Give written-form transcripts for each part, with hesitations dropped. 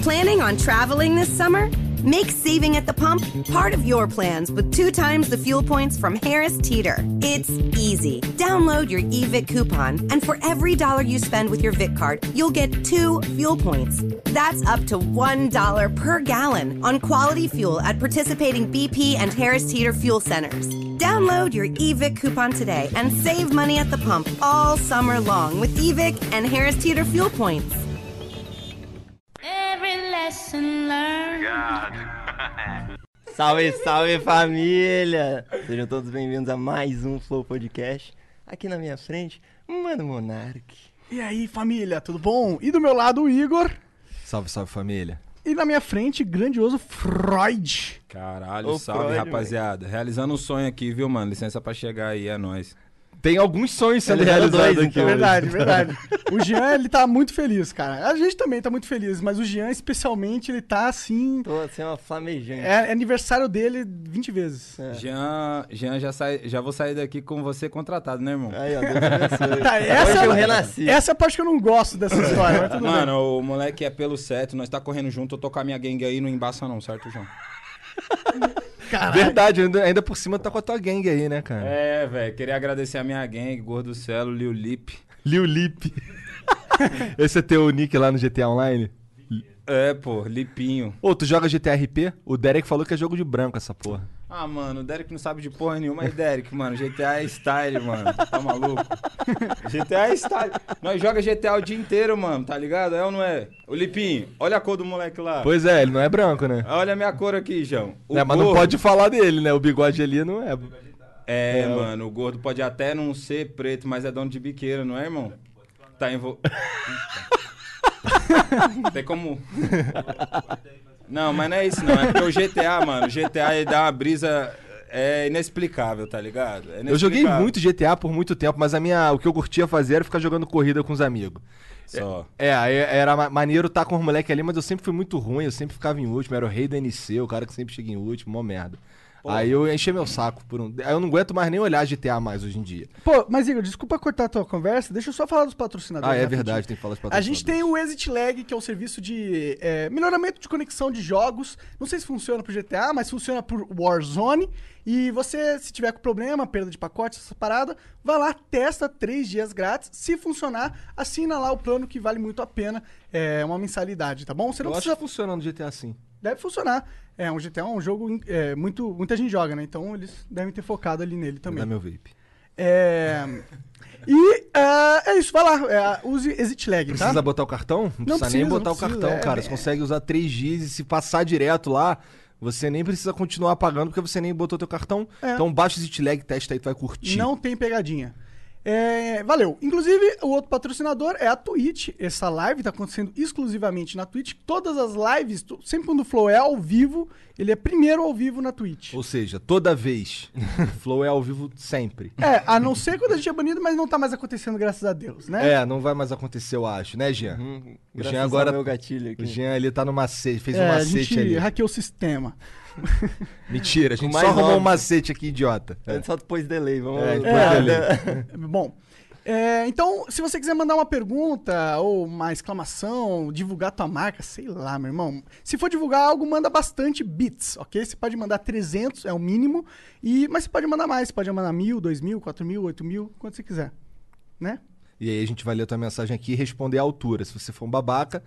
Planning on traveling this summer? Make saving at the pump part of your plans with 2 times the fuel points from Harris Teeter. It's easy. Download your eVic coupon, and for every $1 you spend with your Vic card, you'll get 2 fuel points. That's up to $1 per gallon on quality fuel at participating BP and Harris Teeter fuel centers. Download your eVic coupon today and save money at the pump all summer long with eVic and Harris Teeter fuel points. Every lesson learned. Salve, salve família! Sejam todos bem-vindos a mais um Flow Podcast. Aqui na minha frente, Mano Monark. E aí, família, tudo bom? E do meu lado, o Igor. Salve, salve família. E na minha frente, grandioso Freud. Caralho, Ô, salve Freud, rapaziada. Realizando um sonho aqui, viu, mano? Licença pra chegar aí, é nóis. Tem alguns sonhos sendo Realizado realizados aqui É hoje. verdade, verdade. O Jean, ele tá muito feliz, cara. A gente também tá muito feliz, mas o Jean, especialmente, ele tá assim... Tô assim, uma flamejante. É aniversário dele 20 vezes. Jean, já vou sair daqui com você contratado, né, irmão? Aí, ó, Deus abençoe. Tá, Hoje eu renasci. Essa é a parte que eu não gosto dessa história, mas tudo bem. Mano, o moleque é pelo certo, nós tá correndo junto, eu tô com a minha gangue aí, não embaça não, certo, João? Caralho. Verdade, ainda por cima tá com a tua gangue aí, né, cara? É, velho, queria agradecer a minha gangue, Gordo Celo, Lil Lip. Lil Lip. Esse é teu nick lá no GTA Online? É, pô, Lipinho. Ô, tu joga GTA RP? O Derek falou que é jogo de branco essa porra. Ah, mano, o Derek não sabe de porra nenhuma, mas Derek, mano, GTA é style, mano, tá maluco? GTA é style. Nós joga GTA o dia inteiro, mano, tá ligado? É ou não é? Ô, Lipinho, olha a cor do moleque lá. Pois é, ele não é branco, né? Olha a minha cor aqui, João. O Mas não gordo- pode falar dele, né? O bigode ali não é. É, mano, o gordo pode até não ser preto, mas é dono de biqueira, não é, irmão? Tá Tem como... Não, mas não é isso não, é porque o GTA, mano, o GTA ele dá uma brisa inexplicável, tá ligado? É Eu joguei inexplicável. muito GTA por muito tempo, mas o que eu curtia fazer era ficar jogando corrida com os amigos. Só. Aí era maneiro estar com os moleques ali, mas eu sempre fui muito ruim, eu sempre ficava em último, era o rei da NC, o cara que sempre chega em último, mó merda. Aí eu enchi meu saco por um... Aí eu não aguento mais nem olhar GTA mais hoje em dia. Pô, mas Igor, desculpa cortar a tua conversa, deixa eu só falar dos patrocinadores. Ah, é rapidinho. verdade, tem que falar de A gente tem o Exit Lag, que é um serviço de melhoramento de conexão de jogos. Não sei se funciona pro GTA, mas funciona por Warzone. E você, se tiver com problema, perda de pacote, essa parada, vai lá, testa 3 dias grátis. Se funcionar, assina lá o plano que vale muito a pena. É uma mensalidade, tá bom? Você não Eu acho precisa... que funciona no GTA assim. Deve funcionar. Um GTA é um jogo muita gente joga, né? Então eles devem ter focado ali nele também. Dá meu vape. É isso, vai lá, use Exit Lag, tá? Precisa botar o cartão? Não precisa nem botar o cartão, cara. Você consegue usar 3 dias e se passar direto lá, você nem precisa continuar pagando porque você nem botou teu cartão. Então baixa o Exit Lag, testa aí, tu vai curtir. Não tem pegadinha. Valeu. Inclusive, o outro patrocinador é a Twitch. Essa live tá acontecendo exclusivamente na Twitch. Todas as lives, sempre quando o Flow é ao vivo, ele é primeiro ao vivo na Twitch. Ou seja, toda vez. Flow é ao vivo sempre. A não ser quando a gente é banido, mas não tá mais acontecendo, graças a Deus, né? Não vai mais acontecer, eu acho, né, Jean? O Graças Jean agora. ao meu gatilho aqui. O Jean ali tá no macete, fez um a macete gente ali. hackeou o sistema. Mentira, a gente Com só mais arrumou um óbvio. macete aqui, idiota. Só depois delay, vamos Depois dele. Bom, então, se você quiser mandar uma pergunta ou uma exclamação, divulgar tua marca, sei lá, meu irmão. Se for divulgar algo, manda bastante bits, ok? Você pode mandar 300, é o mínimo, mas você pode mandar mais. Você pode mandar 1.000, 2.000, 4.000, 8.000, quanto você quiser, né? E aí a gente vai ler a tua mensagem aqui e responder à altura. Se você for um babaca,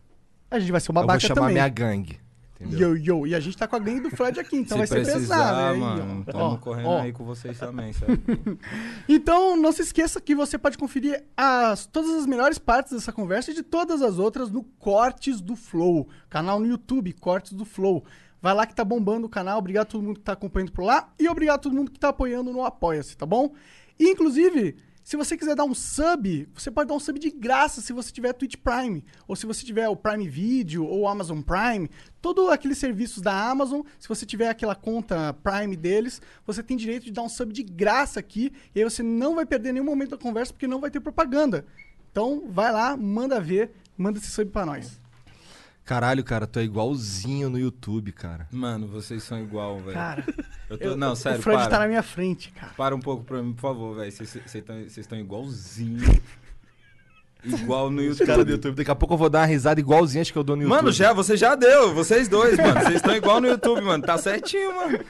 A gente vai ser o eu vou babaca chamar também. minha gangue. Entendeu? Yo. E a gente tá com a gangue do Fred aqui, então Se vai ser precisar, pesado. Hein? mano, Ó, tamo correndo ó. aí com vocês também, sério. Então, não se esqueça que você pode conferir todas as melhores partes dessa conversa e de todas as outras no Cortes do Flow, canal no YouTube, Cortes do Flow. Vai lá que tá bombando o canal, obrigado a todo mundo que tá acompanhando por lá e obrigado a todo mundo que tá apoiando no Apoia-se, tá bom? E, inclusive, se você quiser dar um sub, você pode dar um sub de graça se você tiver Twitch Prime, ou se você tiver o Prime Video ou Amazon Prime, todos aqueles serviços da Amazon, se você tiver aquela conta Prime deles, você tem direito de dar um sub de graça aqui, e aí você não vai perder nenhum momento da conversa, porque não vai ter propaganda. Então, vai lá, manda ver, manda esse sub pra nós. Caralho, cara, tu é igualzinho no YouTube, cara. Mano, vocês são igual, velho. Cara, Não, sério, o Fred para. tá na minha frente, cara. Para um pouco pra mim, por favor, velho. Vocês estão igualzinho. igual no Os caras do YouTube. YouTube. Daqui a pouco eu vou dar uma risada igualzinha as que eu dou no YouTube. Mano, você já deu, vocês dois, mano. Vocês estão igual no YouTube, mano. Tá certinho, mano.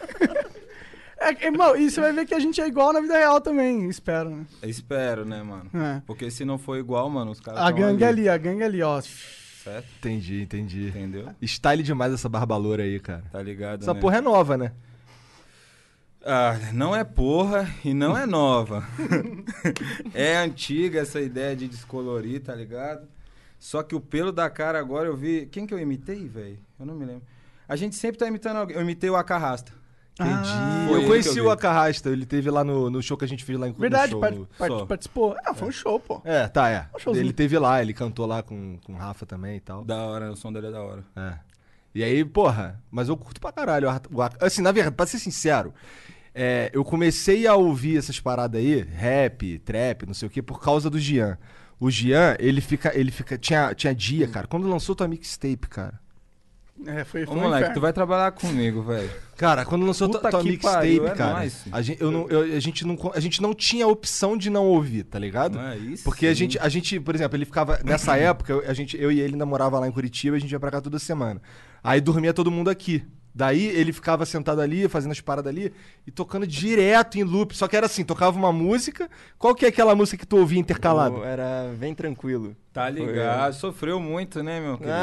Irmão, e você vai ver que a gente é igual na vida real também, espero, né? Espero, né, mano? É. Porque se não for igual, mano, os caras A gangue ali, ó. Certo? Entendi. Entendeu? Style demais essa barba loura aí, cara. Tá ligado, Essa né? porra é nova, né? Ah, não é porra e não é nova. É antiga essa ideia de descolorir, tá ligado? Só que o pelo da cara agora eu vi... Quem que eu imitei, velho? Eu não me lembro. A gente sempre tá imitando alguém. Eu imitei o Acarrasta. Entendi. Foi Eu ele conheci que eu o vi. Acarrasta, ele teve lá no show que a gente fez lá em Verdade, no show, Só. participou. Ah, foi um show, pô. É, tá. Um showzinho. Ele teve lá, ele cantou lá com o Rafa também e tal. Da hora, o som dele é da hora. É. E aí, porra, mas eu curto pra caralho. Assim, na verdade, pra ser sincero, eu comecei a ouvir essas paradas aí, rap, trap, não sei o quê, por causa do Gian. O Gian, ele fica. Tinha dia, cara, quando lançou tua mixtape, cara. Foi Ô, um moleque, inferno. tu vai trabalhar comigo, velho. Cara, quando lançou Puta tua que mixtape, pariu, é cara, nóis. a gente não tinha opção de não ouvir, tá ligado? Não é isso? Porque sim. a gente, por exemplo, ele ficava. Nessa época, eu e ele ainda morava lá em Curitiba, a gente ia pra cá toda semana. Aí dormia todo mundo aqui. Daí ele ficava sentado ali, fazendo as paradas ali e tocando direto em loop. Só que era assim, tocava uma música. Qual que é aquela música que tu ouvia intercalado? Era Vem Tranquilo. Tá ligado, sofreu muito, né, meu querido?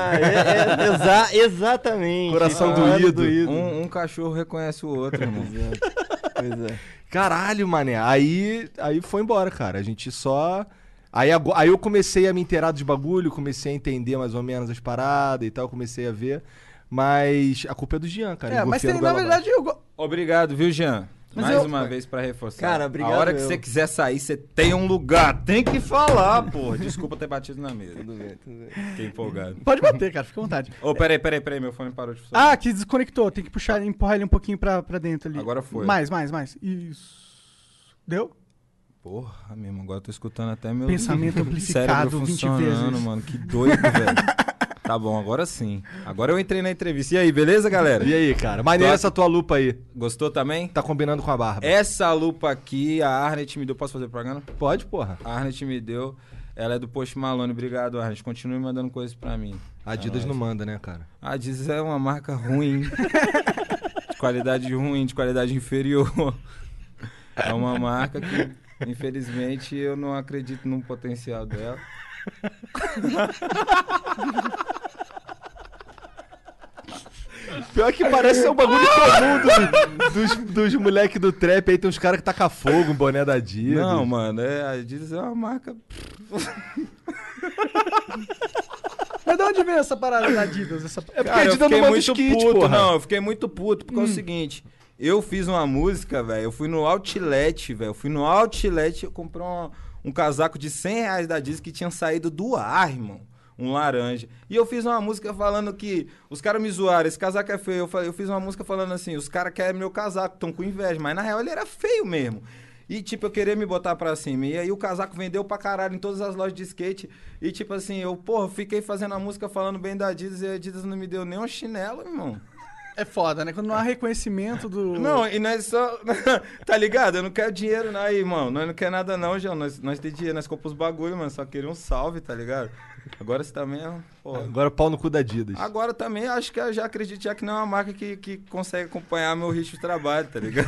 Exatamente. Coração Falando doído. Um cachorro reconhece o outro, irmão. Pois é. Caralho, mané. Aí foi embora, cara. A gente só. Aí eu comecei a me inteirar dos bagulho, comecei a entender mais ou menos as paradas e tal, comecei a ver. Mas a culpa é do Jean, cara. Mas Engofia tem, no na goela verdade, Obrigado, viu, Jean? Mas Mais eu- uma vez pra reforçar. Cara, obrigado, A hora que eu. você quiser sair, você tem um lugar. Tem que falar, porra. Desculpa ter batido na mesa. Tudo bem. Fiquei empolgado. pode bater, cara, fica à vontade. Ô, peraí, meu fone parou de funcionar. Ah, que desconectou, tem que empurrar ele um pouquinho pra dentro ali. Agora foi. Mais. Isso. Deu? Porra, mesmo, agora eu tô escutando até meu Pensamento amplificado cérebro 20 funcionando, vezes. mano. Que doido, velho. Tá bom, agora sim. Agora eu entrei na entrevista. E aí, beleza, galera? E aí, cara? Maneira essa tua lupa aí. Gostou também? Tá combinando com a barba. Essa lupa aqui, a Arnet me deu. Posso fazer propaganda? Pode, porra. A Arnet me deu. Ela é do Post Malone. Obrigado, Arnet. Continue mandando coisas pra mim. A Adidas É não nóis. manda, né, cara? A Adidas é uma marca ruim. De qualidade ruim, de qualidade inferior. É uma marca que, infelizmente, eu não acredito no potencial dela. Pior que parece ser um bagulho comum dos moleques do trap aí. Tem uns caras que tacam fogo, um boné da Adidas. Não, mano, a Adidas é uma marca. Mas de onde veio essa parada da Adidas? É porque a Cara, eu Adidas não fiquei manda muito os kits, puto. porra. Não, eu fiquei muito puto, porque é o seguinte. Eu fiz uma música, velho. Eu fui no Outlet, velho. Eu fui no Outlet e eu comprei um casaco de R$100 da Adidas que tinha saído do ar, irmão. Um laranja. E eu fiz uma música falando que os caras me zoaram, esse casaco é feio. Eu fiz uma música falando assim, os caras querem meu casaco, estão com inveja. Mas na real ele era feio mesmo. E tipo, eu queria me botar pra cima. E aí o casaco vendeu pra caralho em todas as lojas de skate. E tipo assim, fiquei fazendo a música falando bem da Adidas e a Adidas não me deu nem um chinelo, irmão. É foda, né? Quando não há reconhecimento do... Não, e nós só... tá ligado? Eu não quero dinheiro, não, aí, irmão. Nós não quer nada não, João. Nós tem dinheiro, nós compramos os bagulho, mano. Só queria um salve, tá ligado? Agora você também é... Porra. Agora pau no cu da Adidas. Agora também acho que eu já acredito já que não é uma marca que consegue acompanhar meu ritmo de trabalho, tá ligado?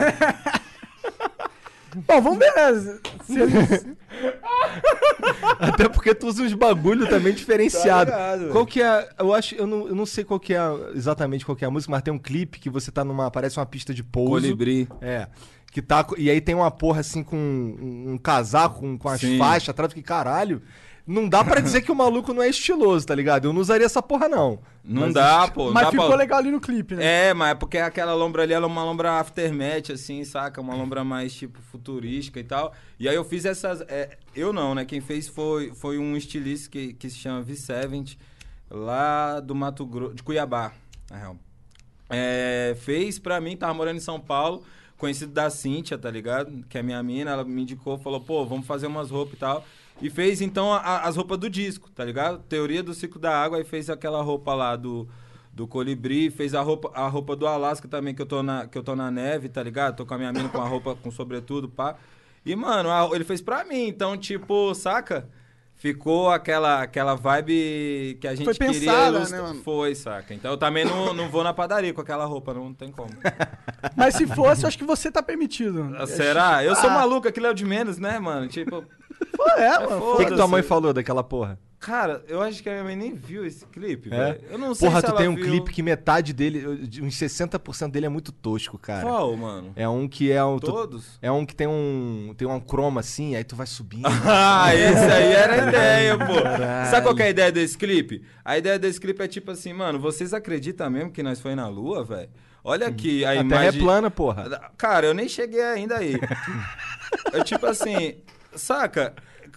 Bom, vamos ver, né? Se eles... Até porque tu usa uns bagulho também diferenciado. Tá ligado, Qual que é... eu não sei qual que é exatamente qual que é a música, mas tem um clipe que você tá parece uma pista de pouso. Colibri. É. Que tá, e aí tem uma porra assim com um casaco com as Sim. faixas atrás, que caralho. Não dá pra dizer que o maluco não é estiloso, tá ligado? Eu não usaria essa porra, não. Não Mas dá, pô. Não Mas dá ficou pra... legal ali no clipe, né? É, mas é porque aquela lombra ali, ela é uma lombra aftermath, assim, saca? Uma lombra mais, tipo, futurística e tal. E aí eu fiz essas... eu não, né? Quem fez foi um estilista que se chama V70, lá do Mato Grosso, de Cuiabá, na real. Fez pra mim, tava morando em São Paulo, conhecido da Cíntia, tá ligado? Que é minha mina, ela me indicou, falou, pô, vamos fazer umas roupas e tal. E fez, então, as roupas do disco, tá ligado? Teoria do ciclo da água, e fez aquela roupa lá do Colibri, fez a roupa do Alasca também, que eu tô na neve, tá ligado? Tô com a minha mina com a roupa com sobretudo, pá. E, mano, ele fez pra mim, então, tipo, saca? ficou aquela vibe que a gente Foi queria pensada, ilustrar. né, mano? Foi, saca? Então eu também não vou na padaria com aquela roupa, não tem como. Mas se fosse, eu acho que você tá permitido. Será? Eu sou maluco, aquilo é o de menos, né, mano? Tipo, Pô, mano. O que tua foda-se. mãe falou daquela porra? Cara, eu acho que a minha mãe nem viu esse clipe, É? velho. Eu não sei Porra, se tu ela tem um viu. clipe que metade dele, uns 60% dele é muito tosco, cara. Qual, mano? É um que é um. Todos? É um que tem um croma assim, aí tu vai subindo. Ah, esse aí era a ideia, pô. Caralho. Sabe qual que é a ideia desse clipe? A ideia desse clipe é tipo assim, mano, vocês acreditam mesmo que nós foi na Lua, velho? Olha aqui a A imagem... Terra é plana, porra. Cara, eu nem cheguei ainda aí. Eu tipo assim, saca?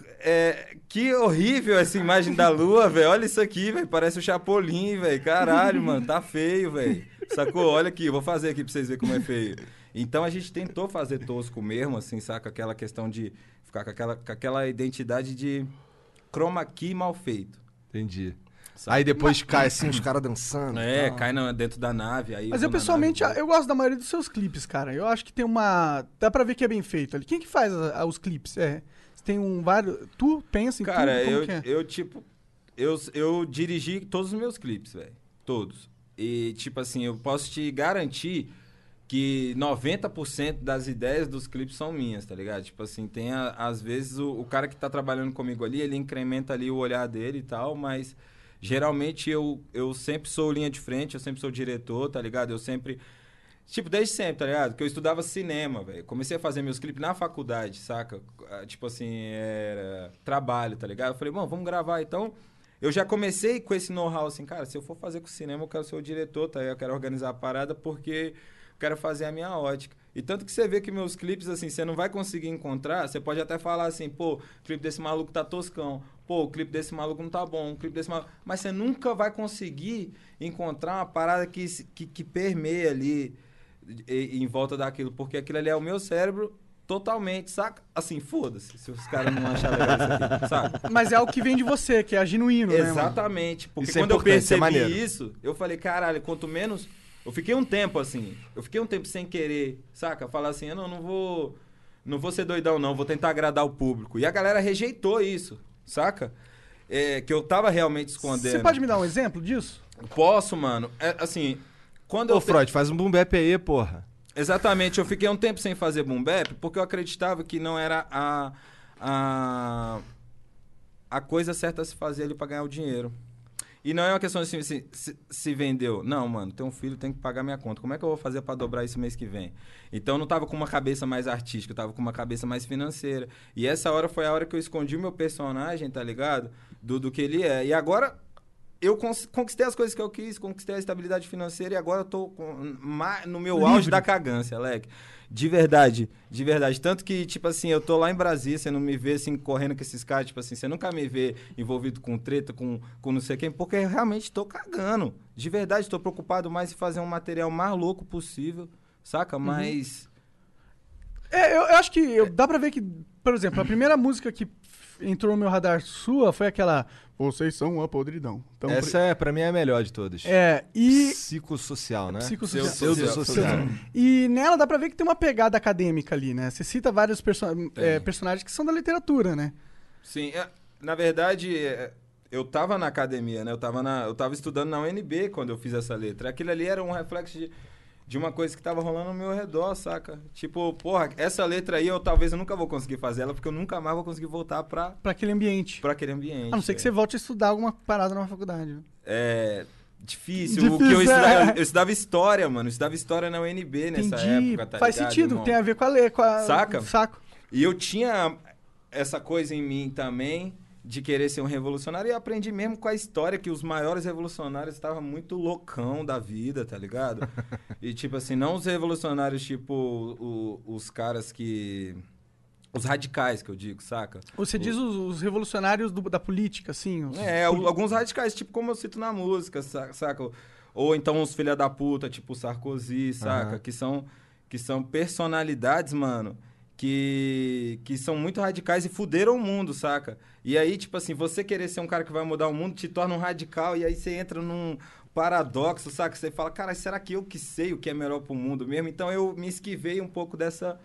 Que horrível essa imagem da Lua, velho. Olha isso aqui, velho. Parece o Chapolin, velho. Caralho, mano. Tá feio, velho. Sacou? Olha aqui, eu vou fazer aqui pra vocês verem como é feio. Então a gente tentou fazer tosco mesmo, assim, saca? Aquela questão de ficar com aquela identidade de chroma key mal feito. Entendi. Saca? Aí depois cai assim, os caras dançando. e tal. Cai dentro da nave. Aí Mas vou eu na pessoalmente, nave. eu gosto da maioria dos seus clipes, cara. Eu acho que tem uma... Dá pra ver que é bem feito ali. Quem que faz os clipes? Você tem vários... Tu pensa em Cara, tudo? Como que é? eu tipo... Eu dirigi todos os meus clipes, velho. Todos. E, tipo assim, eu posso te garantir que 90% das ideias dos clipes são minhas, tá ligado? Tipo assim, tem às vezes o cara que tá trabalhando comigo ali, ele incrementa ali o olhar dele e tal, mas geralmente eu sempre sou linha de frente, eu sempre sou diretor, tá ligado? Eu sempre... Tipo, desde sempre, tá ligado? Que eu estudava cinema, velho. Comecei a fazer meus clipes na faculdade, saca? Tipo assim, era trabalho, tá ligado? Eu falei, bom, vamos gravar. Então, eu já comecei com esse know-how, assim, cara, se eu for fazer com cinema, eu quero ser o diretor, tá? Eu quero organizar a parada porque eu quero fazer a minha ótica. E tanto que você vê que meus clipes, assim, você não vai conseguir encontrar, você pode até falar assim, pô, o clipe desse maluco tá toscão, pô, o clipe desse maluco não tá bom, o clipe desse maluco... Mas você nunca vai conseguir encontrar uma parada que permeia ali em volta daquilo, porque aquilo ali é o meu cérebro totalmente, saca? Assim, foda-se, se os caras não acharem legal isso aqui, saca? Mas é o que vem de você, que é genuíno, né, mano? Exatamente, porque Isso é quando eu importante, isso é percebi maneiro. isso, eu falei, caralho, quanto menos... Eu fiquei um tempo assim, sem querer, saca? Falar assim, eu não vou ser doidão não, vou tentar agradar o público. E a galera rejeitou isso, saca? Que eu tava realmente escondendo. Você pode me dar um exemplo disso? Posso, mano. Assim, quando Ô, eu... Freud, faz um boom bap aí, porra. Exatamente, eu fiquei um tempo sem fazer boom bap porque eu acreditava que não era a coisa certa a se fazer ali pra ganhar o dinheiro. E não é uma questão assim, se vendeu. Não, mano, tem um filho, tem que pagar minha conta. Como é que eu vou fazer pra dobrar isso mês que vem? Então eu não tava com uma cabeça mais artística, eu tava com uma cabeça mais financeira. E essa hora foi a hora que eu escondi o meu personagem, tá ligado? Do que ele é. E agora... Eu conquistei as coisas que eu quis, conquistei a estabilidade financeira e agora eu tô no meu auge da cagância, Alec. De verdade, de verdade. Tanto que, tipo assim, eu tô lá em Brasília, você não me vê, assim, correndo com esses caras, tipo assim, você nunca me vê envolvido com treta, com não sei quem, porque eu realmente tô cagando. De verdade, tô preocupado mais em fazer um material mais louco possível, saca? Mas... Eu acho que dá pra ver que, por exemplo, a primeira música que entrou no meu radar sua foi aquela Vocês São uma Podridão. Então, Essa, pra mim, é a melhor de todas. e... Psicossocial, né? Psicossocial. Pseudo-social. E nela dá pra ver que tem uma pegada acadêmica ali, né? Você cita vários personagens que são da literatura, né? Sim, na verdade, eu tava na academia, né? Eu tava estudando na UNB quando eu fiz essa letra. Aquilo ali era um reflexo de uma coisa que tava rolando ao meu redor, saca? Tipo, porra, essa letra aí talvez eu nunca vou conseguir fazer ela, porque eu nunca mais vou conseguir voltar pra Pra aquele ambiente. aquele ambiente. A não ser que você volte a estudar alguma parada na faculdade. É difícil. O que eu estudava história, mano. Eu estudava história na UNB nessa época, tá Faz ligado, sentido, irmão? tem a ver com a ler, com a... Saca? com o saco. E eu tinha essa coisa em mim também, de querer ser um revolucionário, e eu aprendi mesmo com a história que os maiores revolucionários estavam muito loucão da vida, tá ligado? E tipo assim, não os revolucionários tipo os caras que... Os radicais, que eu digo, saca? Você diz os revolucionários da política, assim? Alguns radicais, tipo como eu cito na música, saca? Ou então os filha da puta, tipo Sarkozy, saca? Que são personalidades, mano, que são muito radicais e fuderam o mundo, saca? E aí, tipo assim, você querer ser um cara que vai mudar o mundo te torna um radical e aí você entra num paradoxo, saca? Você fala, cara, será que eu que sei o que é melhor pro mundo mesmo? Então eu me esquivei um pouco dessa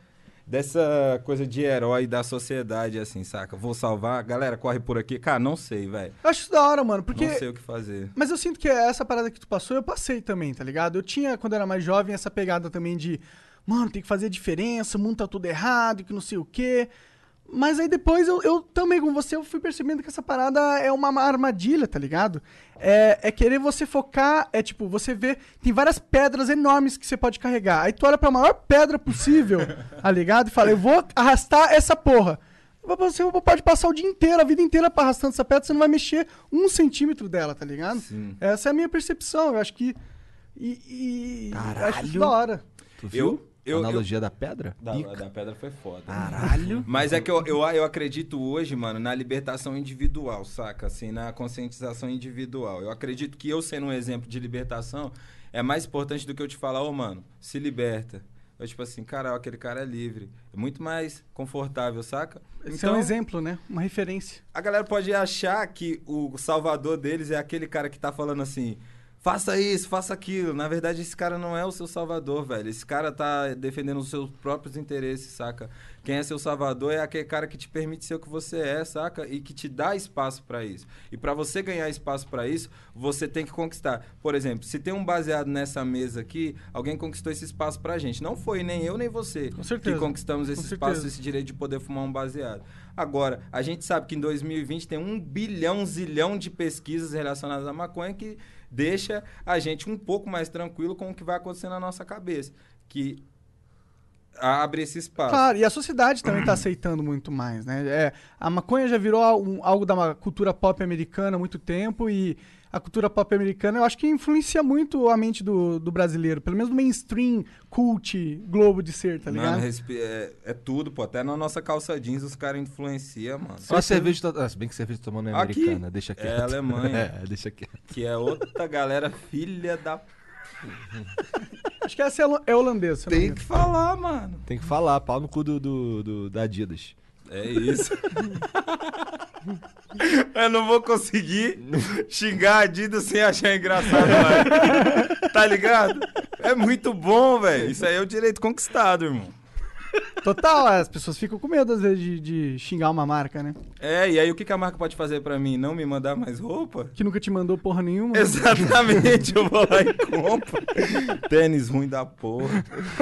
dessa coisa de herói da sociedade, assim, saca? Vou salvar, galera, corre por aqui. Cara, não sei, velho. Eu acho isso da hora, mano, porque... Não sei o que fazer. Mas eu sinto que essa parada que tu passou, eu passei também, tá ligado? Eu tinha, quando eu era mais jovem, essa pegada também de... Mano, tem que fazer diferença, o mundo tá tudo errado, que não sei o quê. Mas aí depois eu também, com você, eu fui percebendo que essa parada é uma armadilha, tá ligado? É querer você focar, tipo, você vê, tem várias pedras enormes que você pode carregar. Aí tu olha pra maior pedra possível, tá ligado? E fala, eu vou arrastar essa porra. Você pode passar o dia inteiro, a vida inteira arrastando essa pedra, você não vai mexer 1 centímetro dela, tá ligado? Sim. Essa é a minha percepção, eu acho que... Caralho. Acho isso da hora. Tu viu? Eu- Analogia da pedra? Da pedra foi foda. Caralho. Mas é que eu acredito hoje, mano, na libertação individual, saca? Assim, na conscientização individual. Eu acredito que eu sendo um exemplo de libertação é mais importante do que eu te falar, ô, mano, se liberta. Eu, tipo assim, cara, aquele cara é livre. É muito mais confortável, saca? Esse é um exemplo, né? Uma referência. A galera pode achar que o salvador deles é aquele cara que tá falando assim... Faça isso, faça aquilo. Na verdade, esse cara não é o seu salvador, velho. Esse cara tá defendendo os seus próprios interesses, saca? Quem é seu salvador é aquele cara que te permite ser o que você é, saca? E que te dá espaço pra isso. E pra você ganhar espaço pra isso, você tem que conquistar. Por exemplo, se tem um baseado nessa mesa aqui, alguém conquistou esse espaço pra gente. Não foi nem eu, nem você Com certeza. que conquistamos esse Com espaço, certeza. esse direito de poder fumar um baseado. Agora, a gente sabe que em 2020 tem 1 bilhão, zilhão de pesquisas relacionadas à maconha que deixa a gente um pouco mais tranquilo com o que vai acontecer na nossa cabeça. Que abre esse espaço. Claro, e a sociedade também tá aceitando muito mais, né? A maconha já virou algo da cultura pop americana há muito tempo e a cultura pop americana eu acho que influencia muito a mente do brasileiro, pelo menos no mainstream, cult, globo de ser, tá ligado? Mano, é tudo, pô. Até na nossa calça jeans os caras influenciam, mano. Só a cerveja... Se bem que cerveja tomando é Aqui americana, deixa quieto. é Alemanha. Deixa quieto. Que é outra galera filha da... Acho que essa é holandesa. se eu não me Tem engano. que falar, mano. Tem que falar, pau no cu da Adidas. É isso. Eu não vou conseguir xingar a Adidas sem achar engraçado mais. Tá ligado? É muito bom, velho. Isso aí é o direito conquistado, irmão. Total, as pessoas ficam com medo às vezes de xingar uma marca, né? É, e aí o que a marca pode fazer pra mim? Não me mandar mais roupa? Que nunca te mandou porra nenhuma. Exatamente, eu vou lá e compro. Tênis ruim da porra.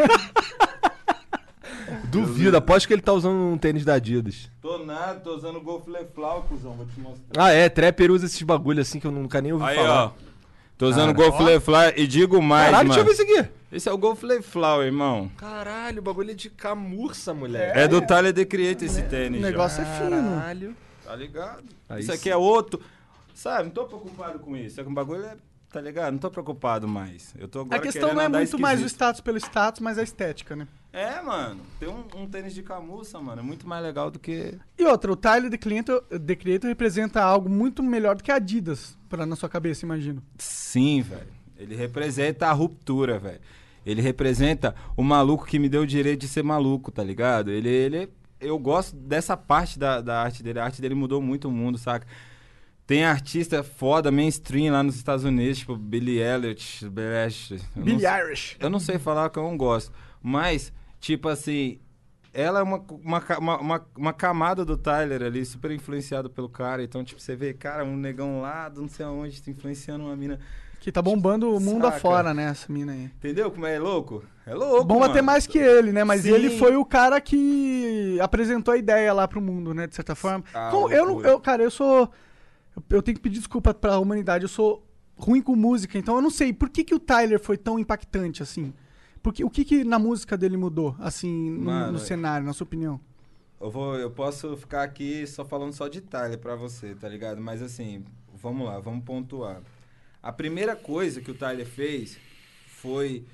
Duvido, aposto que ele tá usando um tênis da Adidas. Tô nada, tô usando o Golf Leflau, cuzão, vou te mostrar. Ah, é, Trapper usa esses bagulho assim que eu nunca nem ouvi Aí, falar. ó. Tô usando o Golf Leflau e digo mais, Caralho, mano. deixa eu ver isso aqui. Esse é o Golf Leflau, irmão. Caralho, o bagulho é de camurça, moleque. É do Tyler, The Creator esse tênis, O negócio é fino. Caralho. Tá ligado? Aí Isso aqui sim. é outro. Sabe, não tô preocupado com isso. É que o bagulho é. Tá ligado? Não tô preocupado mais. Eu tô agora A questão querendo não é andar muito mais o esquisito. status pelo status, mas a estética, né? É, mano. Ter um tênis de camurça, mano, é muito mais legal do que. E outra, o Tyler, The Creator representa algo muito melhor do que a Adidas, na sua cabeça, imagino. Sim, velho. Ele representa a ruptura, velho. Ele representa o maluco que me deu o direito de ser maluco, tá ligado? Eu gosto dessa parte da arte dele. A arte dele mudou muito o mundo, saca? Tem artista foda, mainstream lá nos Estados Unidos, tipo Billie Eilish, Billie Irish. Eu não sei falar que eu não gosto. Mas, tipo assim, ela é uma camada do Tyler ali, super influenciada pelo cara. Então, tipo, você vê, cara, um negão lá, não sei aonde, tá influenciando uma mina. Que tá bombando o mundo Saca. afora, né, essa mina aí. Entendeu como é louco? É louco, Bomba mano. até mais que ele, né? Mas Sim. ele foi o cara que apresentou a ideia lá pro mundo, né? De certa forma. Ah, Cara, eu tenho que pedir desculpa pra humanidade. Eu sou ruim com música, então eu não sei por que o Tyler foi tão impactante assim. O que na música dele mudou, assim, no cenário, na sua opinião? Eu posso ficar aqui só falando só de Tyler pra você, tá ligado? Mas assim, vamos lá, vamos pontuar. A primeira coisa que o Tyler fez foi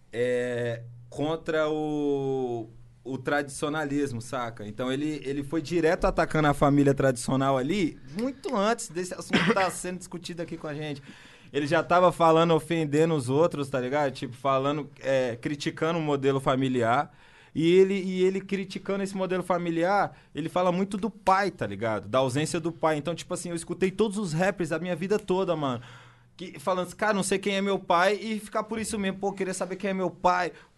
contra o tradicionalismo, saca? Então ele foi direto atacando a família tradicional ali, muito antes desse assunto estar sendo discutido aqui com a gente. Ele já tava falando, ofendendo os outros, tá ligado? Tipo, falando, criticando o modelo familiar. E ele criticando esse modelo familiar, ele fala muito do pai, tá ligado? Da ausência do pai. Então, tipo assim, eu escutei todos os rappers da minha vida toda, mano. Falando assim, cara, não sei quem é meu pai, e ficar por isso mesmo, pô, queria saber quem é meu pai.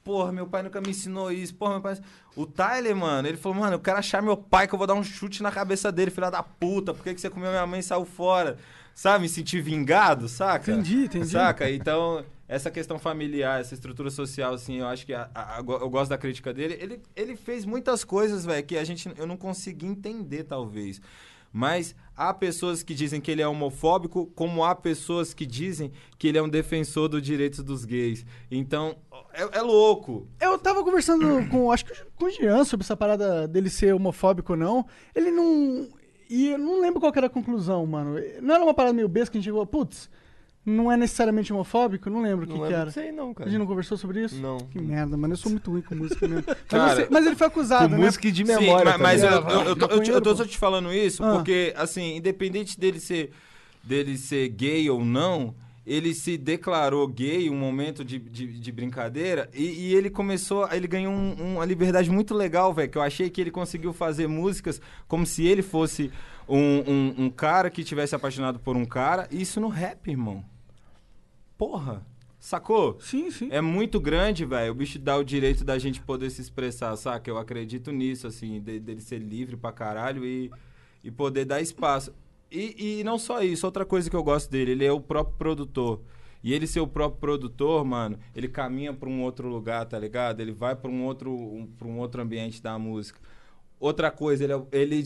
porra, meu pai nunca me ensinou isso, porra, meu pai... O Tyler, mano, ele falou, mano, eu quero achar meu pai que eu vou dar um chute na cabeça dele, filha da puta, por que você comeu minha mãe e saiu fora? Sabe, me sentir vingado, saca? Entendi. Saca? Então, essa questão familiar, essa estrutura social, assim, eu acho que eu gosto da crítica dele. Ele fez muitas coisas, velho, que eu não consegui entender, talvez. Mas há pessoas que dizem que ele é homofóbico, como há pessoas que dizem que ele é um defensor dos direitos dos gays. Então, é louco. Eu tava conversando acho que com o Jean sobre essa parada dele ser homofóbico ou não. Ele não... E eu não lembro qual que era a conclusão, mano. Não era uma parada meio besta que a gente chegou, putz, não é necessariamente homofóbico? Não lembro o que era. Não sei não, cara. A gente não conversou sobre isso? Não. Que merda, mano. Eu sou muito ruim com música mesmo. Cara, mas ele foi acusado, Com né? música e de memória. Sim, mas também. eu tô só te falando isso Ah. porque, assim, independente dele ser gay ou não, ele se declarou gay em um momento de brincadeira e ele ganhou uma liberdade muito legal, velho, que eu achei que ele conseguiu fazer músicas como se ele fosse um cara que tivesse apaixonado por um cara, e isso no rap, irmão. Porra, sacou? Sim. É muito grande, velho. O bicho dá o direito da gente poder se expressar, saca? Eu acredito nisso, assim, dele ser livre pra caralho e poder dar espaço. E não só isso, outra coisa que eu gosto dele, ele é o próprio produtor. E ele ser o próprio produtor, mano, ele caminha pra um outro lugar, tá ligado? Ele vai pra um outro ambiente da música. Outra coisa, ele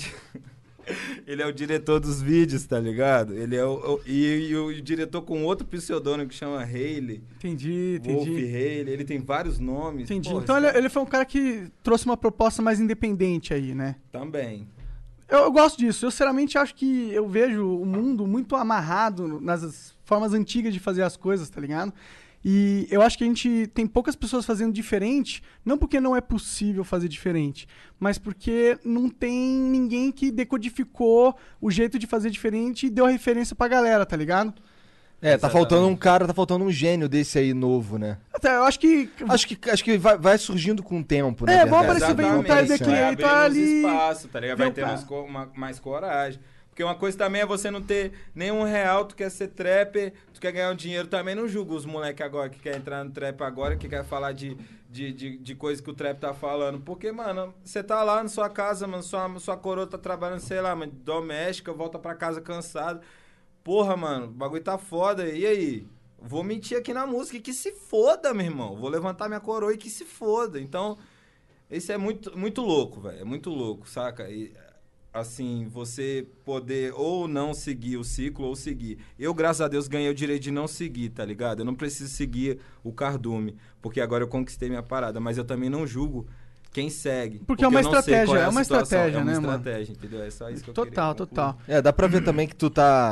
é o diretor dos vídeos, tá ligado? Ele é o diretor com outro pseudônimo que chama Haley. Entendi. Wolf Haley, ele tem vários nomes. Entendi. Porra, Então ele foi um cara que trouxe uma proposta mais independente aí, né? Também. Eu gosto disso. Eu, sinceramente, acho que eu vejo o mundo muito amarrado nas formas antigas de fazer as coisas, tá ligado? E eu acho que a gente tem poucas pessoas fazendo diferente, não porque não é possível fazer diferente, mas porque não tem ninguém que decodificou o jeito de fazer diferente e deu referência pra galera, tá ligado? Tá faltando um cara, tá faltando um gênio desse aí novo, né? Até, eu acho que... Acho que vai surgindo com o tempo, né? vão aparecer bem um Tyler, The Creator ali... espaço, tá ligado? Vai ter Vem mais coragem. Porque uma coisa também é você não ter nenhum real, tu quer ser trapper, tu quer ganhar um dinheiro, também não julga os moleques agora que quer entrar no trap agora, que quer falar de coisa que o trap tá falando. Porque, mano, você tá lá na sua casa, mano, sua coroa tá trabalhando, sei lá, mano, doméstica, volta pra casa cansado. Porra, mano, o bagulho tá foda, e aí? Vou mentir aqui na música e que se foda, meu irmão. Vou levantar minha coroa e que se foda. Então, isso é muito, muito louco, velho. É muito louco, saca? E, assim, você poder ou não seguir o ciclo ou seguir. Eu, graças a Deus, ganhei o direito de não seguir, tá ligado? Eu não preciso seguir o cardume, porque agora eu conquistei minha parada. Mas eu também não julgo quem segue. Porque é uma eu não sei estratégia, qual é uma situação. estratégia, é uma né, mano? estratégia, entendeu? É só isso que eu Total, queria total. concluir. Dá pra ver também que tu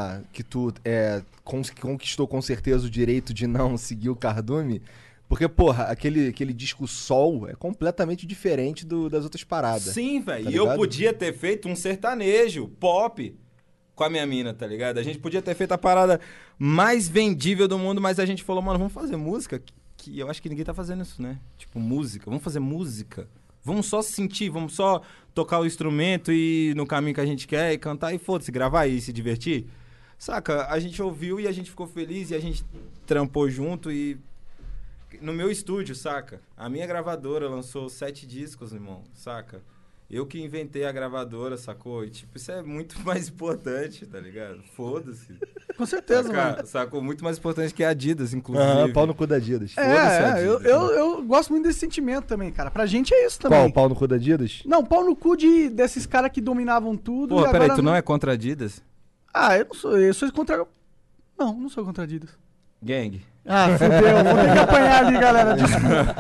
conquistou com certeza o direito de não seguir o cardume. Porque, porra, aquele disco Sol é completamente diferente das outras paradas. Sim, velho. Tá E eu ligado? podia ter feito um sertanejo, pop, com a minha mina, tá ligado? A gente podia ter feito a parada mais vendível do mundo, mas a gente falou, mano, vamos fazer música? Que eu acho que ninguém tá fazendo isso, né? Tipo, música. Vamos fazer música. Vamos só sentir, vamos só tocar o instrumento e ir no caminho que a gente quer e cantar e foda-se, gravar e se divertir. Saca? A gente ouviu e a gente ficou feliz e a gente trampou junto e... No meu estúdio, saca? A minha gravadora lançou 7 discos, irmão, saca? Eu que inventei a gravadora, sacou? E, tipo, isso é muito mais importante, tá ligado? Foda-se. Com certeza, mano. Sacou? Muito mais importante que a Adidas, inclusive. Pau no cu da Adidas. Adidas, eu gosto muito desse sentimento também, cara. Pra gente é isso também. Qual? Pau no cu da Adidas? Não, pau no cu desses caras que dominavam tudo. Porra, e peraí, agora... tu não é contra a Adidas? Ah, eu não sou. Eu sou contra. Não sou contra Adidas. Gang. Ah, fodeu. Vou ter que apanhar ali, galera. Desculpa.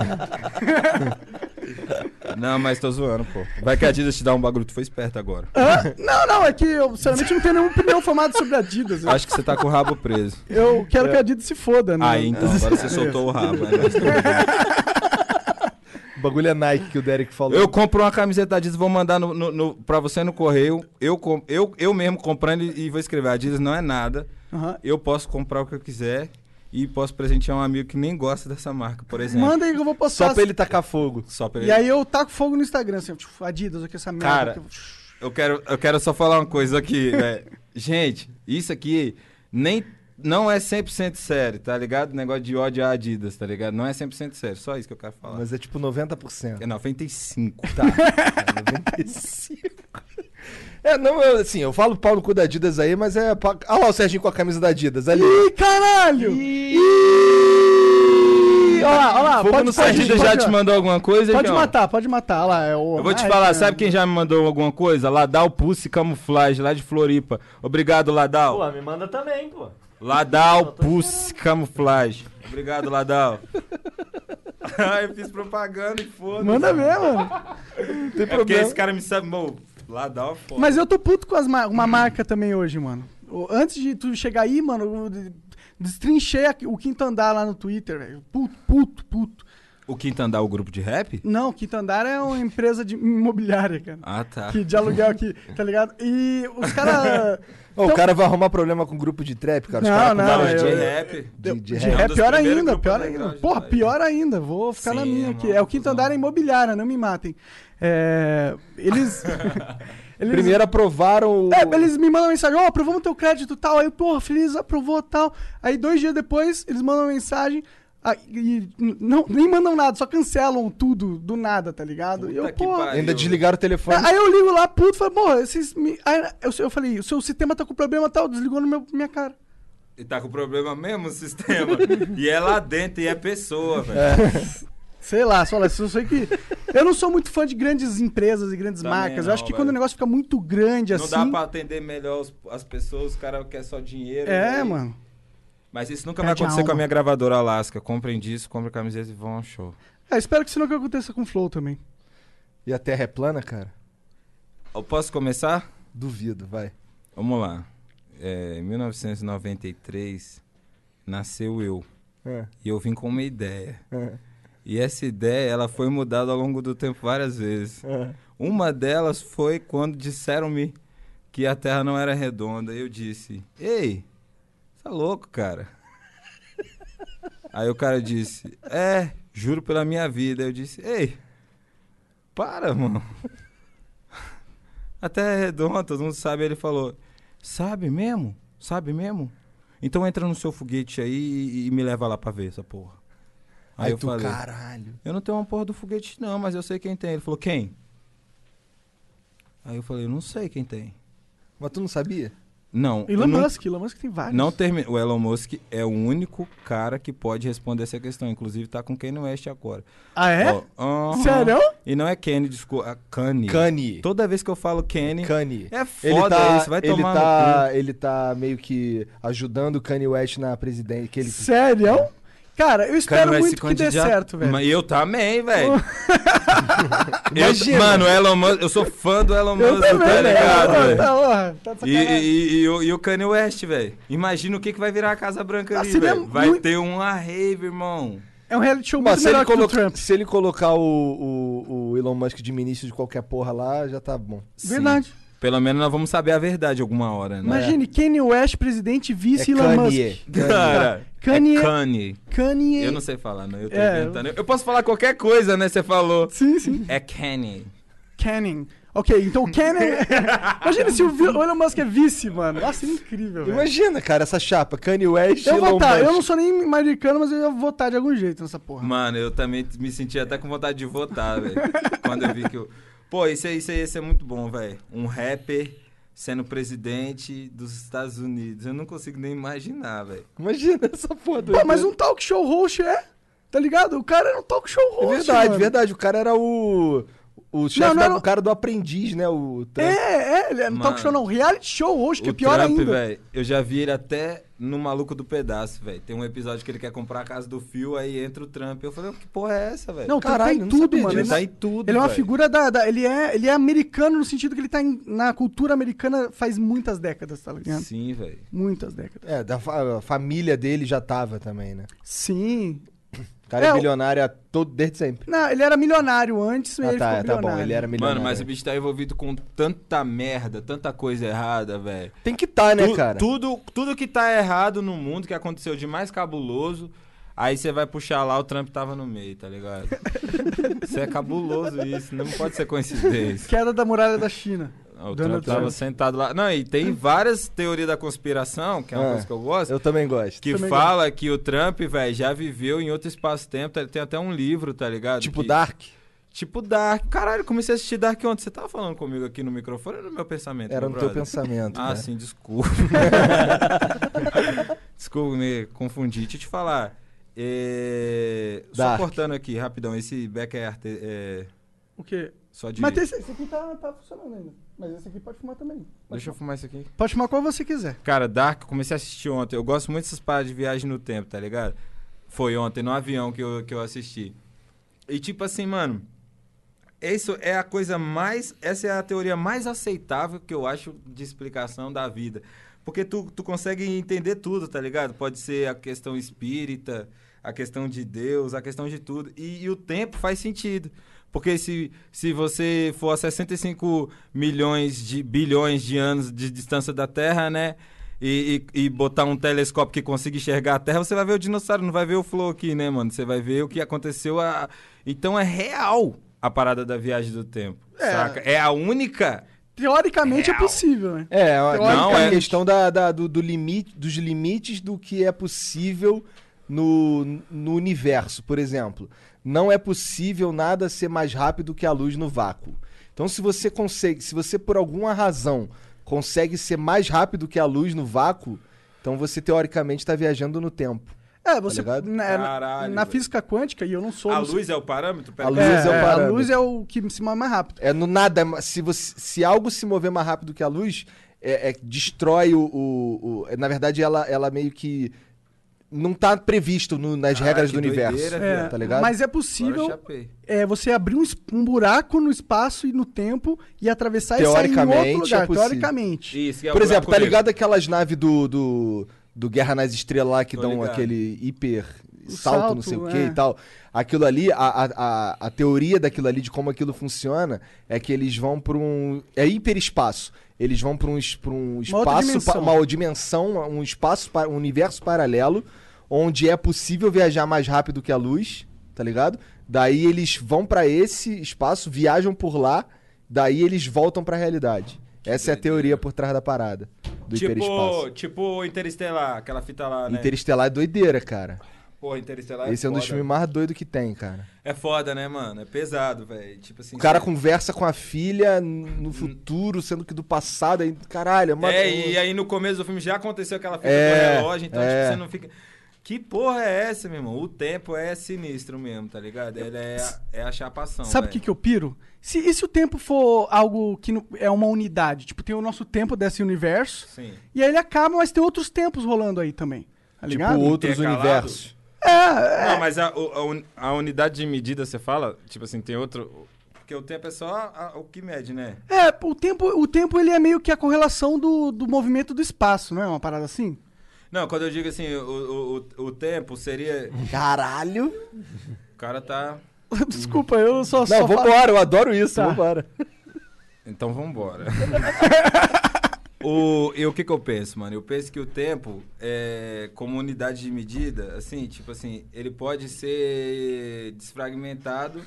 Não, mas tô zoando, pô. Vai que a Adidas te dá um bagulho, tu foi esperto agora. Não, é que eu, sinceramente, não tenho nenhuma opinião formada sobre Adidas. Acho que você tá com o rabo preso. Eu quero que a Adidas se foda, né? Aí, então, agora você soltou o rabo. Né? Mas tudo bem. O bagulho é Nike que o Derek falou. Eu compro uma camiseta da Adidas e vou mandar pra você no correio. Eu mesmo comprando e vou escrever. Adidas não é nada. Uhum. Eu posso comprar o que eu quiser e posso presentear um amigo que nem gosta dessa marca, por exemplo. Manda aí que eu vou postar. Só pra ele tacar fogo. Só pra E ele. aí eu taco fogo no Instagram, assim, Adidas, aqui essa merda. Cara, aqui. eu quero só falar uma coisa aqui, velho. Gente, isso aqui nem não é 100% sério, tá ligado? Negócio de ódio à Adidas, tá ligado? Não é 100% sério, só isso que eu quero falar. Mas é tipo 90%. É 95. Tá. 95. Não, assim, eu falo pau no cu da Adidas aí, mas é... Olha lá o Serginho com a camisa da Adidas ali. Ih, caralho! Olha lá, Fogo pode no A Adidas já te mandou alguma coisa, Pode João? matar. Olha lá, é o... Eu vou te falar, sabe quem já me mandou alguma coisa? Ladal Pulse Camuflage, lá de Floripa. Obrigado, Ladal. Pô, me manda também, pô. Ladal Pulse Camuflage. Obrigado, Ladal. Eu fiz propaganda e foda-se. Manda ver, mano. Tem Porque problema. esse cara me sabe, mano, Ladal é foda. Mas eu tô puto com uma marca também hoje, mano. Antes de tu chegar aí, mano, eu destrinchei o Quinto Andar lá no Twitter, velho. Puto. O Quinto Andar, o grupo de rap? Não, Quinto Andar é uma empresa de imobiliária, cara. Ah, tá. De aluguel aqui, tá ligado? E os caras... Ô, o cara vai arrumar problema com grupo de trap, cara. Os Não, caras não, com Não, nada de eu- rap. de De rap. rap, dos pior primeiros ainda, grupos pior da ainda. Igreja Porra, de pior ainda. Vou ficar na Sim, minha irmão, aqui. É o Quinto confusão. Andar é imobiliária, não me matem. Eles... Primeiro aprovaram o... eles me mandam mensagem, aprovamos teu crédito e tal. Aí, porra, feliz, aprovou tal. Aí 2 dias depois, eles mandam mensagem e nem mandam nada, só cancelam tudo do nada, tá ligado? E eu, Puta que porra... pariu. Ainda desligaram o telefone. Aí eu ligo lá, puto, falo, porra, Aí eu falei, o seu sistema tá com problema tal, desligou na minha cara. E tá com problema mesmo o sistema. E é lá dentro, e é pessoa, velho. Sei lá, só eu sei que... Eu não sou muito fã de grandes empresas e grandes Também marcas. não, eu acho que velho. quando o negócio fica muito grande Não assim... dá pra atender melhor as pessoas, os caras querem só dinheiro. É, né? mano. Mas isso nunca Perde vai acontecer a com a alma. minha gravadora Alaska. Comprem disso, comprem camisetas e vão ao show. Espero que isso nunca aconteça com o Flow também. E a Terra é plana, cara? Eu posso começar? Duvido, vai. Vamos lá. Em 1993, nasceu eu. É. E eu vim com uma ideia. É. E essa ideia, ela foi mudada ao longo do tempo várias vezes. É. Uma delas foi quando disseram-me que a Terra não era redonda. E eu disse, ei, você tá louco, cara? Aí o cara disse, juro pela minha vida. Eu disse, ei, para, mano. A Terra é redonda, todo mundo sabe. Ele falou, sabe mesmo? Sabe mesmo? Então entra no seu foguete aí e me leva lá pra ver essa porra. Aí eu falei, caralho. eu não tenho uma porra do foguete não, mas eu sei quem tem. Ele falou, quem? Aí eu falei, eu não sei quem tem. Mas tu não sabia? Não. Elon eu não- Musk tem vários. Não termi... O Elon Musk é o único cara que pode responder essa questão. Inclusive tá com Kanye West agora. Ah, é? Ó, aham. Sério? E não é Kanye, desculpa. Kanye. Kanye. Toda vez que eu falo Kanye, Kanye. é foda isso. Vai tomar no cu. Ele tá meio que ajudando o Kanye West na presidência. Que ele... Sério? Cara, eu espero Kanye West muito se que dê candidata- certo, velho. Mas eu também, velho. Imagina. Mano, o Elon Musk, eu sou fã do Elon Eu Musk, também, tá ligado, né? velho? Tá de sacanagem. E o Kanye West, velho. Imagina o que vai virar a Casa Branca ali, seria velho. Vai muito- ter uma rave, irmão. É um reality show Mas muito se ele, melhor que o do colocar, Trump. se ele colocar o Elon Musk de ministro de qualquer porra lá, já tá bom. Verdade. Sim. Pelo menos nós vamos saber a verdade alguma hora, né? Imagine, Kanye West, presidente, vice Elon Kanye. Musk. Cara, Kanye- é Kanye. Kanye... Eu não sei falar, não. Eu tô É, inventando. Eu posso falar qualquer coisa, né? Você falou. Sim. É Kanye. Kanye. Ok, então o Kanye... Imagina se o Elon Musk é vice, mano. Nossa, seria incrível, velho. Imagina, cara, essa chapa. Kanye West e Eu Elon vou votar. Musk. Eu não sou nem americano, mas eu ia votar de algum jeito nessa porra. Mano, eu também me senti até com vontade de votar, velho. Quando eu vi que eu... Pô, isso aí é muito bom, velho. Um rapper sendo presidente dos Estados Unidos. Eu não consigo nem imaginar, velho. Imagina essa porra. Pô, mas um talk show host tá ligado? O cara era um talk show É host, verdade, mano. verdade. O cara era o chefe Não era o cara do aprendiz, né? O Trump. Ele é um Mano, talk show não, reality show host, que é O pior Trump, ainda. velho, eu já vi ele até no Maluco do Pedaço, velho. Tem um episódio que ele quer comprar a casa do Phil, aí entra o Trump. Eu falei, que porra é essa, velho? Não, o Trump tá Caralho, em não tudo, sabia mano. disso. Ele tá em tudo, Ele é uma velho. figura ele é americano no sentido que ele tá na cultura americana faz muitas décadas, tá ligado? Sim, velho. Muitas décadas. É, a família dele já tava também, né? Sim. O cara é, É, bilionário desde sempre. Não, ele era milionário antes, Ah, ele tá, ficou tá bom. bilionário. Ele era milionário. Mano, mas o bicho tá envolvido com tanta merda, tanta coisa errada, velho. Tem que tá, né, cara? Tudo que tá errado no mundo, que aconteceu de mais cabuloso, aí você vai puxar lá, o Trump tava no meio, tá ligado? Isso é cabuloso isso, não pode ser coincidência. Queda da muralha da China. O Donald Trump tava Trump. sentado lá. Não, e tem várias teorias da conspiração, que é uma Ah, coisa que eu gosto, Eu também gosto. que também fala que o Trump, velho, já viveu em outro espaço-tempo. Tem até um livro, tá ligado? Tipo que... Dark. Tipo Dark. Caralho, comecei a assistir Dark ontem. Você tava falando comigo aqui no microfone ou no meu pensamento? Era meu no teu brother? pensamento. Ah, né? sim, desculpa. Desculpa, me confundi. Deixa eu te falar. Só Dark. cortando aqui, rapidão. Esse back é O quê? só de... Mas esse aqui tá funcionando ainda. Mas esse aqui pode fumar também. Deixa eu fumar isso aqui. Pode fumar qual você quiser. Cara, Dark, eu comecei a assistir ontem. Eu gosto muito dessas paradas de viagem no tempo, tá ligado? Foi ontem, no avião que eu assisti. E tipo assim, mano... Isso é a coisa mais... Essa é a teoria mais aceitável que eu acho de explicação da vida. Porque tu consegue entender tudo, tá ligado? Pode ser a questão espírita, a questão de Deus, a questão de tudo. E o tempo faz sentido. Porque se você for a 65 bilhões de anos de distância da Terra, né? E botar um telescópio que consiga enxergar a Terra, você vai ver o dinossauro, não vai ver o Flow aqui, né, mano? Você vai ver o que aconteceu. Então é real a parada da viagem do tempo, saca? É a única... Teoricamente Real. é possível, né? Não, é- a questão dos limites do que é possível no universo, por exemplo. Não é possível nada ser mais rápido que a luz no vácuo. Então, se você por alguma razão consegue ser mais rápido que a luz no vácuo, então você teoricamente está viajando no tempo. Você ligado? Caralho, na velho. física quântica, e eu não sou... A não sei- luz é o parâmetro? A luz é o A parâmetro. luz é o que se move mais rápido. É no nada. Se algo se mover mais rápido que a luz, destrói na verdade, ela meio que não tá previsto nas regras do que universo. doideira, É, Tá ligado? mas é Agora eu possível chapei. você abrir um buraco no espaço e no tempo e atravessar e sair em outro Teoricamente, lugar, é possível. teoricamente. Isso, que é o Por exemplo, buraco tá negro. ligado aquelas naves do Guerra nas Estrelas lá que Tô dão ligado. aquele hiper O salto, não sei o que e tal. Aquilo ali, a teoria daquilo ali, de como aquilo funciona, é que eles vão pra um... É hiperespaço. Eles vão pra um outra espaço, dimensão. uma dimensão, um espaço, um universo paralelo, onde é possível viajar mais rápido que a luz, tá ligado? Daí eles vão pra esse espaço, viajam por lá, daí eles voltam pra realidade. Essa é a teoria por trás da parada, do hiperespaço. Tipo Interestelar, aquela fita lá, né? Interestelar é doideira, cara. Porra, Interestelar Esse é um dos foda. filmes mais doidos que tem, cara. É foda, né, mano? É pesado, velho. Tipo assim... O cara você- conversa com a filha no futuro, sendo que do passado, aí, caralho, é uma... e aí no começo do filme já aconteceu aquela fita É, do relógio, então é. tipo, você não fica... Que porra é essa, meu irmão? O tempo é sinistro mesmo, tá ligado? Ele é a chapação, Sabe o que eu piro? E se o tempo for algo que é uma unidade? Tipo, tem o nosso tempo desse universo, Sim. e aí ele acaba, mas tem outros tempos rolando aí também. Tá Tipo, ligado? outros Intercalado? universos. Não, mas a unidade de medida, você fala, tipo assim, tem outro... Porque o tempo é só o que mede, né? O tempo ele é meio que a correlação do movimento do espaço, não é uma parada assim? Não, quando eu digo assim, o tempo seria... Caralho. O cara tá... Desculpa, eu só Não, falo- vambora, eu adoro isso, Tá. vambora. Então vambora. E o que eu penso, mano? Eu penso que o tempo, como unidade de medida, assim, tipo assim, ele pode ser desfragmentado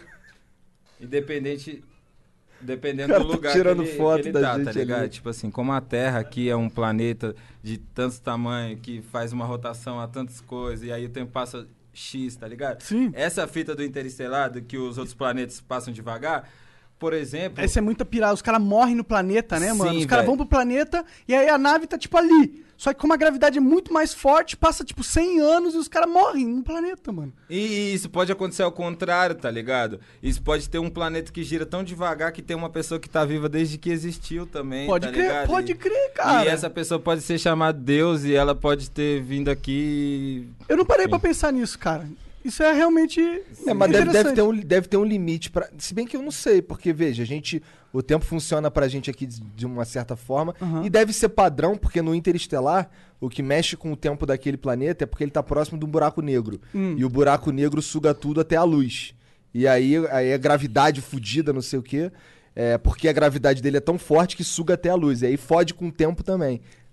dependendo Cara, do tá lugar tirando que foto ele da tá, gente tá ligado? ali. Tipo assim, como a Terra aqui é um planeta de tantos tamanhos, que faz uma rotação a tantas coisas, e aí o tempo passa X, tá ligado? Sim. Essa fita do Interestelar, do que os outros planetas passam devagar, por exemplo... Essa é muita pirada. Os caras morrem no planeta, né, mano? Sim, Os caras velho. vão pro planeta e aí a nave tá, tipo, ali. Só que como a gravidade é muito mais forte, passa, tipo, 100 anos e os caras morrem no planeta, mano. E isso pode acontecer ao contrário, tá ligado? Isso pode ter um planeta que gira tão devagar que tem uma pessoa que tá viva desde que existiu também, Pode tá crer, ligado? pode E- crer, cara. E essa pessoa pode ser chamada Deus e ela pode ter vindo aqui... Eu não parei pra pensar nisso, cara. Isso é realmente Mas deve interessante. ter um limite pra. Se bem que eu não sei, porque veja, o tempo funciona pra gente aqui de uma certa forma Uhum. e deve ser padrão, porque no Interestelar, o que mexe com o tempo daquele planeta é porque ele tá próximo de um buraco negro. E o buraco negro suga tudo até a luz. E aí a gravidade fudida, não sei o quê, porque a gravidade dele é tão forte que suga até a luz. E aí fode com o tempo também.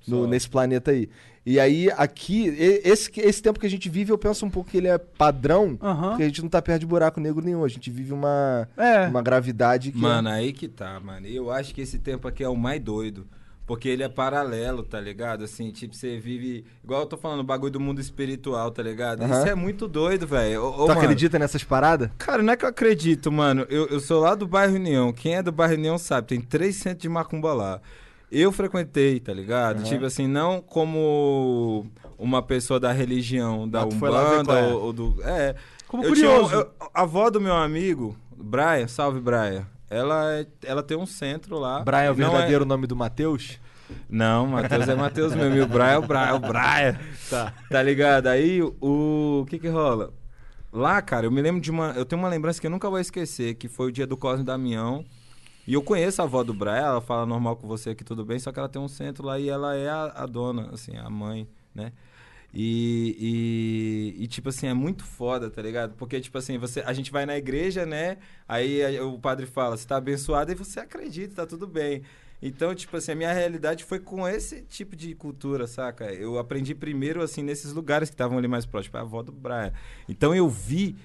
Só. nesse planeta aí. E aí, aqui, esse tempo que a gente vive, eu penso um pouco que ele é padrão, Aham. porque a gente não tá perto de buraco negro nenhum. A gente vive uma gravidade que... Mano, aí que tá, mano. Eu acho que esse tempo aqui é o mais doido. Porque ele é paralelo, tá ligado? Assim, tipo, você vive... Igual eu tô falando, o bagulho do mundo espiritual, tá ligado? Aham. Isso é muito doido, velho. Tu acredita nessas paradas? Cara, não é que eu acredito, mano. Eu sou lá do bairro União. Quem é do bairro União sabe. Tem 3 centros de macumba lá. Eu frequentei, tá ligado? Tipo assim, não como uma pessoa da religião, da Tu foi lá ver Umbanda qual é. ou do... É. Como Eu curioso. a avó do meu amigo, Brian, salve Brian. Ela tem um centro lá. Brian é o Não verdadeiro nome do Matheus? Não, Matheus é Matheus mesmo. E o Brian é o Brian. Tá ligado? Aí o que rola? Lá, cara, eu me lembro eu tenho uma lembrança que eu nunca vou esquecer, que foi o dia do Cosme Damião. E eu conheço a avó do Brian, ela fala normal com você aqui, tudo bem, só que ela tem um centro lá e ela é a dona, assim, a mãe, né? E tipo assim, é muito foda, tá ligado? Porque, tipo assim, a gente vai na igreja, né? Aí o padre fala, você tá abençoado, e você acredita, tá tudo bem. Então, tipo assim, a minha realidade foi com esse tipo de cultura, saca? Eu aprendi primeiro, assim, nesses lugares que estavam ali mais próximos, a avó do Brian. Então eu vi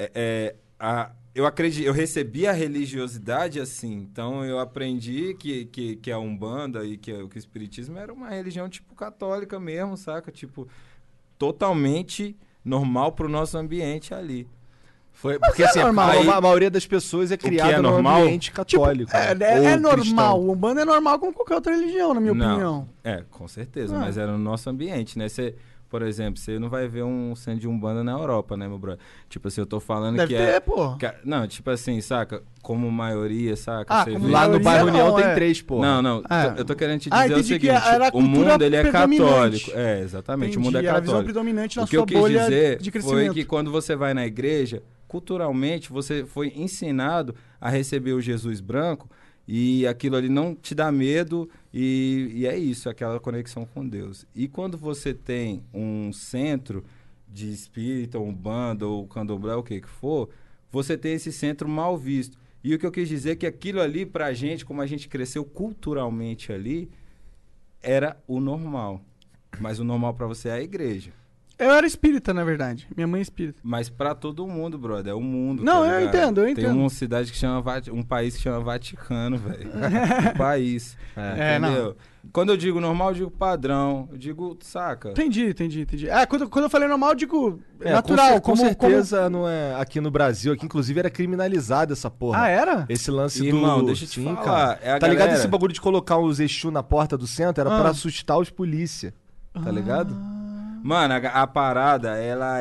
eu recebi a religiosidade assim, então eu aprendi que a Umbanda e que o Espiritismo era uma religião tipo católica mesmo, saca? Tipo, totalmente normal pro nosso ambiente ali. Foi, porque assim, normal. a maioria das pessoas é criada é num normal? ambiente católico. É ou normal. cristão. O Umbanda é normal como qualquer outra religião, na minha opinião. Com certeza, mas era no nosso ambiente, né? Por exemplo, você não vai ver um centro de Umbanda na Europa, né, meu brother? Tipo assim, eu tô falando Deve que ter, pô. Não, tipo assim, saca? Como maioria, saca? Você como vê- Lá no maioria bairro não, União tem é. 3, pô. Não, É. eu tô querendo te dizer o entendi que seguinte, era a o cultura mundo ele é predominante. católico. É, exatamente, o Entendi, mundo é era a visão católico. predominante na O que sua eu quis bolha dizer de foi crescimento. que quando você vai na igreja, culturalmente você foi ensinado a receber o Jesus branco e aquilo ali não te dá medo e é isso, aquela conexão com Deus. E quando você tem um centro de espírita, umbanda ou candomblé, o que for, você tem esse centro mal visto. E o que eu quis dizer é que aquilo ali pra gente, como a gente cresceu culturalmente ali, era o normal. Mas o normal pra você é a igreja. Eu era espírita, na verdade. Minha mãe é espírita. Mas pra todo mundo, brother, é o mundo. Não, tá eu ligado? entendo, eu Tem entendo. uma cidade que chama um país que chama Vaticano, velho. Um país. Entendeu? Quando eu digo normal, eu digo padrão. Eu digo, saca? Entendi. Quando eu falei normal, eu digo É, natural. com certeza não é aqui no Brasil, aqui inclusive era criminalizado essa porra. Ah, era? Esse lance Irmão, do... deixa eu te Sim, falar, cara. é a Tá ligado galera- esse bagulho de colocar os Exu na porta do centro? Era pra assustar os polícia. Tá ligado? Mano, a parada, ela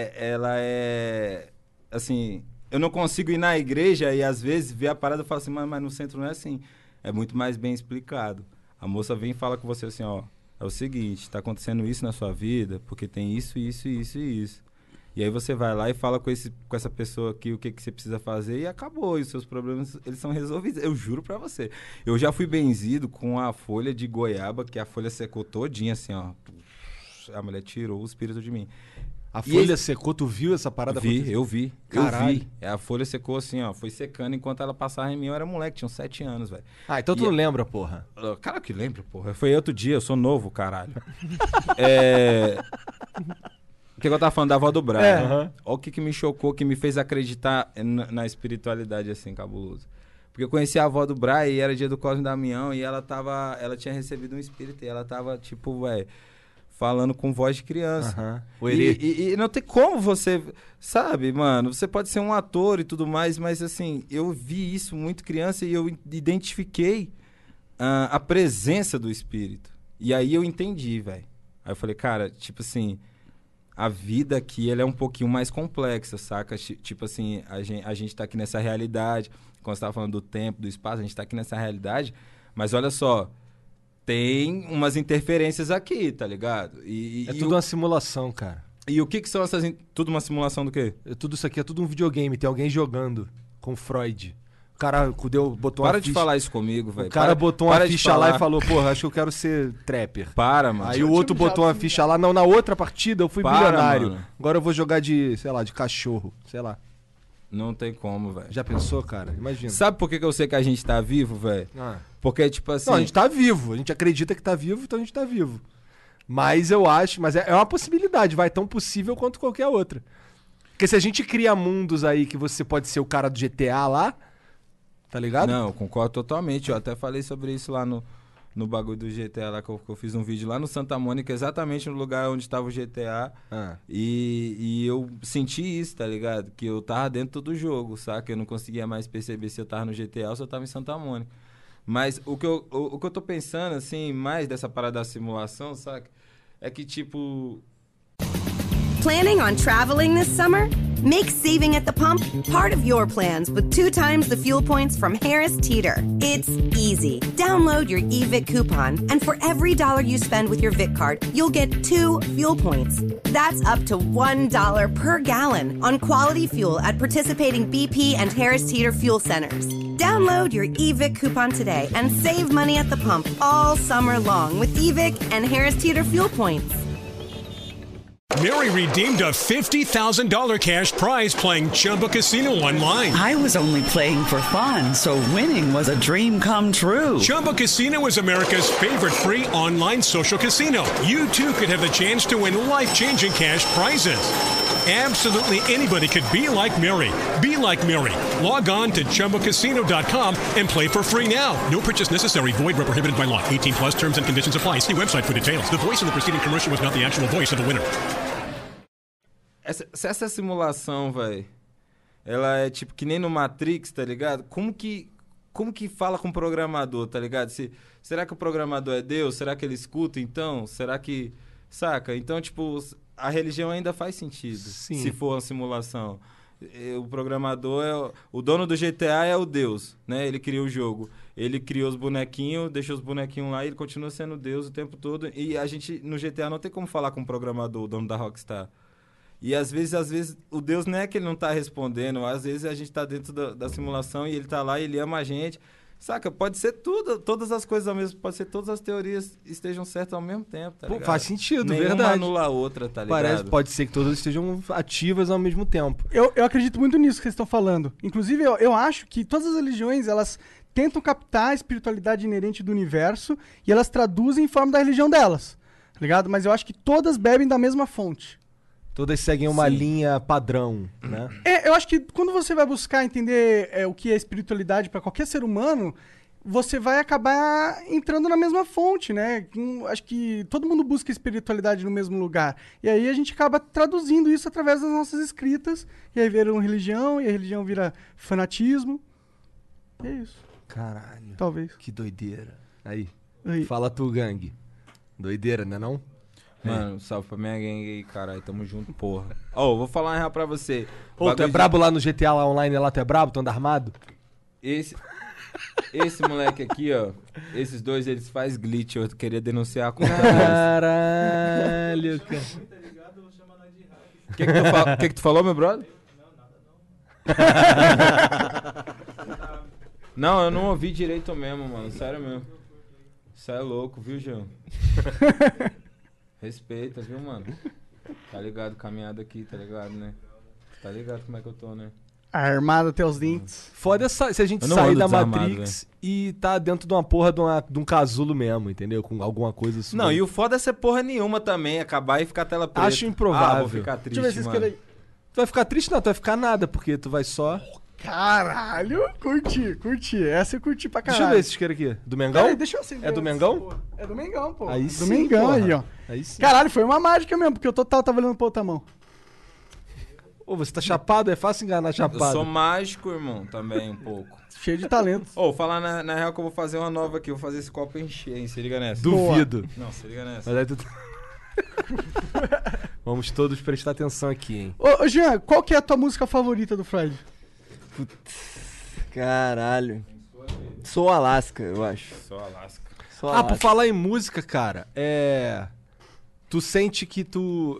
é. Assim, eu não consigo ir na igreja e às vezes ver a parada e falar assim, mas no centro não é assim. É muito mais bem explicado. A moça vem e fala com você assim, ó, é o seguinte, tá acontecendo isso na sua vida, porque tem isso, isso, isso e isso. E aí você vai lá e fala com essa pessoa aqui o que você precisa fazer e acabou. E os seus problemas, eles são resolvidos. Eu juro pra você. Eu já fui benzido com a folha de goiaba, que a folha secou todinha assim, ó. A mulher tirou o espírito de mim. A E folha esse- secou, tu viu essa parada acontecer? Eu vi. Caralho. A folha secou assim, ó. Foi secando enquanto ela passava em mim. Eu era moleque, tinha uns 7 anos, velho. Ah, então tu E- não lembra, porra. Cara, que lembro, porra. Foi outro dia, eu sou novo, caralho. O que eu tava falando da avó do Brian. Olha o que me chocou, que me fez acreditar na espiritualidade, assim, cabuloso. Porque eu conheci a avó do Brian e era dia do Cosme Damião e ela tinha recebido um espírito e ela tava, tipo, velho, falando com voz de criança. O Herê. E não tem como você, sabe, mano, você pode ser um ator e tudo mais, mas assim, eu vi isso muito criança e eu identifiquei a presença do espírito. E aí eu entendi, velho. Aí eu falei, cara, tipo assim, a vida aqui, ela é um pouquinho mais complexa, saca? Tipo assim, a gente tá aqui nessa realidade, quando você tava falando do tempo, do espaço, a gente tá aqui nessa realidade, mas olha só, tem umas interferências aqui, tá ligado? É tudo uma simulação, cara. E o que são essas... Tudo uma simulação do quê? Tudo isso aqui é tudo um videogame, tem alguém jogando com Freud. O cara botou Para uma de ficha... falar isso comigo, velho. O cara botou uma para de ficha lá falar. e falou, porra, acho que eu quero ser trapper. Para, mano. Aí o outro botou uma ficha lá, não, na outra partida eu fui Para, bilionário. mano. Agora eu vou jogar de, sei lá, de cachorro, sei lá. Não tem como, velho. Já pensou, cara? Imagina. Sabe por que eu sei que a gente tá vivo, velho? Ah. Porque, tipo assim... Não, a gente tá vivo. A gente acredita que tá vivo, então a gente tá vivo. Mas eu acho... Mas é uma possibilidade, vai. Tão possível quanto qualquer outra. Porque se a gente cria mundos aí que você pode ser o cara do GTA lá, tá ligado? Não, eu concordo totalmente. Eu até falei sobre isso lá no bagulho do GTA, lá que eu fiz um vídeo lá no Santa Mônica, exatamente no lugar onde tava o GTA. Ah. E eu senti isso, tá ligado? Que eu tava dentro do jogo, saca? Eu não conseguia mais perceber se eu tava no GTA ou se eu tava em Santa Mônica. Mas o que eu tô pensando, assim, mais dessa parada da simulação, saca? É que, tipo... Planning on traveling this summer? Make saving at the pump part of your plans with 2 times the fuel points from Harris Teeter. It's easy. Download your eVic coupon, and for every dollar you spend with your Vic card, you'll get 2 fuel points. That's up to $1 per gallon on quality fuel at participating BP and Harris Teeter fuel centers. Download your eVic coupon today and save money at the pump all summer long with eVic and Harris Teeter fuel points. Mary redeemed a $50,000 cash prize playing Chumba Casino online. I was only playing for fun, so winning was a dream come true. Chumba Casino is America's favorite free online social casino. You, too, could have the chance to win life-changing cash prizes. Absolutely anybody could be like Mary. Be like Mary. Log on to ChumbaCasino.com and play for free now. No purchase necessary. Void where prohibited by law. 18 plus terms and conditions apply. See website for details. The voice in the preceding commercial was not the actual voice of the winner. Se essa simulação, velho, ela é tipo que nem no Matrix, tá ligado? Como que fala com o programador, tá ligado? Será que o programador é Deus? Será que ele escuta, então? Será que... Saca? Então, tipo, a religião ainda faz sentido. Sim. Se for uma simulação. O programador o dono do GTA é o Deus, né? Ele criou o jogo. Ele criou os bonequinhos, deixou os bonequinhos lá e ele continua sendo Deus o tempo todo. E a gente, no GTA, não tem como falar com o programador, o dono da Rockstar. E às vezes, o Deus não é que ele não tá respondendo, às vezes a gente tá dentro da simulação e ele tá lá e ele ama a gente. Saca? Pode ser tudo, todas as coisas ao mesmo, pode ser todas as teorias estejam certas ao mesmo tempo, tá Pô, ligado? faz sentido, Nenhuma verdade. anula a outra, tá ligado? Pode ser que todas estejam ativas ao mesmo tempo. Eu acredito muito nisso que vocês estão falando. Inclusive, eu acho que todas as religiões, elas tentam captar a espiritualidade inerente do universo e elas traduzem em forma da religião delas, tá ligado? Mas eu acho que todas bebem da mesma fonte. Todas seguem uma linha padrão, né? Eu acho que quando você vai buscar entender o que é espiritualidade para qualquer ser humano, você vai acabar entrando na mesma fonte, né? Acho que todo mundo busca espiritualidade no mesmo lugar. E aí a gente acaba traduzindo isso através das nossas escritas, e aí vira uma religião, e a religião vira fanatismo. E é isso. Caralho. Talvez. Que doideira. Aí. Aí. Fala tu, gangue. Doideira, né não? Mano, salve pra minha gangue aí, caralho. Tamo junto, porra. Ô, vou falar uma real pra você. Ô, tu é brabo lá no GTA lá online, lá tu é brabo? Tu anda armado? Esse moleque aqui, ó. Esses dois, eles fazem glitch. Eu queria denunciar a conta deles. Caralho, cara. O que tu falou, meu brother? Não, eu não ouvi direito mesmo, mano. Sério mesmo. Isso é louco, viu, João? Respeita, viu, mano? Tá ligado? Caminhada aqui, tá ligado, né? Tá ligado como é que eu tô, né? Armado até os dentes. Foda se a gente Eu não sair ando da desarmado, Matrix e tá dentro de uma porra de um casulo mesmo, entendeu? Com alguma coisa assim. Não, e o foda é ser porra nenhuma também. Acabar e ficar tela preta. Acho improvável. Ah, vou ficar triste, Deixa eu ver se vocês mano. querem... Tu vai ficar triste? Não, tu vai ficar nada, porque tu vai só... Caralho, curti. Essa eu curti pra caralho. Deixa eu ver esse isqueiro aqui. Do Mengão? Peraí, deixa eu acender É do antes, Mengão? pô. É do Mengão, pô. Aí do sim, Mengão porra. aí, ó. Aí sim. Caralho, foi uma mágica mesmo, porque o Total tava olhando pra outra mão. Ô, você tá chapado? É fácil enganar Eu chapado. sou mágico, irmão, também um pouco. Cheio de talento. Ô, falar na real que eu vou fazer uma nova aqui. Eu vou fazer esse copo encher, hein? Se liga nessa. Duvido. Não, se liga nessa. Mas aí tu... Vamos todos prestar atenção aqui, hein? Ô, Jean, qual que é a tua música favorita do Freud? Caralho. Sou Alaska, eu acho. Sou Alaska. Sou Ah, por Alaska. falar em música, cara, tu sente que tu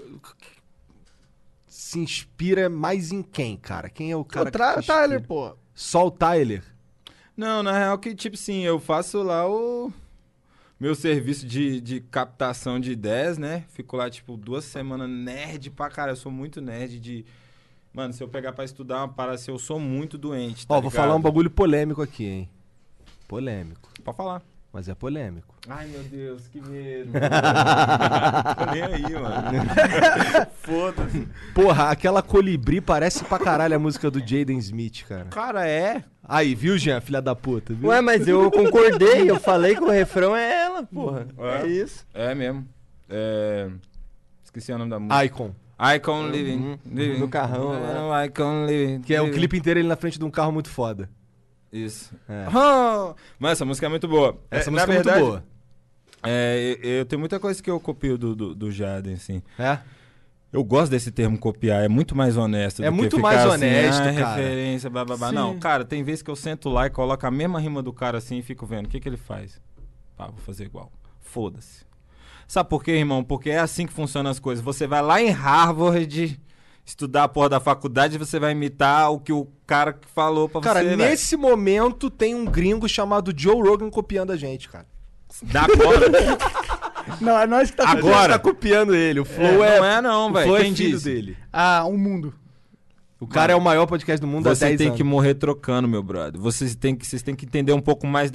se inspira mais em quem, cara? Quem é o cara que te Tyler, inspira? pô. Só o Tyler? Não, na real que, tipo assim, eu faço lá o meu serviço de captação de ideias, né? Fico lá, tipo, 2 semanas nerd pra cara. Eu sou muito nerd Mano, se eu pegar pra estudar uma parada, se eu sou muito doente, tá Ó, vou ligado? falar um bagulho polêmico aqui, hein? Polêmico. Pode falar. Mas é polêmico. Ai, meu Deus, que medo. Tô nem aí, mano. Foda-se. Porra, aquela colibri parece pra caralho a música do Jaden Smith, cara. Cara, é? Aí, viu, Jean, filha da puta, viu? Ué, mas eu concordei, eu falei que o refrão é ela, porra. É isso. É mesmo. Esqueci o nome da música. Icon. Icon Living. No carrão lá. Icon Living. Que é um clipe inteiro ele na frente de um carro muito foda. Isso. É. Mas essa música é muito boa. Essa Na música é verdade, muito boa. Eu tenho muita coisa que eu copio do Jaden, assim. É? Eu gosto desse termo copiar, é muito mais honesto. É do muito que mais ficar honesto, assim, cara. referência, blá, blá, blá. Não, cara, tem vezes que eu sento lá e coloco a mesma rima do cara assim e fico vendo o que ele faz. Pá, vou fazer igual. Foda-se. Sabe por quê, irmão? Porque é assim que funcionam as coisas. Você vai lá em Harvard estudar a porra da faculdade e você vai imitar o que o cara falou pra Cara, você, velho. nesse momento tem um gringo chamado Joe Rogan copiando a gente, cara. Da agora. Não, é nós que tá A gente tá copiando ele. O Flow Não, o velho. Flow é Quem filho disse? dele. Ah, um mundo. O cara é o maior podcast do mundo há 10 Você tem anos. que morrer trocando, meu brother. Vocês têm que entender um pouco mais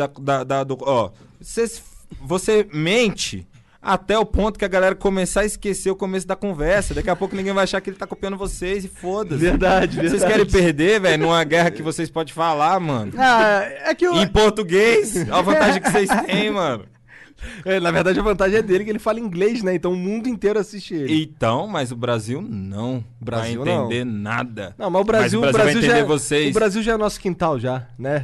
você mente até o ponto que a galera começar a esquecer o começo da conversa. Daqui a pouco ninguém vai achar que ele tá copiando vocês e foda-se. Verdade. Vocês querem perder, velho, numa guerra que vocês podem falar, mano. Ah, é que eu... Em português, olha a vantagem que vocês têm, mano. É, na verdade, a vantagem é dele que ele fala inglês, né? Então o mundo inteiro assiste ele. Então, mas o Brasil não Brasil vai entender nada. Não, mas o Brasil, vai já entender é, vocês. O Brasil já é nosso quintal, já, né?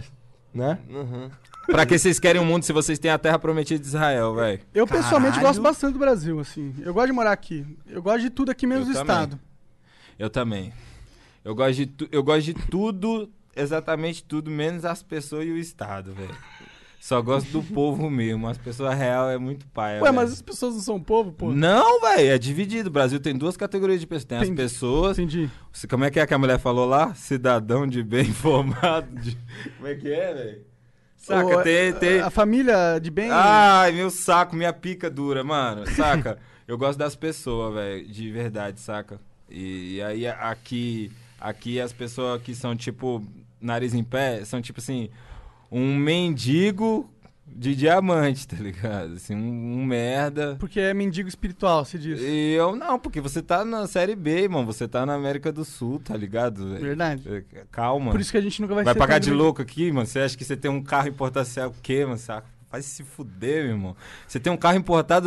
Pra que vocês querem um mundo se vocês têm a terra prometida de Israel, velho? Eu pessoalmente Caralho. gosto bastante do Brasil, assim. Eu gosto de morar aqui. Eu gosto de tudo aqui, menos Eu do também. estado. Eu também. Eu gosto de tudo, exatamente tudo, menos as pessoas e o Estado, velho. Só gosto do povo mesmo. As pessoas real é muito paia. Ué, mas as pessoas não são povo, pô? Não, velho, é dividido. O Brasil tem duas categorias de pessoas. Tem Entendi. as pessoas. Entendi. Como é que a mulher falou lá? Cidadão de bem informado. Como é que é, velho? Saca, tem. A família de bem... Ai, meu saco, minha pica dura, mano. Saca? Eu gosto das pessoas, velho, de verdade, saca? E aí aqui as pessoas que são tipo nariz em pé, são tipo assim, um mendigo de diamante, tá ligado? Assim, um merda. Porque é mendigo espiritual, se diz. E eu não, porque você tá na Série B, irmão. Você tá na América do Sul, tá ligado? Véio? Verdade. Calma. Por isso que a gente nunca vai Vai ser pagar tão de grande. louco aqui, mano? Você acha que você tem um carro importado, você é o quê, mano? Você vai se fuder, meu irmão. Você tem um carro importado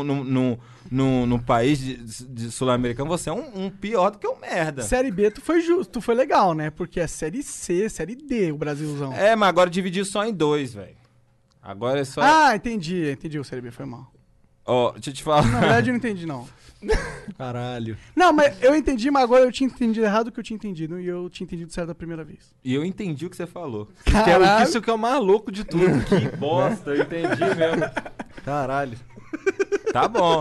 no país de sul-americano, você é um pior do que um merda. Série B, tu foi justo, tu foi legal, né? Porque é Série C, Série D, o Brasilzão. É, mas agora dividiu só em dois, velho. Agora é só... Ah, entendi o Série B, foi mal. Ó, deixa eu te falar. Na verdade, eu não entendi, não. Caralho. Não, mas eu entendi, mas agora eu tinha entendido errado o que eu tinha entendido. E eu tinha entendido certo da primeira vez. E eu entendi o que você falou. Caralho. Isso que é o mais louco de tudo. Que bosta, eu entendi mesmo. Caralho. Tá bom.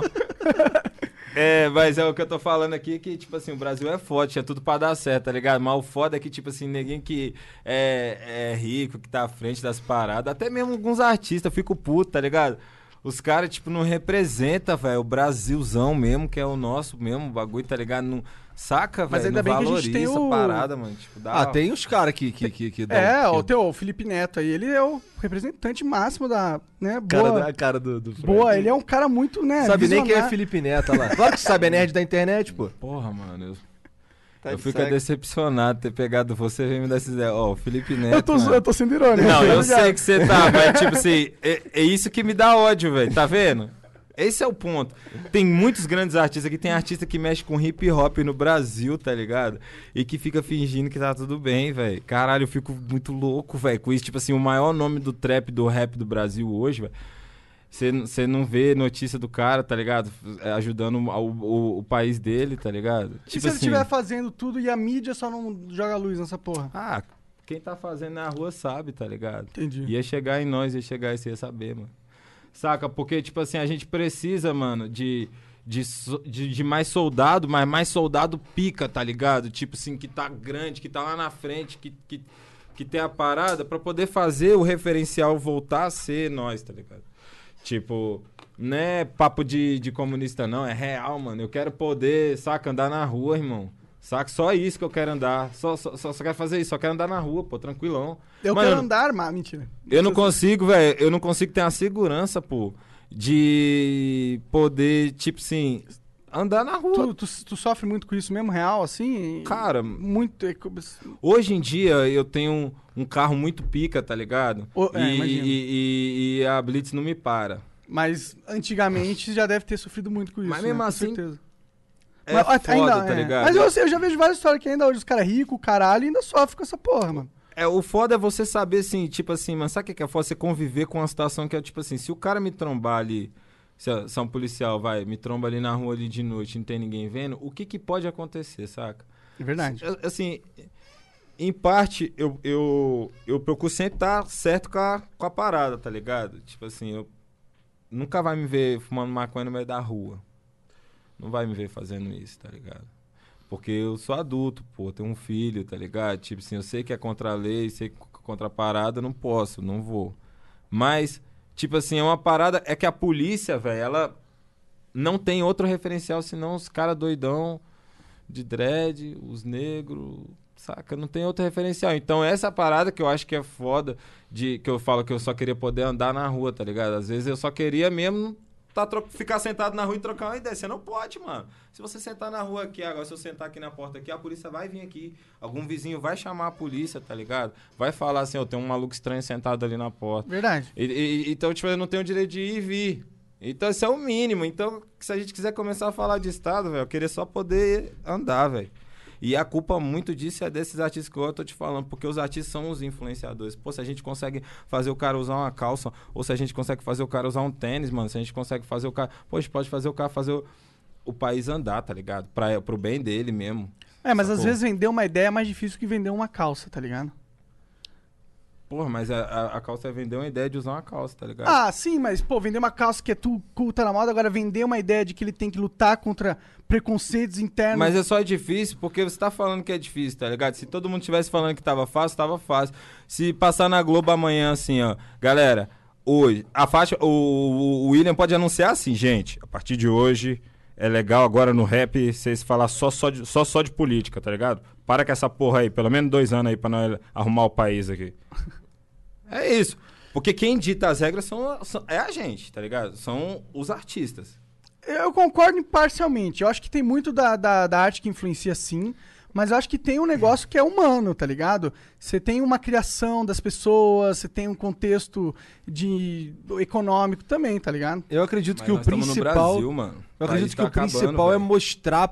É, mas é o que eu tô falando aqui, que, tipo assim, o Brasil é forte, é tudo pra dar certo, tá ligado? Mas o foda é que, tipo assim, ninguém que é rico, que tá à frente das paradas, até mesmo alguns artistas, eu fico puto, tá ligado? Os caras, tipo, não representam, velho, o Brasilzão mesmo, que é o nosso mesmo bagulho, tá ligado? Não, saca, Mas velho? ainda Não bem que a gente tem valoriza o- a parada, mano. Tipo, dá... Tem os caras que dão... É, que- o Felipe Neto aí, ele é o representante máximo da, né, boa. a cara do Boa, Freud. ele é um cara muito, né, Sabe nem quem é visionário. Felipe Neto lá. Claro que sabe, é nerd da internet, pô. Porra, mano, eu Tá de fico saco. decepcionado ter pegado você e vem me dar essa ideia. Ó, o Felipe Neto, mano. Eu tô sendo irônico. Não, tá eu ligado? sei que você tá, mas tipo assim, é isso que me dá ódio, velho, tá vendo? Esse é o ponto. Tem muitos grandes artistas aqui, tem artista que mexe com hip hop no Brasil, tá ligado? E que fica fingindo que tá tudo bem, velho. Caralho, eu fico muito louco, velho, com isso. Tipo assim, o maior nome do trap, do rap do Brasil hoje, velho. Você não vê notícia do cara, tá ligado? Ajudando o país dele, tá ligado? E se ele estiver fazendo tudo e a mídia só não joga luz nessa porra? Ah, quem tá fazendo na rua sabe, tá ligado? Entendi. Ia chegar em nós, ia chegar e você ia saber, mano. Saca? Porque, tipo assim, a gente precisa, mano, de mais soldado, mas mais soldado pica, tá ligado? Tipo assim, que tá grande, que tá lá na frente, que tem a parada pra poder fazer o referencial voltar a ser nós, tá ligado? Tipo, não é papo de comunista, não, é real, mano. Eu quero poder, saca, andar na rua, irmão. Saca? Só isso que eu quero andar. Só quero fazer isso. Só quero andar na rua, pô, tranquilão. Eu Mano, quero andar armado. Mentira. eu não consigo, velho. Eu não consigo ter a segurança, pô, de poder, tipo assim, andar na rua. Tu sofre muito com isso mesmo, real, assim? Cara, muito. hoje em dia eu tenho um carro muito pica, tá ligado? Imagino. E a Blitz não me para. Mas antigamente já deve ter sofrido muito com isso. Mas mesmo né? Com assim, certeza. É Mas foda, ainda, tá ligado? Mas eu já vejo várias histórias que ainda hoje os caras ricos, caralho, ainda sofrem com essa porra, mano. O foda é você saber, assim, tipo assim, mano, sabe o que é foda? Você conviver com uma situação que é, tipo assim, se o cara me trombar ali, se é um policial, me tromba ali na rua ali de noite, não tem ninguém vendo, o que pode acontecer, saca? É verdade. Assim, em parte, eu procuro sempre estar certo com a parada, tá ligado? Tipo assim, eu nunca vai me ver fumando maconha no meio da rua. Não vai me ver fazendo isso, tá ligado? Porque eu sou adulto, pô, tenho um filho, tá ligado? Tipo assim, eu sei que é contra a lei, sei que é contra a parada, não posso, não vou. Mas, tipo assim, é uma parada, é que a polícia, velho, ela não tem outro referencial senão os caras doidão de dread, os negros, saca? Não tem outro referencial. Então essa parada que eu acho que é foda, que eu falo que eu só queria poder andar na rua, tá ligado? Às vezes eu só queria mesmo ficar sentado na rua e trocar uma ideia. Você não pode, mano. Se você sentar na rua aqui, agora se eu sentar aqui na porta aqui, a polícia vai vir aqui. Algum vizinho vai chamar a polícia, tá ligado? Vai falar assim, eu tenho um maluco estranho sentado ali na porta. Verdade. Então, tipo, eu não tenho o direito de ir e vir. Então, isso é o mínimo. Então, se a gente quiser começar a falar de Estado, velho, eu queria só poder andar, velho. E a culpa muito disso é desses artistas que eu tô te falando, porque os artistas são os influenciadores. Pô, se a gente consegue fazer o cara usar uma calça, ou se a gente consegue fazer o cara usar um tênis, mano, se a gente consegue fazer o cara... Pô, a gente pode fazer o cara fazer o país andar, tá ligado? Pro bem dele mesmo. Mas sacou? às vezes vender uma ideia é mais difícil que vender uma calça, tá ligado? Porra, mas a calça é vender uma ideia de usar uma calça, tá ligado? Ah, sim, mas, pô, vender uma calça que é tá na moda, agora vender uma ideia de que ele tem que lutar contra preconceitos internos. Mas é só difícil porque você tá falando que é difícil, tá ligado? Se todo mundo tivesse falando que tava fácil. Se passar na Globo amanhã assim, ó, galera, hoje, a faixa, o William pode anunciar assim, gente, a partir de hoje é legal agora no rap vocês falar só de política, tá ligado? Para com essa porra aí, pelo menos 2 anos aí pra nós arrumar o país aqui. É isso. Porque quem dita as regras é a gente, tá ligado? São os artistas. Eu concordo parcialmente. Eu acho que tem muito da arte que influencia, sim. Mas eu acho que tem um negócio que é humano, tá ligado? Você tem uma criação das pessoas, você tem um contexto econômico também, tá ligado? Eu acredito Mas que o nós estamos principal... no Brasil, mano. Eu acredito que o principal é mostrar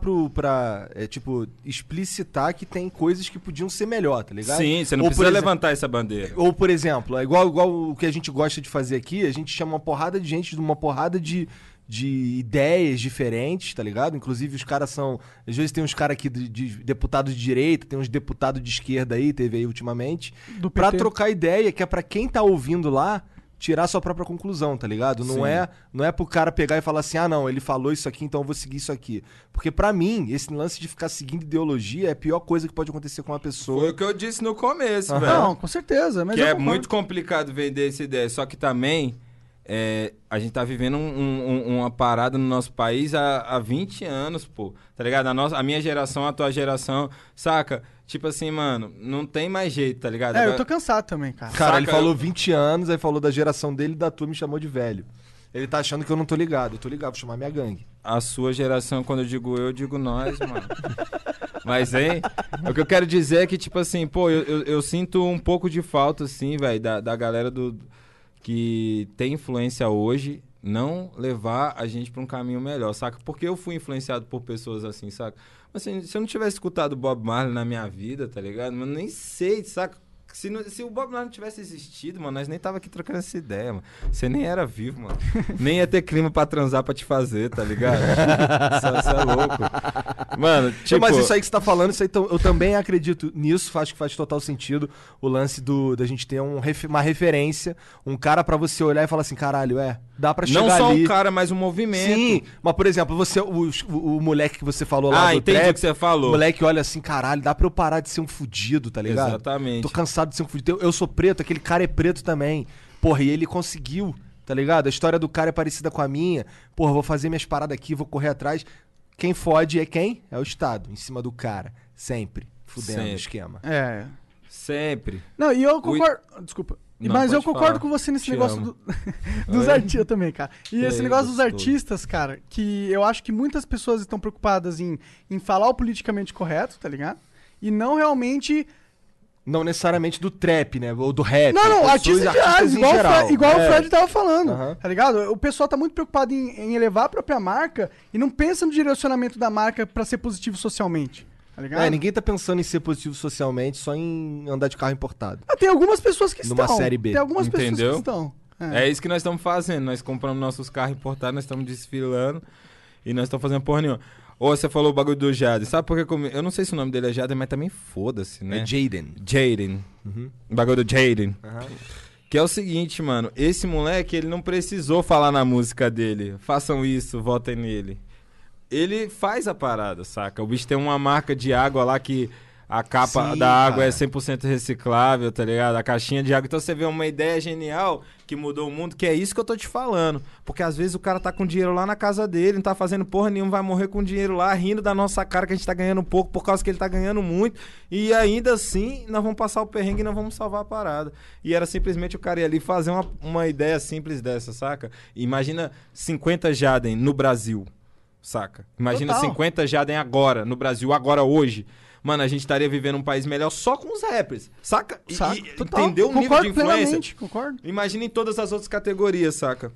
explicitar que tem coisas que podiam ser melhor, tá ligado? Sim, você não precisa levantar essa bandeira. Ou, por exemplo, é igual o que a gente gosta de fazer aqui, a gente chama uma porrada de gente de uma porrada de ideias diferentes, tá ligado? Inclusive os caras são... Às vezes tem uns caras aqui de deputados de direita, tem uns deputados de esquerda aí, teve aí ultimamente, pra trocar ideia, que é pra quem tá ouvindo lá tirar sua própria conclusão, tá ligado? Não é pro cara pegar e falar assim, ah não, ele falou isso aqui, então eu vou seguir isso aqui. Porque pra mim, esse lance de ficar seguindo ideologia é a pior coisa que pode acontecer com uma pessoa. Foi o que eu disse no começo, velho. Não, com certeza. Mas que é muito complicado vender essa ideia, só que também... a gente tá vivendo uma parada no nosso país há 20 anos, pô, tá ligado? A minha geração, a tua geração, saca? Tipo assim, mano, não tem mais jeito, tá ligado? Eu tô cansado também, cara. Cara, ele falou 20 anos, aí falou da geração dele e da tua me chamou de velho. Ele tá achando que eu não tô ligado. Eu tô ligado, vou chamar minha gangue. A sua geração, quando eu digo nós, mano. Mas, hein? O que eu quero dizer é que, tipo assim, pô, eu sinto um pouco de falta, assim, velho, da galera que tem influência hoje, não levar a gente pra um caminho melhor, saca? Porque eu fui influenciado por pessoas assim, saca? Mas assim, se eu não tivesse escutado Bob Marley na minha vida, tá ligado? Eu nem sei, saca? Se o Bob Marley não tivesse existido, mano, nós nem tava aqui trocando essa ideia, mano. Você nem era vivo, mano. Nem ia ter clima pra transar pra te fazer, tá ligado? Você é louco. Mano, tipo... Mas isso aí que você tá falando, isso aí eu também acredito nisso, acho que faz total sentido o lance da gente ter uma referência, um cara pra você olhar e falar assim, caralho, dá pra chegar ali. Não só um cara, mas um movimento. Sim, mas por exemplo, o moleque que você falou lá do entendi trap, o que você falou. O moleque olha assim, caralho, dá pra eu parar de ser um fudido, tá ligado? Exatamente. Tô cansado de ser um fudido. Eu sou preto, aquele cara é preto também. Porra, e ele conseguiu, tá ligado? A história do cara é parecida com a minha. Porra, vou fazer minhas paradas aqui, vou correr atrás. quem fode é quem? É o Estado, em cima do cara. Sempre. Fudendo o Sempre. esquema. É. Sempre. Não, e eu concordo. Desculpa. Não, Mas eu pode concordo falar. com você nesse Te negócio amo. dos Oi? artistas também, cara. E esse aí, negócio dos gostoso. artistas, cara, que eu acho que muitas pessoas estão preocupadas em falar o politicamente correto, tá ligado? E não realmente. Não necessariamente do trap, né? Ou do rap. Não, pessoas- artistas artistas gerais, em igual, geral. igual É. o Fred tava falando, Aham. tá ligado? O pessoal tá muito preocupado em elevar a própria marca e não pensa no direcionamento da marca pra ser positivo socialmente, tá ligado? Ninguém tá pensando em ser positivo socialmente, só em andar de carro importado. Ah, tem algumas pessoas que Numa estão. série B. Tem algumas Entendeu? pessoas que estão. É isso que nós estamos fazendo. Nós compramos nossos carros importados, nós estamos desfilando e nós estamos fazendo porra nenhuma. Ou você falou o bagulho do Jaden. Sabe por que eu não sei se o nome dele é Jaden, mas também foda-se, né? É Jaden. Jaden. O bagulho do Jaden. Que é o seguinte, mano. Esse moleque, ele não precisou falar na música dele. Façam isso, votem nele. Ele faz a parada, saca? O bicho tem uma marca de água lá que a capa Sim, da água cara. é 100% reciclável, tá ligado? A caixinha de água. Então você vê uma ideia genial que mudou o mundo, que é isso que eu tô te falando. Porque às vezes o cara tá com dinheiro lá na casa dele, não tá fazendo porra nenhuma, vai morrer com dinheiro lá, rindo da nossa cara que a gente tá ganhando pouco por causa que ele tá ganhando muito. E ainda assim, nós vamos passar o perrengue e nós vamos salvar a parada. E era simplesmente o cara ir ali fazer uma ideia simples dessa, saca? Imagina 50 Jaden no Brasil, saca? Imagina Total. 50 Jaden agora, no Brasil, agora, hoje. Mano, a gente estaria vivendo um país melhor só com os rappers, saca? Total. Entendeu o nível de Concordo influência? plenamente, concordo. Imagina em todas as outras categorias, saca?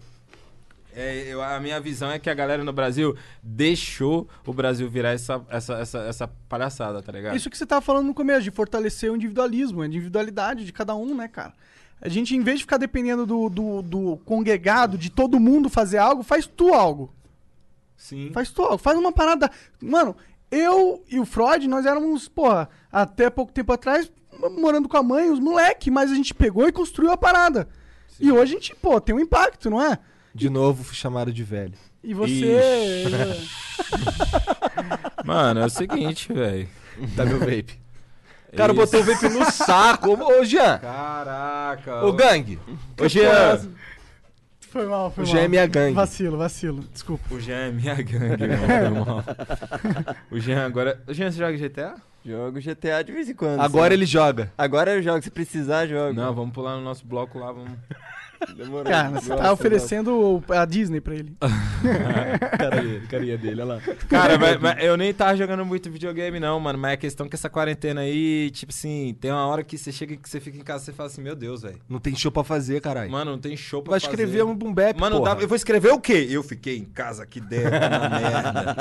A minha visão é que a galera no Brasil deixou o Brasil virar essa palhaçada, tá ligado? Isso que você tava falando no começo, de fortalecer o individualismo, a individualidade de cada um, né, cara? A gente, em vez de ficar dependendo do congregado, de todo mundo fazer algo, faz tu algo. Sim. Faz tu algo. Faz uma parada. Mano, eu e o Freud, nós éramos, porra, até pouco tempo atrás, morando com a mãe, os moleque, mas a gente pegou e construiu a parada. E hoje a gente, pô, tem um impacto, não é? De novo, fui chamado de velho. E você... Mano, é o seguinte, velho. Tá meu vape. O cara botou o vape no saco. Ô, Jean. Caraca. Ô, gangue. Ô, Jean. Foi mal, foi O mal. Jean é minha gangue. Vacilo. Desculpa. O Jean é minha gangue, mano. Foi mal. O Jean agora... O Jean, você joga GTA? Jogo GTA de vez em quando. Agora sim. ele joga. Agora eu jogo, se precisar, jogo. Não, vamos pular no nosso bloco lá, vamos... Demorou. Cara, você tá Nossa, oferecendo a Disney pra ele. Carinha dele, olha lá. Cara, mas eu nem tava jogando muito videogame, não, mano. Mas a questão é que essa quarentena aí, tipo assim, tem uma hora que você chega, que você fica em casa e você fala assim, meu Deus, velho. Não tem show pra fazer, caralho. Mano, não tem show pra Vai fazer. escrever um boom bap, Mano, porra. eu vou escrever o quê? Eu fiquei em casa aqui dentro, na merda.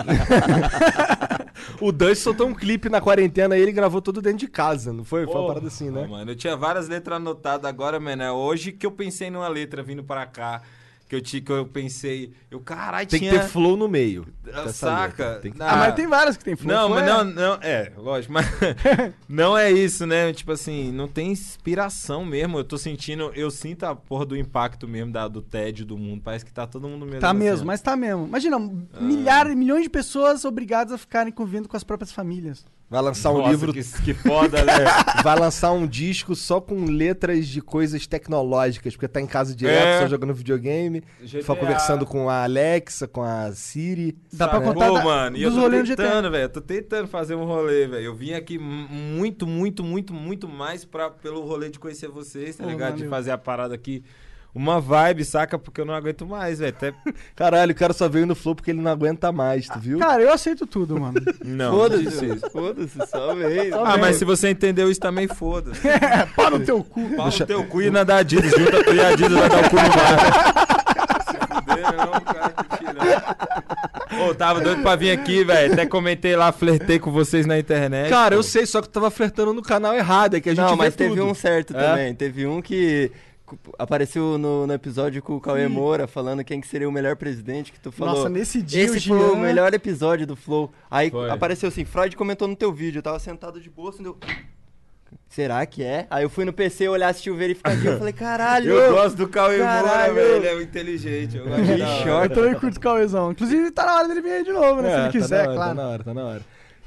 O Dust soltou um clipe na quarentena e ele gravou tudo dentro de casa, não foi? Foi uma Porra, parada assim, né? Mano, eu tinha várias letras anotadas agora, mano. É hoje que eu pensei numa letra vindo pra cá. Que eu pensei. Caralho, Tem tinha... que ter flow no meio. dessa Saca? letra. Tem que... Ah, mas tem várias que tem flow. Não, Flow mas é- não, lógico, mas não é isso, né? Tipo assim, não tem inspiração mesmo. Eu sinto a porra do impacto mesmo do tédio do mundo. Parece que tá todo mundo mesmo. Tá assim, mesmo, ó. mas tá mesmo. Imagina, milhões de pessoas obrigadas a ficarem convivendo com as próprias famílias. Vai lançar um Nossa, livro, que foda, né? vai lançar um disco só com letras de coisas tecnológicas, porque tá em casa direto, só jogando videogame, GTA. fica conversando com a Alexa, com a Siri. Dá pra Sabe? contar Pô, da- mano, e eu dos tô rolês do GTA. tentando, velho. Tô tentando fazer um rolê, velho. Eu vim aqui muito mais pelo rolê de conhecer vocês, tá Pô, ligado? De valeu. fazer a parada aqui. Uma vibe, saca? Porque eu não aguento mais, velho. Até... Caralho, o cara só veio no flow porque ele não aguenta mais, tu viu? Cara, eu aceito tudo, mano. Não, Foda-se, disse isso. foda-se, só veio. Ah, mas se você entendeu isso também, foda-se. Pau no teu cu. Pau no teu cu e na da Adidas. Junta tu e a Adidas, vai dar o cu no mar. Se fuder, não, cara, que tira. Ô, tava doido pra vir aqui, velho. Até comentei lá, flertei com vocês na internet. Cara, pô. eu sei, só que tu tava flertando no canal errado, é que a gente Não, vê mas teve tudo. um certo É? também. Teve um que apareceu no episódio com o Cauê Moura, falando quem que seria o melhor presidente, que tu falou. Nossa, nesse dia Esse o foi o Jean- melhor episódio do Flow. Aí Foi. apareceu assim, Freud comentou no teu vídeo, eu tava sentado de boa, assim, deu... Será que é? Aí eu fui no PC olhar, assistir o verificativo, eu falei, caralho! Eu gosto do Cauê Moura, Caralho. velho. Ele é inteligente. Eu gosto Que da hora. choque. Eu também curto o Cauêzão. Inclusive, tá na hora dele vir aí de novo, né? Se ele quiser, tá na hora, claro. Tá na hora, tá na hora.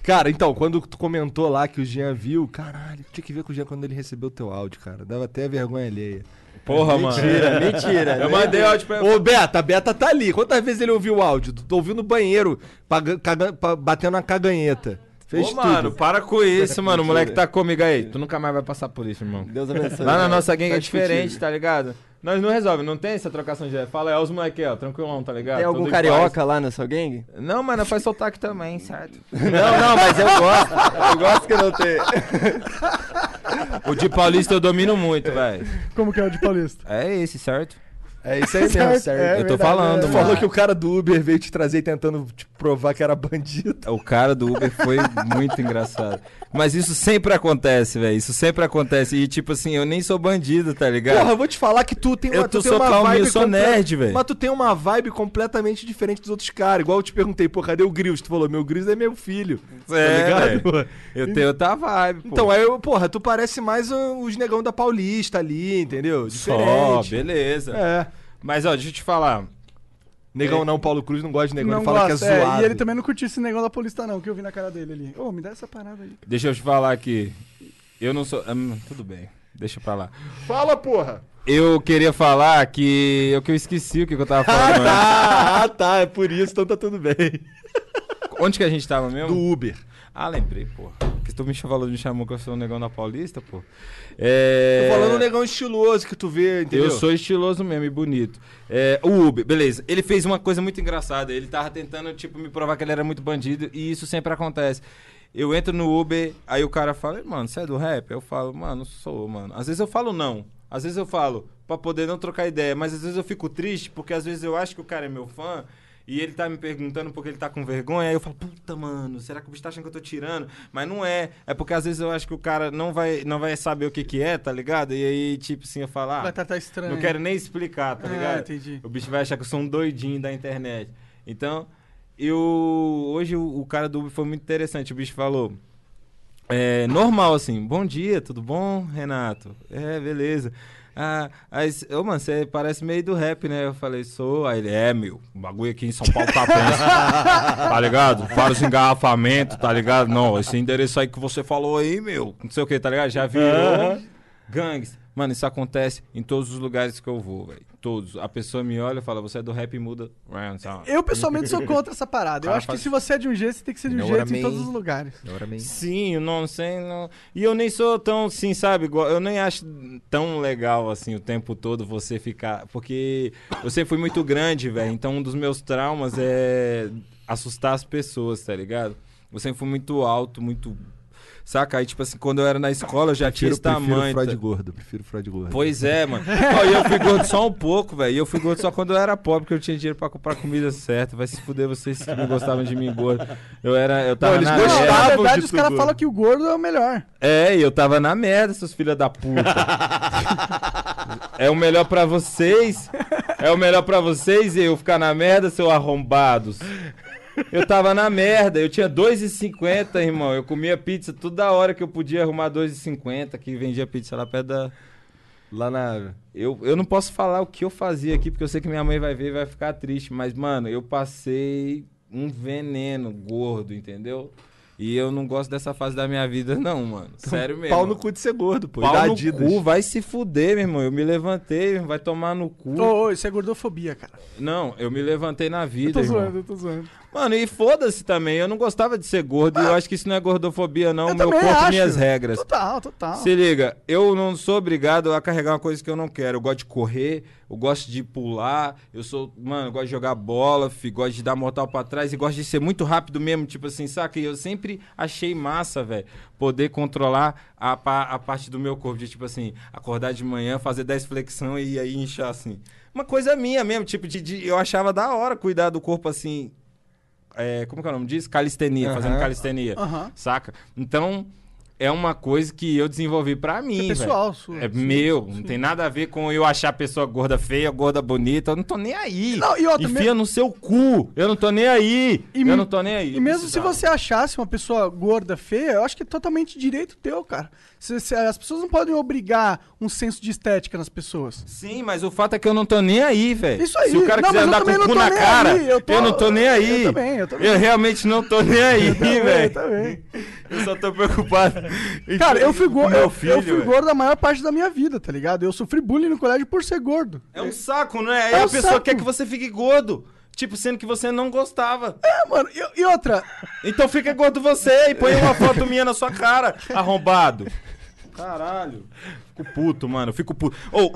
Cara, então, quando tu comentou lá que o Jean viu, caralho, tinha que ver com o Jean quando ele recebeu o teu áudio, cara. Dava até vergonha alheia. Porra, mano. Mentira. Eu mandei áudio pra Ô, Beta, a Beta tá ali. Quantas vezes ele ouviu o áudio? Tu ouviu no banheiro, batendo na caganheta. Fez Ô, mano, tudo. para com isso, mano. O moleque tá comigo aí. Tu nunca mais vai passar por isso, irmão. Deus abençoe. Lá na nossa gangue é Tá diferente, discutido. tá ligado? Nós não resolve, não tem essa trocação de ideia. Fala, é os moleque, ó, tranquilão, tá ligado? Tem algum Tudo em carioca lá na sua gangue? paz. Não, mano, faz sotaque também, certo? Não, mas eu gosto. Eu gosto que não tem. O de paulista eu domino muito, velho. Como que é o de Paulista? É esse, certo? É isso aí mesmo, sério. É eu tô verdade, falando, Tu mano. falou que o cara do Uber veio te trazer tentando te provar que era bandido. O cara do Uber foi muito engraçado. Mas isso sempre acontece, velho. Isso sempre acontece. E tipo assim, eu nem sou bandido, tá ligado? Porra, eu vou te falar que tu tem uma, Eu tu tem sou uma calminho, vibe eu sou nerd, velho. Mas tu tem uma vibe completamente diferente dos outros caras. Igual eu te perguntei, pô, cadê o Grills? Tu falou, meu Grills é meu filho. É, tá ligado? velho. Eu tenho outra vibe, pô. Então, aí, porra, tu parece mais os negão da Paulista ali, entendeu? Só, Diferente. beleza. É. Mas, ó, deixa eu te falar. Negão não, Paulo Cruz não gosta de negão, Não ele fala gosta, que é zoado. E ele também não curtiu esse negócio da Paulista, não, que eu vi na cara dele ali. Ô, me dá essa parada aí. Deixa eu te falar aqui. Eu não sou... tudo bem, deixa pra lá. Fala, porra! Eu queria falar que eu esqueci o que eu tava falando antes. Tá, é por isso, então tá tudo bem. Onde que a gente tava mesmo? Do Uber. Ah, lembrei, pô. Porque tu me chamou que eu sou um negão da Paulista, pô. Tô falando um negão estiloso que tu vê, entendeu? Eu sou estiloso mesmo e bonito. O Uber, beleza. Ele fez uma coisa muito engraçada. Ele tava tentando, tipo, me provar que ele era muito bandido. E isso sempre acontece. Eu entro no Uber, aí o cara fala, mano, você é do rap? Eu falo, mano, sou, mano. Às vezes eu falo não. Às vezes eu falo, pra poder não trocar ideia. Mas às vezes eu fico triste, porque às vezes eu acho que o cara é meu fã. E ele tá me perguntando porque ele tá com vergonha. Aí eu falo, puta, mano, será que o bicho tá achando que eu tô tirando? Mas não é. É porque às vezes eu acho que o cara não vai saber o que que é, tá ligado? E aí, tipo assim, eu falo, Vai tratar estranho. não quero nem explicar, tá ligado? Entendi. O bicho vai achar que eu sou um doidinho da internet. Então, hoje o cara do Uber foi muito interessante. O bicho falou, normal assim, bom dia, tudo bom, Renato? Beleza. Ô, mano, você parece meio do rap, né? Eu falei, sou. Aí ele, meu, o bagulho aqui em São Paulo tá tenso. Tá ligado? Vários engarrafamentos, tá ligado? Não, esse endereço aí que você falou aí, meu, não sei o que, tá ligado? Já virou gangues. Mano, isso acontece em todos os lugares que eu vou, velho. Todos. A pessoa me olha e fala, você é do rap e muda. Eu, pessoalmente, sou contra essa parada. Eu Cara, acho que se você é de um jeito, você tem que ser de um jeito em todos os lugares. Sim, eu não sei, não. E eu nem sou tão, assim, sabe? Eu nem acho tão legal, assim, o tempo todo você ficar... Porque eu sempre fui muito grande, velho. Então, um dos meus traumas é assustar as pessoas, tá ligado? Eu sempre fui muito alto, muito... Saca? Aí, tipo assim, quando eu era na escola, eu já tinha esse tamanho. Prefiro Freud gordo. Pois é, mano. E eu fui gordo só um pouco, velho. E eu fui gordo só quando eu era pobre, porque eu tinha dinheiro pra comprar comida certa. Vai se fuder vocês que não gostavam de mim gordo. Eu tava eles na gostavam. merda. Na verdade, de os tu caras gordo. falam que o gordo é o melhor. E eu tava na merda, seus filhos da puta. É o melhor pra vocês. É o melhor pra vocês e eu ficar na merda, seus arrombados. Eu tava na merda, eu tinha R$2,50, irmão. Eu comia pizza toda hora que eu podia arrumar R$2,50, que vendia pizza lá perto da... Lá na... Eu não posso falar o que eu fazia aqui, porque eu sei que minha mãe vai ver e vai ficar triste. Mas, mano, eu passei um veneno gordo, entendeu? E eu não gosto dessa fase da minha vida, não, mano. Sério mesmo. Pau no cu de ser gordo, pô. Pau E da no Adidas. cu, vai se fuder, meu irmão. Eu me levantei, vai tomar no cu. Ô, isso é gordofobia, cara. Não, eu me levantei na Eu vida, tô irmão. zoando, eu tô zoando. Mano, e foda-se também. Eu não gostava de ser gordo e eu acho que isso não é gordofobia, não. Eu Meu também corpo, acho. minhas regras. Total. Se liga, eu não sou obrigado a carregar uma coisa que eu não quero. Eu gosto de correr, eu gosto de pular, eu gosto de jogar bola, gosto de dar mortal pra trás e gosto de ser muito rápido mesmo, tipo assim, saca? E eu sempre achei massa, velho, poder controlar a parte do meu corpo, de tipo assim, acordar de manhã, fazer 10 flexão e aí inchar assim. Uma coisa minha mesmo, tipo, eu achava da hora cuidar do corpo assim, como que é o nome disso? Calistenia, fazendo calistenia, saca? Então... é uma coisa que eu desenvolvi pra mim, velho. pessoal, sua. É meu, não tem nada a ver com eu achar a pessoa gorda feia, gorda bonita, eu não tô nem aí. Não, e outra, Enfia no seu cu, eu não tô nem aí. Eu não tô nem aí. E mesmo se você achasse uma pessoa gorda, feia, eu acho que é totalmente direito teu, cara. As pessoas não podem obrigar um senso de estética nas pessoas. Sim, mas o fato é que eu não tô nem aí, velho. Isso aí. Se o cara Não, quiser mas eu andar com também o não cu tô na nem cara, aí, eu não tô nem aí. Eu também. Eu realmente não tô nem aí, velho. Eu também. Eu só tô preocupado. Cara, eu fui gordo. Eu fui velho. gordo a maior parte da minha vida, tá ligado? Eu sofri bullying no colégio por ser gordo. É um saco, não é? É Aí um a pessoa saco. quer que você fique gordo. Tipo, sendo que você não gostava. Mano, e outra. Então fica gordo você e põe uma foto minha na sua cara, arrombado. Caralho. Fico puto, mano. Fico puto.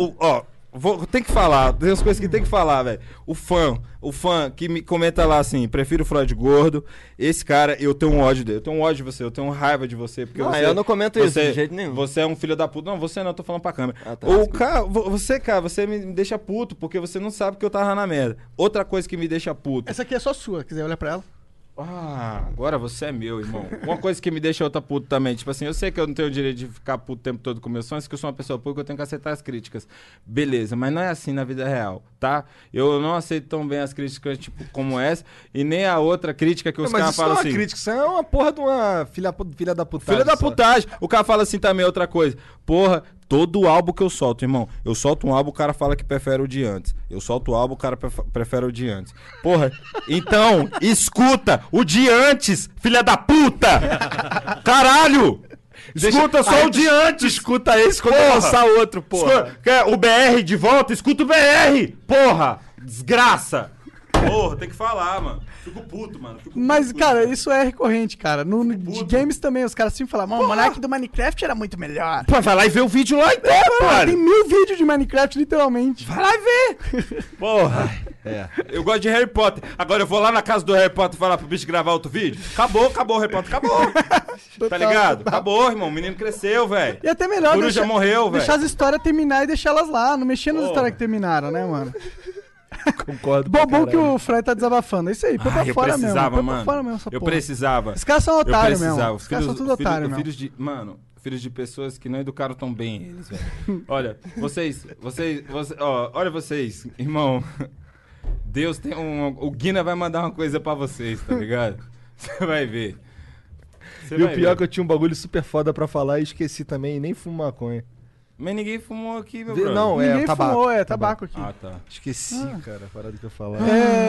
Tem que falar. Tem umas coisas que tem que falar, velho. O fã que me comenta lá assim, prefiro o Freud gordo. Esse cara, eu tenho um ódio dele. Eu tenho um ódio de você, eu tenho raiva de você. Porque Não, você, eu não comento isso de jeito nenhum. Você é um filho da puta. Não, você não, eu tô falando pra câmera. Ah, tá, você me deixa puto porque você não sabe que eu tava na merda. Outra coisa que me deixa puto. Essa aqui é só sua, quiser olhar pra ela. Ah, agora você é meu, irmão. Uma coisa que me deixa outra puto também. Tipo assim, eu sei que eu não tenho o direito de ficar puto o tempo todo com meus fãs, que eu sou uma pessoa pública, eu tenho que aceitar as críticas. Beleza, mas não é assim na vida real, tá? Eu não aceito tão bem as críticas, tipo, como essa, e nem a outra crítica que os caras falam assim. Mas isso não é uma crítica, isso é uma porra de uma filha da putagem. Filha da só. putagem. O cara fala assim também, outra coisa. Porra, todo álbum que eu solto, irmão. Eu solto um álbum, o cara fala que prefere o de antes. Eu solto o álbum, o cara prefere o de antes. Porra, então, escuta o de antes, filha da puta! Caralho! Escuta só o de antes! Escuta esse quando lançar outro, porra. Quer o BR de volta? Escuta o BR! Porra! Desgraça! Porra, tem que falar, mano. Fico puto, mano. Mas, cara, isso é recorrente, cara. De games também, os caras sempre falam, mano, o Monark do Minecraft era muito melhor. Pô, vai lá e vê o vídeo lá então, Pô, tem 1000 vídeos de Minecraft, literalmente. Vai lá e vê! Porra! Eu gosto de Harry Potter. Agora eu vou lá na casa do Harry Potter e falar pro bicho gravar outro vídeo? Acabou, o Harry Potter, acabou! Tá ligado? Acabou, irmão. O menino cresceu, velho. E até melhor Coruja morreu, velho. deixar as histórias terminar e deixar elas lá. Não mexer nas histórias que terminaram, né, mano? Concordo. Bom que o Fred tá desabafando. É isso aí, põe pra eu fora precisava, mesmo. Põe mano. pra fora mesmo essa Eu porra. precisava. Os caras são otários mesmo. Os Os caras são tudo otários mesmo. filhos de... Mano, filhos de pessoas que não educaram tão bem eles, velho. Olha, olha vocês, irmão. Deus tem o Guina vai mandar uma coisa pra vocês, tá ligado? Você vai ver. E o pior é que eu tinha um bagulho super foda pra falar e esqueci também, e nem fumo maconha. Mas ninguém fumou aqui, meu brother. Não, Ninguém tabaco. fumou, tabaco aqui. Ah, tá. Esqueci, cara, a parada que eu ia falar.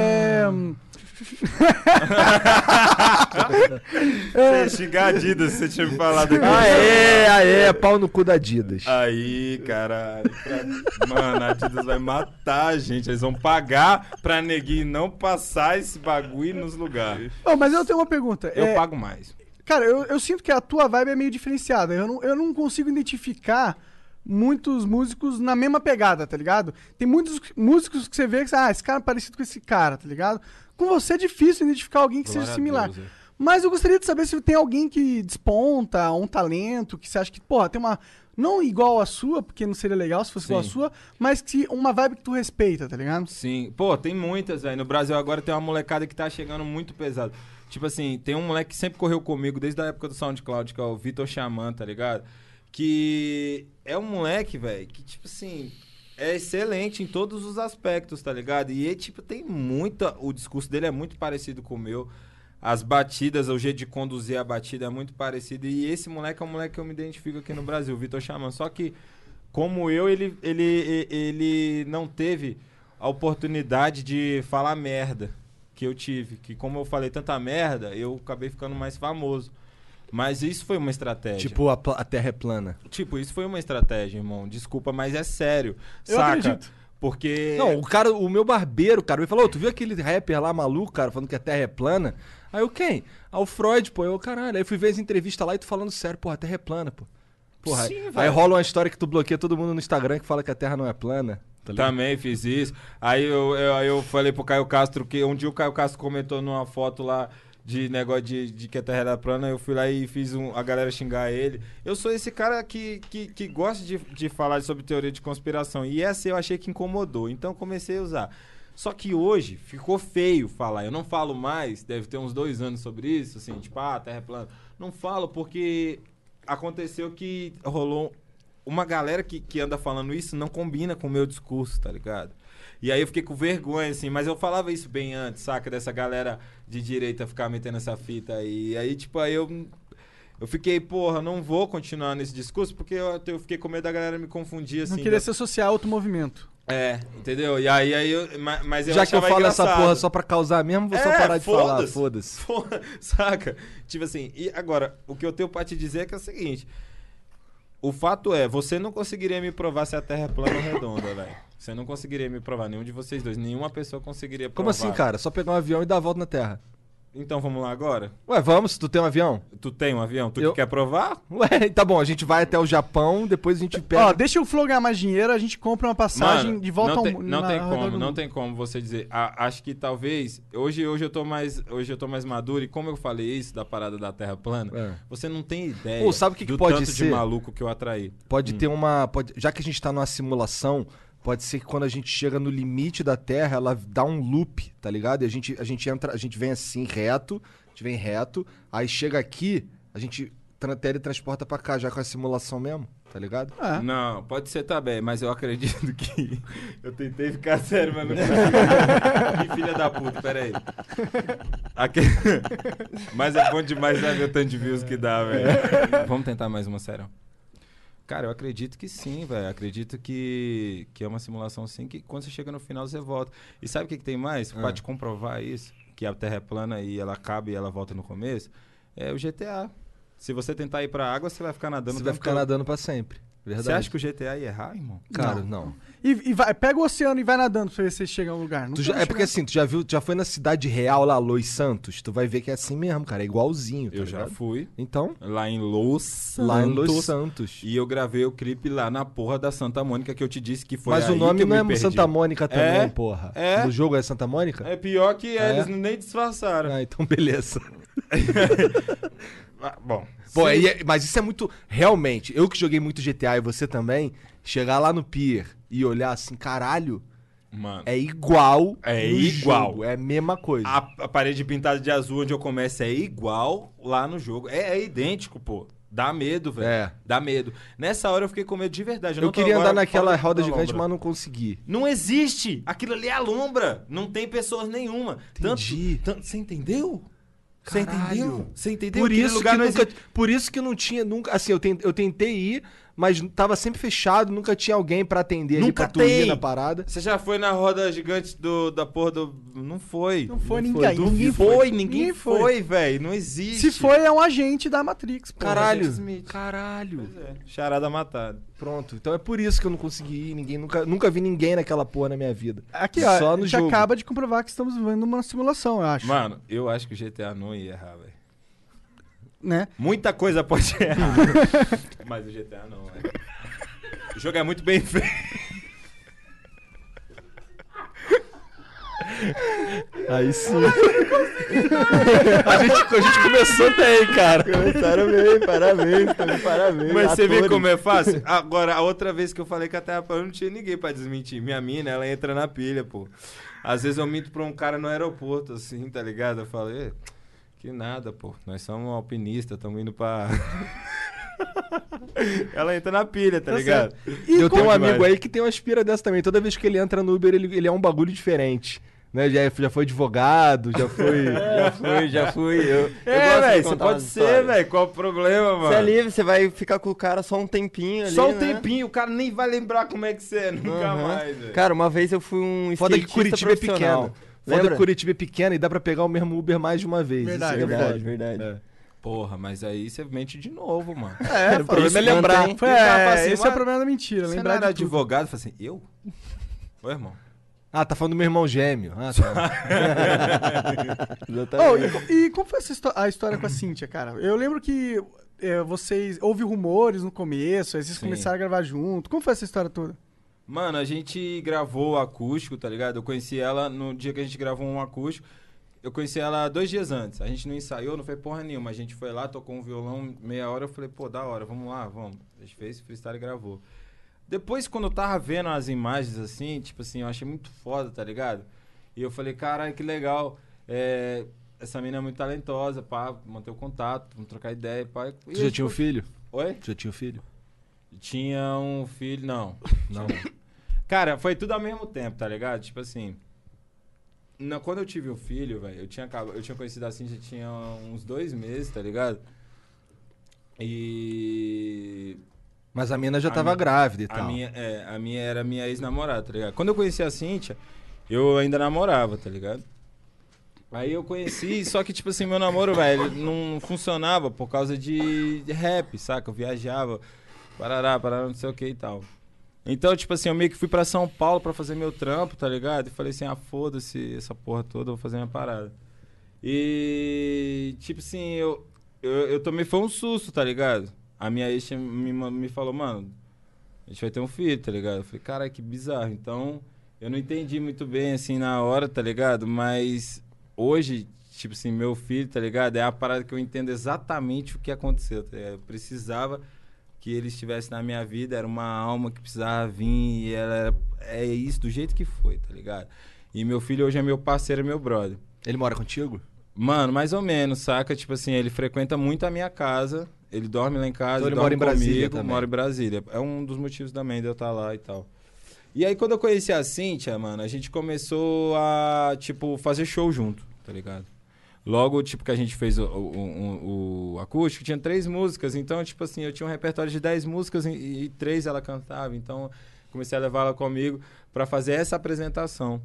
Você ia xingar a Adidas se você tinha me falado aqui. Aê, pau no cu da Adidas. Aí, caralho. Mano, a Adidas vai matar a gente. Eles vão pagar pra neguinho não passar esse bagulho nos lugares. Oh, mas eu tenho uma pergunta. Eu pago mais. Cara, eu sinto que a tua vibe é meio diferenciada. Eu não consigo identificar muitos músicos na mesma pegada, tá ligado? Tem muitos músicos que você vê que esse cara é parecido com esse cara, tá ligado? Com você é difícil identificar alguém que Glória seja a similar. Deus, Mas eu gostaria de saber se tem alguém que desponta, um talento, que você acha que, porra, tem uma... Não igual a sua, porque não seria legal se fosse igual a sua, mas que uma vibe que tu respeita, tá ligado? Sim. Pô, tem muitas, velho. No Brasil agora tem uma molecada que tá chegando muito pesado. Tipo assim, tem um moleque que sempre correu comigo desde a época do SoundCloud, que é o Vitor Xamã, tá ligado? Que é um moleque, velho, que tipo assim, é excelente em todos os aspectos, tá ligado? E ele, tipo, tem muita... O discurso dele é muito parecido com o meu. As batidas, o jeito de conduzir a batida é muito parecido. E esse moleque é um moleque que eu me identifico aqui no Brasil, o Vitor Xamã. Só que, como eu, ele não teve a oportunidade de falar merda que eu tive. Que como eu falei tanta merda, eu acabei ficando mais famoso. Mas isso foi uma estratégia. Tipo, a Terra é plana. Tipo, isso foi uma estratégia, irmão. Desculpa, mas é sério. Eu saca? acredito. Porque... Não, o meu barbeiro, cara, ele falou, tu viu aquele rapper lá maluco, cara, falando que a Terra é plana? Aí eu, quem? Ah, o Freud, pô. Eu, caralho. Aí fui ver as entrevistas lá e tu falando sério, porra, a Terra é plana, pô. Porra, Sim, aí velho. rola uma história que tu bloqueia todo mundo no Instagram que fala que a Terra não é plana. Tá ligado? Também fiz isso. Aí eu falei pro Caio Castro que um dia o Caio Castro comentou numa foto lá de negócio de que a Terra era plana, eu fui lá e fiz a galera xingar ele. Eu sou esse cara que gosta de falar sobre teoria de conspiração. E essa eu achei que incomodou. Então comecei a usar. Só que hoje ficou feio falar. Eu não falo mais, deve ter uns 2 anos sobre isso, assim, tipo, a Terra é plana. Não falo porque aconteceu que rolou uma galera que anda falando isso não combina com o meu discurso, tá ligado? E aí eu fiquei com vergonha, assim, mas eu falava isso bem antes, saca? Dessa galera de direita ficar metendo essa fita aí. E aí, tipo, aí eu fiquei, porra, não vou continuar nesse discurso, porque eu fiquei com medo da galera me confundir, assim. Não queria se associar a outro movimento. Entendeu? E aí mas eu Já que eu falo engraçado. essa porra só pra causar mesmo, vou só parar de falar, foda-se. Saca? Tipo assim, e agora, o que eu tenho pra te dizer é que é o seguinte... O fato é, você não conseguiria me provar se a Terra é plana ou redonda, velho. Você não conseguiria me provar, nenhum de vocês dois. Nenhuma pessoa conseguiria provar. Como assim, cara? Só pegar um avião e dar a volta na Terra. Então vamos lá agora? Ué, vamos, tu tem um avião? Tu tem um avião? Tu que quer provar? Ué, tá bom, a gente vai até o Japão, depois a gente pega... Ó, deixa o Flow ganhar mais dinheiro, a gente compra uma passagem de volta ao mundo. Não tem como você dizer. Acho que talvez... Hoje eu tô mais maduro e como eu falei isso da parada da Terra plana, você não tem ideia sabe o que do pode tanto ser? de maluco que eu atraí. Pode ter uma... já que a gente tá numa simulação... Pode ser que quando a gente chega no limite da Terra, ela dá um loop, tá ligado? E a gente vem assim, reto, aí chega aqui, a gente teletransporta pra cá, já com a simulação mesmo, tá ligado? Não, pode ser também, mas eu acredito que... Eu tentei ficar sério, mas não consegui. Que filha da puta, peraí. Mas é bom demais saber o tanto de views que dá, velho. Vamos tentar mais uma, sério. Cara, eu acredito que sim, velho. Acredito que é uma simulação sim, que quando você chega no final você volta. E sabe o que tem mais? Pra te comprovar isso, que a Terra é plana e ela acaba e ela volta no começo, é o GTA. Se você tentar ir pra água, você vai ficar nadando. Você vai ficar nadando pra sempre. Verdade. Você acha que o GTA ia errar, irmão? Cara, não. E vai, pega o oceano e vai nadando pra ver se você chega a um lugar. Porque assim, tu já foi na cidade real lá, Los Santos, tu vai ver que é assim mesmo, cara, é igualzinho. Eu já fui. Então? Lá em Los Santos. E eu gravei o clipe lá na porra da Santa Mônica, que eu te disse que foi Mas aí o nome que eu não me é perdi. Santa Mônica também, porra. No jogo é Santa Mônica? É pior que eles nem disfarçaram. Então beleza. Bom. Pô, mas isso é muito... Realmente, eu que joguei muito GTA e você também, chegar lá no pier e olhar assim, caralho, mano, é igual igual. É a mesma coisa. A parede pintada de azul onde eu começo é igual lá no jogo. É idêntico, pô. Dá medo, velho. Dá medo. Nessa hora eu fiquei com medo de verdade. Eu queria andar naquela roda gigante, mas não consegui. Não existe. Aquilo ali é a lombra. Não tem pessoas nenhuma. Entendi. Você entendeu? Você entendeu? Você entendeu? Por isso que não tinha nunca... Assim, eu tentei ir, mas tava sempre fechado, nunca tinha alguém pra atender ali pra tu ir na parada. Você já foi na roda gigante da porra do... Não foi. Não foi ninguém. Ninguém foi, velho. Não existe. Se foi, é um agente da Matrix. Pô. Caralho. Pois é. Charada matada. Pronto. Então é por isso que eu não consegui ir. Nunca vi ninguém naquela porra na minha vida. Aqui, ó. Só no jogo. Acaba de comprovar que estamos vivendo uma simulação, eu acho. Mano, eu acho que o GTA não ia errar, velho. Né? Muita coisa pode errar. Mas o GTA não, velho. O jogo é muito bem feito. Aí sim. a gente começou bem, cara. Começaram bem, parabéns. Mas você vê como é fácil? Agora, a outra vez que eu falei que a Terra plana não tinha ninguém pra desmentir. Minha mina, ela entra na pilha, pô. Às vezes eu minto pra um cara no aeroporto, assim, tá ligado? Eu falei, que nada, pô. Nós somos alpinistas, estamos indo pra... Ela entra na pilha, tá ligado? E eu tenho um amigo aí que tem uma aspira dessa também. Toda vez que ele entra no Uber, ele é um bagulho diferente. Né? Já foi advogado, já foi... já fui. Eu velho, você pode ser, velho. Qual o problema, mano? Você é livre, você vai ficar com o cara só um tempinho ali, Só um tempinho, o cara nem vai lembrar como é que você é, nunca mais, velho. Cara, uma vez eu fui um Foda que skatista Curitiba é profissional. pequeno. Foda que Curitiba é pequeno e dá pra pegar o mesmo Uber mais de uma vez. Verdade. Porra, mas aí você mente de novo, mano. O problema é lembrar. Esse é o problema da mentira. Você lembrar não era de tudo. advogado, fala assim, eu? Ô, irmão. Ah, tá falando do meu irmão gêmeo. Ah, tá. E como foi a história com a Cíntia, cara? Eu lembro que vocês... Houve rumores no começo, aí vocês começaram a gravar junto. Como foi essa história toda? Mano, a gente gravou o acústico, tá ligado? Eu conheci ela no dia que a gente gravou um acústico. Eu conheci ela 2 dias antes. A gente não ensaiou, não foi porra nenhuma. A gente foi lá, tocou um violão, meia hora. Eu falei, pô, da hora, vamos lá, vamos. A gente fez freestyle e gravou. Depois, quando eu tava vendo as imagens assim, tipo assim, eu achei muito foda, tá ligado? E eu falei, caralho, que legal. Essa menina é muito talentosa, pá, manter o contato, vamos trocar ideia, pá. Você já tinha um filho? Oi? Já tinha um filho? Tinha um filho... Não. Não. Cara, foi tudo ao mesmo tempo, tá ligado? Tipo assim... Quando eu tive o filho, velho, eu tinha conhecido a Cintia, tinha uns 2 meses, tá ligado? E... Mas a mina já tava grávida e A tal. minha era minha ex-namorada, tá ligado? Quando eu conheci a Cintia, eu ainda namorava, tá ligado? Aí eu conheci, só que, tipo assim, meu namoro, velho, não funcionava por causa de rap, saca? Eu viajava, parará, não sei o que e tal. Então, tipo assim, eu meio que fui pra São Paulo pra fazer meu trampo, tá ligado? E falei assim, foda-se essa porra toda, eu vou fazer minha parada. E, tipo assim, eu tomei, foi um susto, tá ligado? A minha ex me falou, mano, a gente vai ter um filho, tá ligado? Eu falei, caralho, que bizarro. Então, eu não entendi muito bem, assim, na hora, tá ligado? Mas hoje, tipo assim, meu filho, tá ligado? É a parada que eu entendo exatamente o que aconteceu, tá ligado? Eu precisava que ele estivesse na minha vida, era uma alma que precisava vir e é isso, do jeito que foi, tá ligado? E meu filho hoje é meu parceiro, meu brother. Ele mora contigo? Mano, mais ou menos, saca? Tipo assim, ele frequenta muito a minha casa, ele dorme lá em casa, Então ele dorme mora em Brasília comigo, também. mora em Brasília. É um dos motivos também de eu estar lá e tal. E aí, quando eu conheci a Cintia, mano, a gente começou a, tipo, fazer show junto, tá ligado? Logo, tipo, que a gente fez o acústico, tinha 3 músicas. Então, tipo assim, eu tinha um repertório de 10 músicas e 3 ela cantava. Então, comecei a levar ela comigo pra fazer essa apresentação.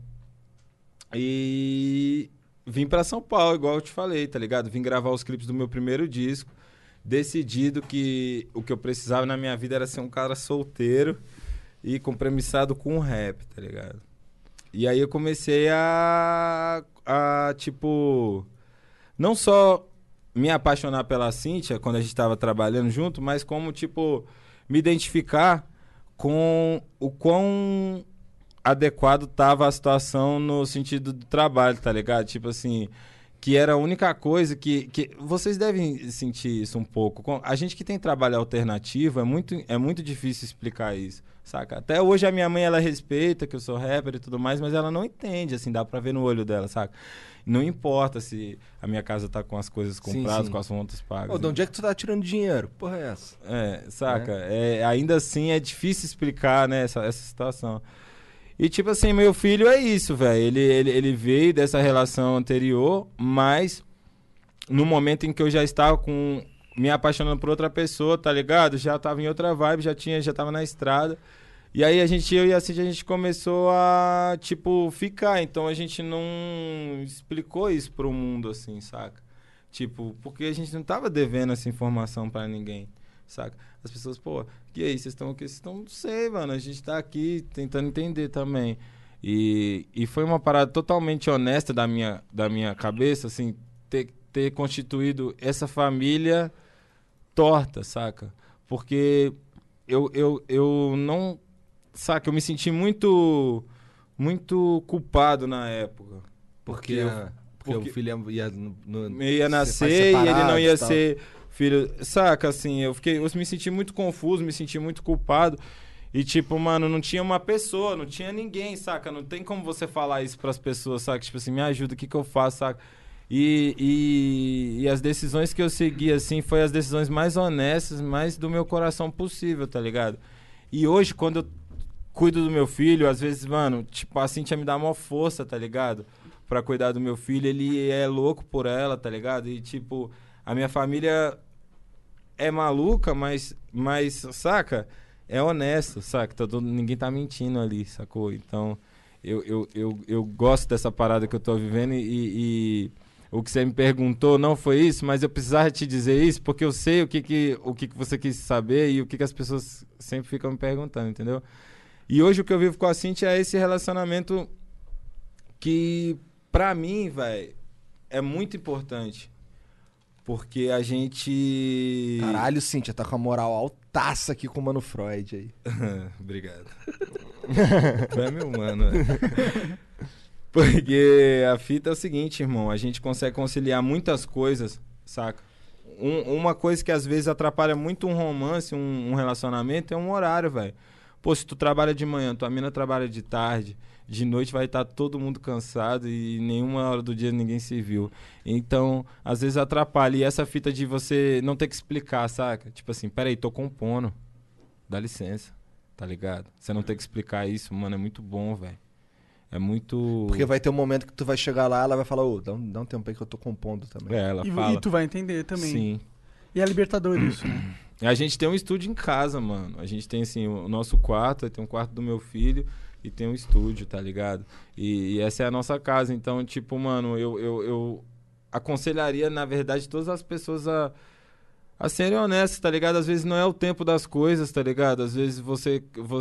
E vim pra São Paulo, igual eu te falei, tá ligado? Vim gravar os clipes do meu primeiro disco. Decidido que o que eu precisava na minha vida era ser um cara solteiro e compromissado com o rap, tá ligado? E aí eu comecei a tipo... Não só me apaixonar pela Cintia quando a gente estava trabalhando junto, mas como, tipo, me identificar com o quão adequado tava a situação no sentido do trabalho, tá ligado? Tipo assim, que era a única coisa que vocês devem sentir isso um pouco. A gente que tem trabalho alternativo, é muito difícil explicar isso, saca? Até hoje a minha mãe, ela respeita que eu sou rapper e tudo mais, mas ela não entende, assim, dá pra ver no olho dela, saca? Não importa se a minha casa tá com as coisas compradas, sim. com as contas pagas. Ô, de onde é que tu tá tirando dinheiro? Porra é essa? Saca? Ainda assim é difícil explicar, né, essa situação. E tipo assim, meu filho é isso, velho. Ele veio dessa relação anterior, mas no momento em que eu já estava me apaixonando por outra pessoa, tá ligado? Já tava em outra vibe, já tava na estrada. E aí eu e a Cintia, a gente começou a, tipo, ficar. Então a gente não explicou isso pro mundo, assim, saca? Tipo, porque a gente não tava devendo essa informação pra ninguém, saca? As pessoas, pô, que aí, vocês estão aqui? Vocês estão, não sei, mano, a gente tá aqui tentando entender também. E foi uma parada totalmente honesta da minha cabeça, assim, ter constituído essa família torta, saca? Porque eu não... Saca, eu me senti muito culpado na época. Porque o filho ia nascer e ele não ia ser filho. Saca, assim, eu me senti muito confuso, me senti muito culpado. E tipo, mano, não tinha uma pessoa, não tinha ninguém, saca? Não tem como você falar isso pras pessoas, saca? Tipo assim, me ajuda, o que eu faço, saca? E as decisões que eu segui, assim, foi as decisões mais honestas, mais do meu coração possível, tá ligado? E hoje, quando eu cuido do meu filho, às vezes, mano, tipo, a Cintia me dá maior força, tá ligado? Pra cuidar do meu filho, ele é louco por ela, tá ligado? E, tipo, a minha família é maluca, mas saca? É honesto, saca? Ninguém tá mentindo ali, sacou? Então, eu gosto dessa parada que eu tô vivendo e o que você me perguntou não foi isso, mas eu precisava te dizer isso porque eu sei o que você quis saber e o que as pessoas sempre ficam me perguntando, entendeu? E hoje o que eu vivo com a Cintia é esse relacionamento que, pra mim, velho, é muito importante. Porque a gente... Caralho, Cintia, tá com a moral altaça aqui com o Mano Freud aí. Obrigado. Tu é meu mano, velho. Porque a fita é o seguinte, irmão. A gente consegue conciliar muitas coisas, saca? Uma coisa que às vezes atrapalha muito um romance, um relacionamento, é um horário, velho. Pô, se tu trabalha de manhã, tua mina trabalha de tarde, de noite vai estar todo mundo cansado e nenhuma hora do dia ninguém se viu. Então, às vezes atrapalha. E essa fita de você não ter que explicar, saca? Tipo assim, peraí, tô compondo. Dá licença, tá ligado? Você não ter que explicar isso, mano, é muito bom, velho. É muito... Porque vai ter um momento que tu vai chegar lá, ela vai falar, dá um tempo aí que eu tô compondo também. Ela fala. E tu vai entender também. Sim. E é libertador isso, né? A gente tem um estúdio em casa, mano. A gente tem, assim, o nosso quarto, aí tem um quarto do meu filho e tem um estúdio, tá ligado? E essa é a nossa casa. Então, tipo, mano, eu aconselharia, na verdade, todas as pessoas a serem honestas, tá ligado? Às vezes não é o tempo das coisas, tá ligado? Às vezes você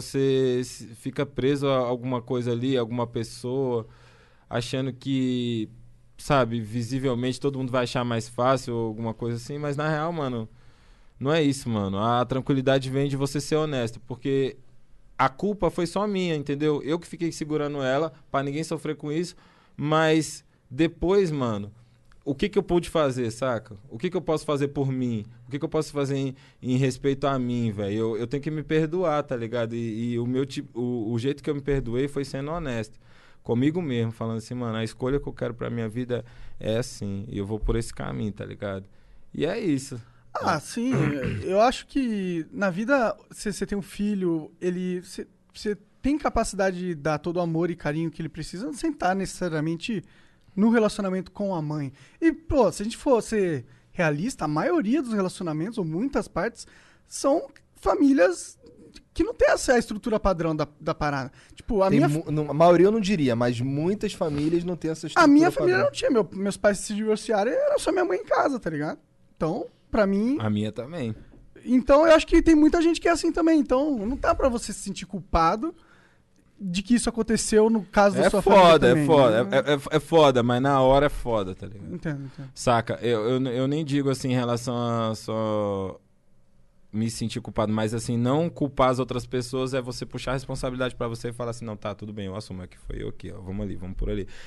fica preso a alguma coisa ali, alguma pessoa, achando que, sabe, visivelmente todo mundo vai achar mais fácil ou alguma coisa assim, mas na real, mano, não é isso, mano. A tranquilidade vem de você ser honesto, porque a culpa foi só minha, entendeu? Eu que fiquei segurando ela pra ninguém sofrer com isso, mas depois, mano, o que eu pude fazer, saca? O que eu posso fazer por mim? O que eu posso fazer em respeito a mim, velho? Eu tenho que me perdoar, tá ligado? E o meu tipo, o jeito que eu me perdoei foi sendo honesto comigo mesmo, falando assim, mano, a escolha que eu quero pra minha vida é assim, e eu vou por esse caminho, tá ligado? E é isso. Ah, sim. Eu acho que na vida, se você tem um filho, você tem capacidade de dar todo o amor e carinho que ele precisa, sem estar necessariamente no relacionamento com a mãe. E, pô, se a gente for ser realista, a maioria dos relacionamentos, ou muitas partes, são famílias que não tem essa estrutura padrão da parada. Tipo, a maioria eu não diria, mas muitas famílias não tem essa estrutura a minha família não tinha. Meus pais se divorciaram e era só minha mãe em casa, tá ligado? Então, pra mim... A minha também. Então, eu acho que tem muita gente que é assim também. Então, não dá pra você se sentir culpado de que isso aconteceu no caso da sua família também. É foda, mas na hora é foda, tá ligado? Entendo. Saca? Eu nem digo assim em relação a só me sentir culpado, mas assim, não culpar as outras pessoas é você puxar a responsabilidade pra você e falar assim, não, tá, tudo bem, eu assumo, é que foi eu aqui, ó, vamos ali, vamos por ali.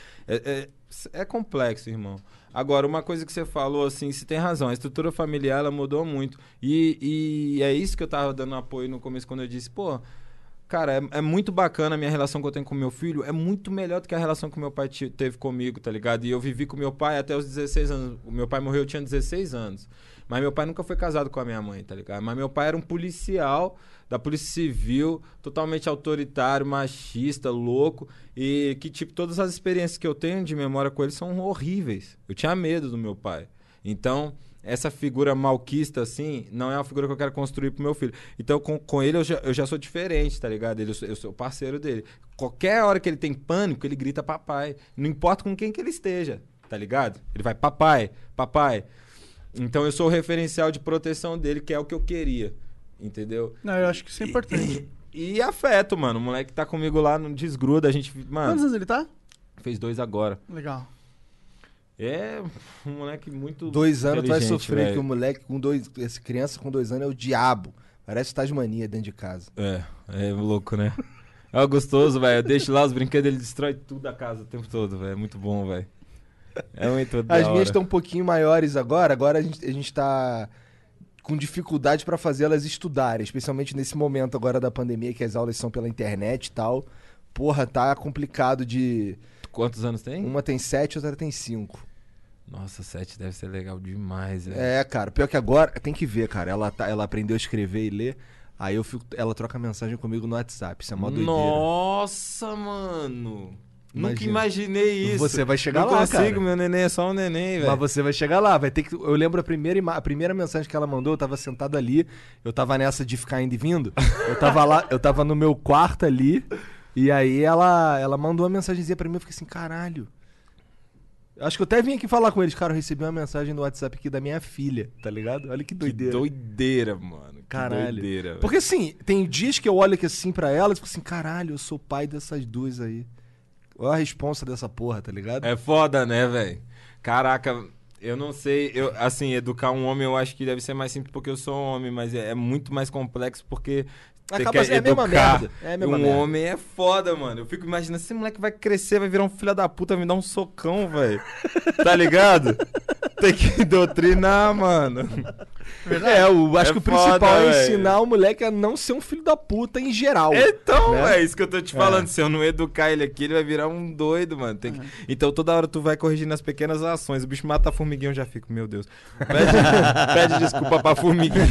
É complexo, irmão. Agora, uma coisa que você falou, assim, você tem razão, a estrutura familiar, ela mudou muito. E é isso que eu tava dando apoio no começo, quando eu disse, pô, cara, é muito bacana a minha relação que eu tenho com meu filho, é muito melhor do que a relação que meu pai teve comigo, tá ligado? E eu vivi com meu pai até os 16 anos. O meu pai morreu, eu tinha 16 anos. Mas meu pai nunca foi casado com a minha mãe, tá ligado? Mas meu pai era um policial da Polícia Civil, totalmente autoritário, machista, louco. E que, tipo, todas as experiências que eu tenho de memória com ele são horríveis. Eu tinha medo do meu pai. Então, essa figura malquista, assim, não é uma figura que eu quero construir pro meu filho. Então, com ele, eu já sou diferente, tá ligado? Eu sou parceiro dele. Qualquer hora que ele tem pânico, ele grita papai. Não importa com quem que ele esteja, tá ligado? Ele vai, papai, papai. Então, eu sou o referencial de proteção dele, que é o que eu queria, entendeu? Não, eu acho que isso é importante. E afeto, mano. O moleque tá comigo lá, não desgruda, a gente... Mano, quantos anos ele tá? Fez 2 agora. Legal. É um moleque muito 2 anos tu vai sofrer, véio. que o moleque com 2... Essa criança com 2 anos é o diabo. Parece Tasmania dentro de casa. É louco, né? É gostoso, velho. Eu deixo lá os brinquedos, ele destrói tudo da casa o tempo todo, velho. É muito bom, velho. É muito da As hora. minhas estão um pouquinho maiores agora. Agora a gente tá com dificuldade pra fazer elas estudarem. Especialmente nesse momento agora da pandemia, que as aulas são pela internet e tal. Porra, tá complicado de... Quantos anos tem? Uma tem 7, outra tem 5. Nossa, 7 deve ser legal demais, velho. É, cara. Pior que agora, tem que ver, cara. Ela aprendeu a escrever e ler. Aí ela troca mensagem comigo no WhatsApp. Isso é mó doideira. Nossa, mano. Nunca Imagina. imaginei isso. Você vai chegar não lá, consigo, cara. Meu neném é só um neném, velho. Mas você vai chegar lá. Vai ter que... Eu lembro a primeira mensagem que ela mandou. Eu tava sentado ali. Eu tava nessa de ficar indo e vindo. Eu tava lá, eu tava no meu quarto ali. E aí ela mandou uma mensagenzinha pra mim. Eu fiquei assim, caralho. Acho que eu até vim aqui falar com eles. Cara, eu recebi uma mensagem no WhatsApp aqui da minha filha, tá ligado? Olha que doideira. Que doideira, mano. Caralho. Que doideira, velho. Porque assim, tem dias que eu olho aqui assim pra ela e fico assim, caralho, eu sou pai dessas duas aí. Olha a responsa dessa porra, tá ligado? É foda, né, velho? Caraca, eu não sei. Assim, educar um homem eu acho que deve ser mais simples porque eu sou um homem, mas é muito mais complexo porque... Acaba sendo a mesma merda. É a mesma merda. Homem é foda, mano. Eu fico imaginando, esse moleque vai crescer, vai virar um filho da puta, vai me dar um socão, velho. Tá ligado? Tem que doutrinar, mano. Acho que o principal foda, é velho. ensinar o moleque a não ser um filho da puta em geral. Então, né? é isso que eu tô te falando. Se eu não educar ele aqui, ele vai virar um doido, mano. Então toda hora tu vai corrigindo as pequenas ações. O bicho mata a formiguinha, eu já fico, meu Deus. Pede desculpa pra formiguinha.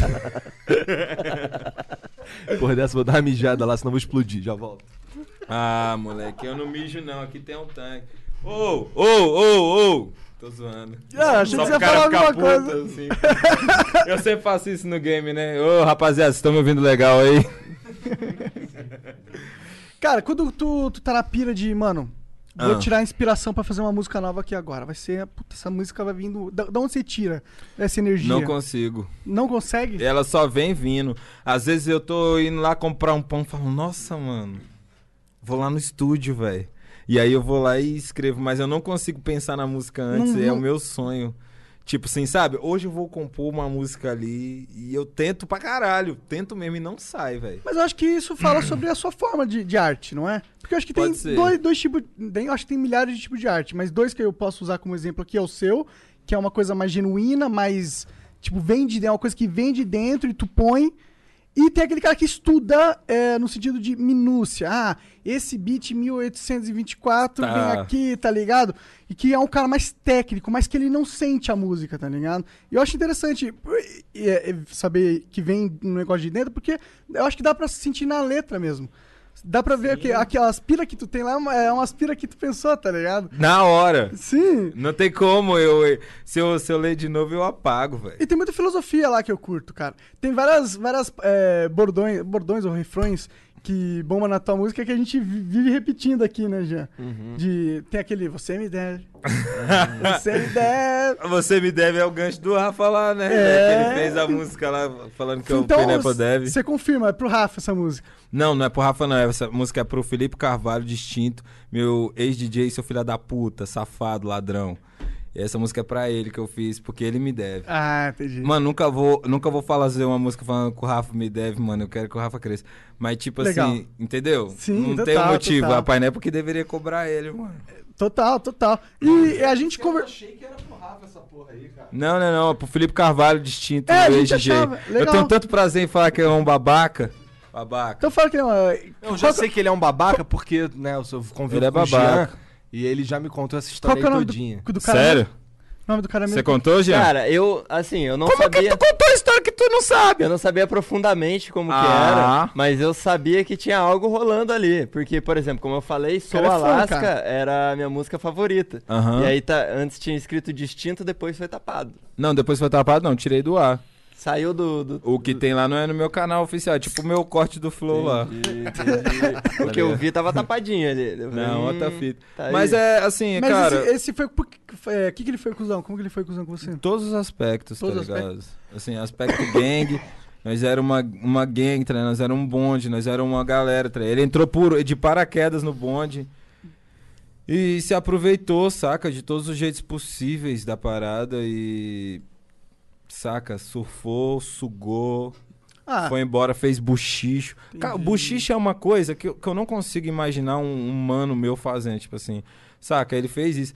Porra, dessa, vou dar uma mijada lá, senão vou explodir. Já volto. Ah, moleque, eu não mijo não. Aqui tem um tanque. Ô! Tô zoando. Achei Só que você pro ia falar cara ficar alguma puto, coisa. assim. Eu sempre faço isso no game, né? Ô, rapaziada, vocês estão me ouvindo legal aí? Cara, quando tu tá na pira de, mano, vou tirar inspiração pra fazer uma música nova aqui agora. Vai ser, puta, essa música vai vindo... Da onde você tira essa energia? Não consigo. Não consegue? Ela só vem vindo. Às vezes eu tô indo lá comprar um pão e falo, nossa, mano, vou lá no estúdio, velho. E aí eu vou lá e escrevo, mas eu não consigo pensar na música antes, é o meu sonho. Tipo assim, sabe? Hoje eu vou compor uma música ali e eu tento pra caralho. Tento mesmo e não sai, velho. Mas eu acho que isso fala sobre a sua forma de arte, não é? Porque eu acho que Pode tem ser. dois tipos... Eu acho que tem milhares de tipos de arte, mas dois que eu posso usar como exemplo aqui é o seu, que é uma coisa mais genuína, mais... Tipo, vem de dentro, é uma coisa que vem de dentro e tu põe... E tem aquele cara que estuda no sentido de minúcia. Ah, esse beat 1824 Tá. vem aqui, tá ligado? E que é um cara mais técnico, mas que ele não sente a música, tá ligado? E eu acho interessante saber que vem um negócio de dentro, porque eu acho que dá pra sentir na letra mesmo. Dá pra ver que aquelas pira que tu tem lá é umas pira que tu pensou, tá ligado? Na hora. Sim. Não tem como, se eu ler de novo eu apago, velho. E tem muita filosofia lá que eu curto, cara. Tem várias bordões ou refrões que bombam na tua música que a gente vive repetindo aqui, né, Jean? Tem aquele, você me deve. Você me deve. Você me deve é o gancho do Rafa lá, né? Que ele fez a música lá falando que Então, o Penepa deve. você confirma, é pro Rafa essa música. Não é pro Rafa, não. Essa música é pro Felipe Carvalho, distinto. Meu ex-DJ, seu filho da puta, safado, ladrão. E essa música é pra ele que eu fiz, porque ele me deve. Ah, entendi. Mano, nunca vou fazer uma música falando que o Rafa me deve, mano. Eu quero que o Rafa cresça. Mas, tipo Legal. assim, entendeu? Sim, não total, tem um motivo. total. A Pineapple que deveria cobrar ele, mano. Total. E a gente conversou. achei que era pro Rafa essa porra aí, cara. Não. É pro Felipe Carvalho, distinto, É, a meu gente ex-DJ. achava. Legal. Eu tenho tanto prazer em falar que é um babaca. Então fala que é uma... Eu já sei que ele é um babaca porque, né, eu sou convido Ele é com o babaca. Jean e ele já me contou essa Qual história que é o aí nome todinha. do cara? Sério? O nome do cara mesmo? Você contou, Jean? Cara, eu não Como sabia... que tu contou a história que tu não sabe? Eu não sabia profundamente como que Ah. era, mas eu sabia que tinha algo rolando ali. Porque, por exemplo, como eu falei, Sou cara é fã, Alaska cara. era a minha música favorita. Aham. E aí antes tinha escrito distinto, depois foi tapado. Não, depois foi tapado, não. Tirei do ar. Saiu do... O que tem lá não é no meu canal oficial. É tipo o meu corte do Flow lá. Entendi. O que eu vi tava tapadinho ali. Eu falei, Não, outra fita. tá aí. Mas é assim, Mas cara... esse foi... O que ele foi, cuzão? Como que ele foi, cuzão, com você? Em todos os aspectos, Todos os tá ligado? Assim, aspecto gang, nós era uma gang, tá ligado? Nós era um bonde, nós era uma galera, tá ligado? Ele entrou de paraquedas no bonde e se aproveitou, saca? De todos os jeitos possíveis da parada e... Saca? Surfou, sugou, foi embora, fez buchicho. Cara, buchicho é uma coisa que eu não consigo imaginar um mano meu fazendo, tipo assim... Saca, ele fez isso.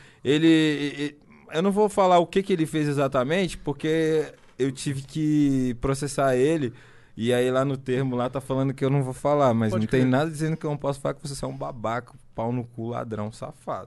Eu não vou falar o que ele fez exatamente, porque eu tive que processar ele. E aí lá no termo lá tá falando que eu não vou falar, mas Pode não tem crer. nada dizendo que eu não posso falar que você é um babaca, pau no cu, ladrão, safado.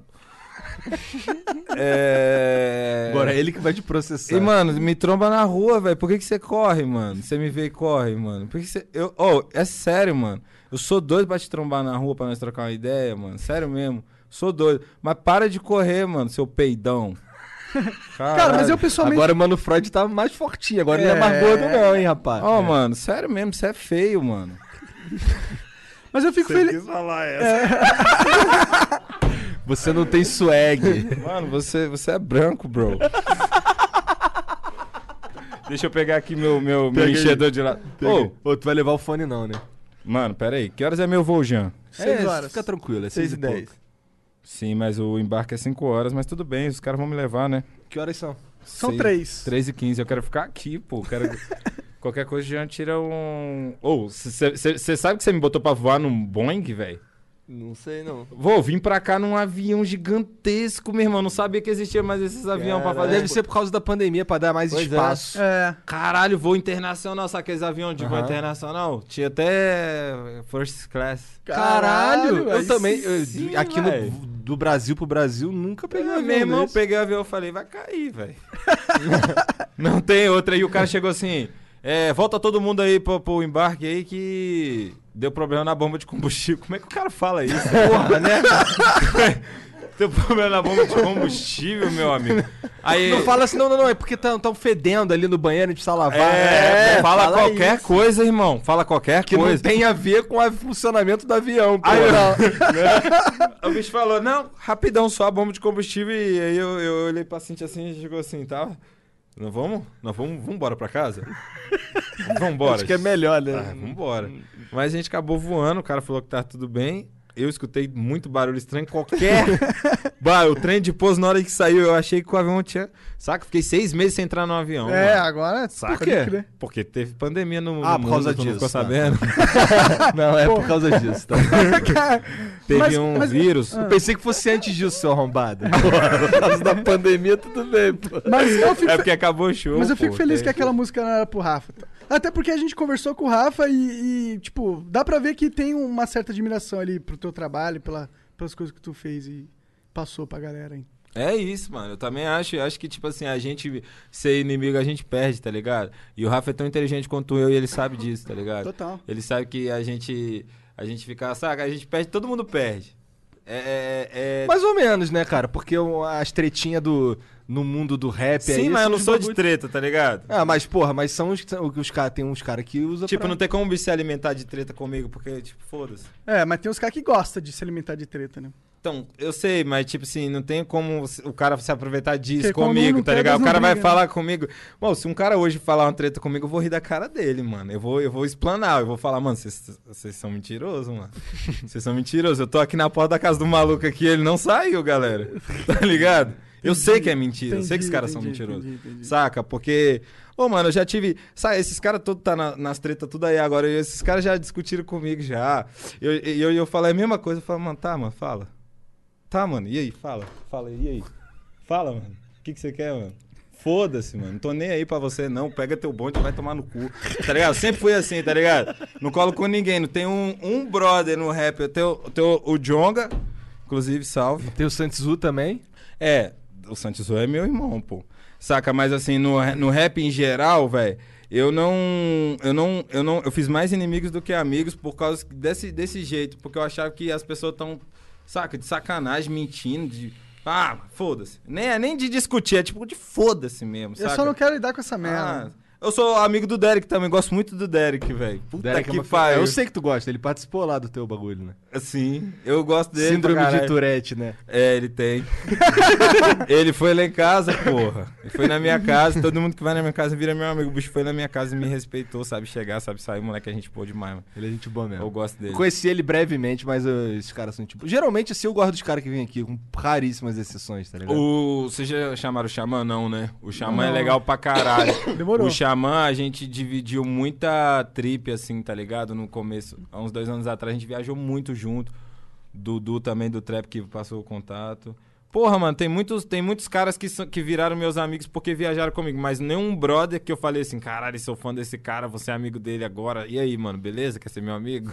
Agora é ele que vai te processar. E, mano, me tromba na rua, velho. Por que você corre, mano? Você me vê e corre, mano. Por que você... é sério, mano. Eu sou doido pra te trombar na rua pra nós trocar uma ideia, mano. Sério mesmo. Sou doido. Mas para de correr, mano, seu peidão. Cara, mas eu pessoalmente... Agora o Mano Freud tá mais fortinho. Agora ele não é mais gordo não, hein, rapaz. Mano, sério mesmo, você é feio, mano. Mas eu fico feliz... falar essa. Você não tem swag. Mano, você é branco, bro. Deixa eu pegar aqui meu Pega aí. enchedor de lado. Ô, tu vai levar o fone não, né? Mano, pera aí. Que horas é meu voo, Jean? 6 horas. Fica tranquilo, é 6h10. Sim, mas o embarque é 5 horas, mas tudo bem, os caras vão me levar, né? Que horas são? São 3. 3h15, eu quero ficar aqui, pô. Qualquer coisa, Jean tira um... Você sabe que você me botou pra voar num Boeing, velho? Não sei, não. Vou vir pra cá num avião gigantesco, meu irmão. Não sabia que existia mais esses aviões pra fazer. Deve ser por causa da pandemia, pra dar mais Pois espaço. Caralho, voo internacional. Sabe aqueles aviões de voo internacional? Tinha até first class. Caralho, eu também. sim, Aqui do Brasil pro Brasil, nunca peguei um avião Meu irmão, desse. peguei o avião e falei, vai cair, velho. Não tem outra. E o cara chegou assim, volta todo mundo aí pro embarque aí que deu problema na bomba de combustível. Como é que o cara fala isso? Porra, né? Deu problema na bomba de combustível, meu amigo. Aí, Não fala assim, não, é porque tão fedendo ali no banheiro, a gente precisa lavar. fala qualquer coisa, irmão. Fala qualquer Que coisa. não tem a ver com o funcionamento do avião, pô. Aí, o bicho falou, não, rapidão, só a bomba de combustível. E aí eu olhei pra Cintia assim e chegou assim, tá? Vamos embora pra casa? Vambora. Acho que é melhor, né? Vambora. Mas a gente acabou voando, o cara falou que tá tudo bem. Eu escutei muito barulho estranho, qualquer... o trem de pouso, na hora que saiu, eu achei que o avião tinha... Saca? Fiquei 6 meses sem entrar no avião. Mano. Agora... Saca? Por quê? Porque teve pandemia no por mundo, causa tu não disso, ficou tá. sabendo? Não, é por causa disso, tá? Teve um vírus. Eu pensei que fosse antes disso, seu arrombado. Por causa da pandemia, tudo bem, pô. Mas eu fico, É porque acabou o show. mas eu fico pô, feliz tem- que aquela música não era pro Rafa. Até porque a gente conversou com o Rafa e, tipo, dá pra ver que tem uma certa admiração ali pro teu trabalho, pelas coisas que tu fez e passou pra galera, hein? É isso, mano. Eu também acho que, tipo assim, a gente ser inimigo, a gente perde, tá ligado? E o Rafa é tão inteligente quanto eu e ele sabe disso, tá ligado? Total. Ele sabe que a gente fica, saca? A gente perde, todo mundo perde. Mais ou menos, né, cara? Porque as tretinhas no mundo do rap aí... Sim, mas eu são não os sou de bagulho- treta, tá ligado? Ah, mas porra, mas são os caras... Tem uns caras que usam Tipo, pra... não tem como o bicho se alimentar de treta comigo, porque, tipo, foda-se. Mas tem uns caras que gostam de se alimentar de treta, né? Então, eu sei, mas tipo assim, não tem como o cara se aproveitar disso Porque quando comigo, não tá quer, ligado? Deus O cara não vai briga, falar comigo. Bom, se um cara hoje falar uma treta comigo, eu vou rir da cara dele, mano. Eu vou explanar, eu vou falar, mano, vocês são mentirosos, mano. Vocês são mentirosos. Eu tô aqui na porta da casa do maluco aqui, ele não saiu, galera. Tá ligado? Eu sei que é mentira, eu sei que os caras são mentirosos. Entendi. Saca? Porque... Ô, mano, eu já tive... Sabe, esses caras todos tá nas tretas tudo aí agora. E esses caras já discutiram comigo já. Eu falei a mesma coisa. Eu falo, mano, tá, mano, fala. Tá, mano, e aí? Fala, e aí? Fala, mano. O que você quer, mano? Foda-se, mano. Não tô nem aí pra você, não. Pega teu bonde e vai tomar no cu. Tá ligado? Sempre fui assim, tá ligado? Não colo com ninguém. Não tem um brother no rap. Eu tenho o Djonga, inclusive, salve. Tem o Santizu também. O Santizo é meu irmão, pô. Saca? Mas assim, no rap em geral, velho, eu fiz mais inimigos do que amigos por causa desse jeito. Porque eu achava que as pessoas tão, saca, de sacanagem, mentindo, foda-se. Nem de discutir, é tipo de foda-se mesmo, saca? Eu só não quero lidar com essa merda. Eu sou amigo do Derek também, gosto muito do Derek, velho. Puta Derek que é uma... pariu. Eu sei que tu gosta, ele participou lá do teu bagulho, né? Sim, eu gosto dele. Síndrome pra de caralho. Tourette, né? Ele tem. Ele foi lá em casa, porra. Ele foi na minha casa, todo mundo que vai na minha casa vira meu amigo. O bicho foi na minha casa e me respeitou, sabe chegar, sabe sair, moleque, a gente pô demais, mano. Ele é gente boa mesmo. Eu gosto dele. Conheci ele brevemente, mas esses caras são tipo... Geralmente, assim, eu gosto dos caras que vêm aqui, com raríssimas exceções, tá ligado? Vocês já chamaram o Xamã? Não, né? O Xamã é legal pra caralho. Demorou. O Xamã, a gente dividiu muita trip, assim, tá ligado? No começo, há uns 2 anos atrás, a gente viajou muito junto. Dudu também, do Trap, que passou o contato. Porra, mano, tem muitos caras que viraram meus amigos porque viajaram comigo, mas nenhum brother que eu falei assim, caralho, sou fã desse cara, você é amigo dele agora. E aí, mano, beleza? Quer ser meu amigo?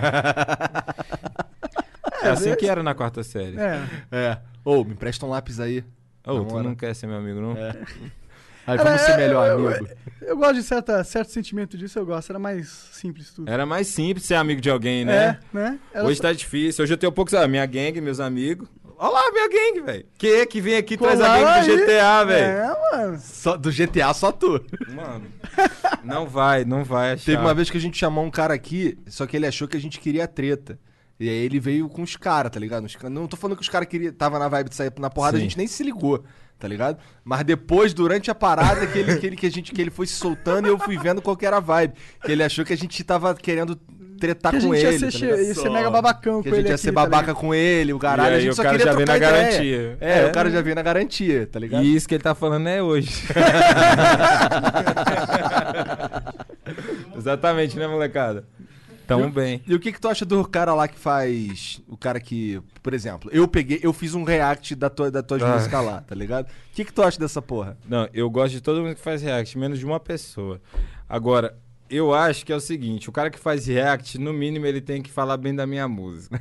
É assim que era na 4ª série. Ô, me empresta um lápis aí. Ô, tu Namora. não quer ser meu amigo, não? Aí vamos ser melhor amigo. Eu gosto de certo sentimento disso, eu gosto. Era mais simples tudo. Era mais simples ser amigo de alguém, né? Né? Era Hoje só- tá difícil. Hoje eu tenho poucos... minha gangue, meus amigos. Olha lá, minha gangue, velho. Que vem aqui e traz a Colaram gangue do aí. GTA, velho. mano. Só, do GTA, só tu. Mano, não vai achar. Teve uma vez que a gente chamou um cara aqui, só que ele achou que a gente queria treta. E aí ele veio com os caras, tá ligado? Não tô falando que os caras tava na vibe de sair na porrada, Sim. a gente nem se ligou, tá ligado? Mas depois, durante a parada, que ele foi se soltando e eu fui vendo qual que era a vibe. Que ele achou que a gente tava querendo tretar Que a com gente ele. ia ser, tá ligado? ia ser mega babacão Que com a gente ele ia aqui, ser tá babaca ligado? com ele, o caralho. E A aí gente o só cara queria já vem trocar na ideia. garantia. É, o cara já veio na garantia, tá ligado? E isso que ele tá falando é hoje. Exatamente, né, molecada? Tamo bem. E o que tu acha do cara lá que faz... O cara que... Por exemplo, eu fiz um react das tuas músicas lá, tá ligado? O que tu acha dessa porra? Não, eu gosto de todo mundo que faz react, menos de uma pessoa. Agora, eu acho que é o seguinte, o cara que faz react, no mínimo, ele tem que falar bem da minha música.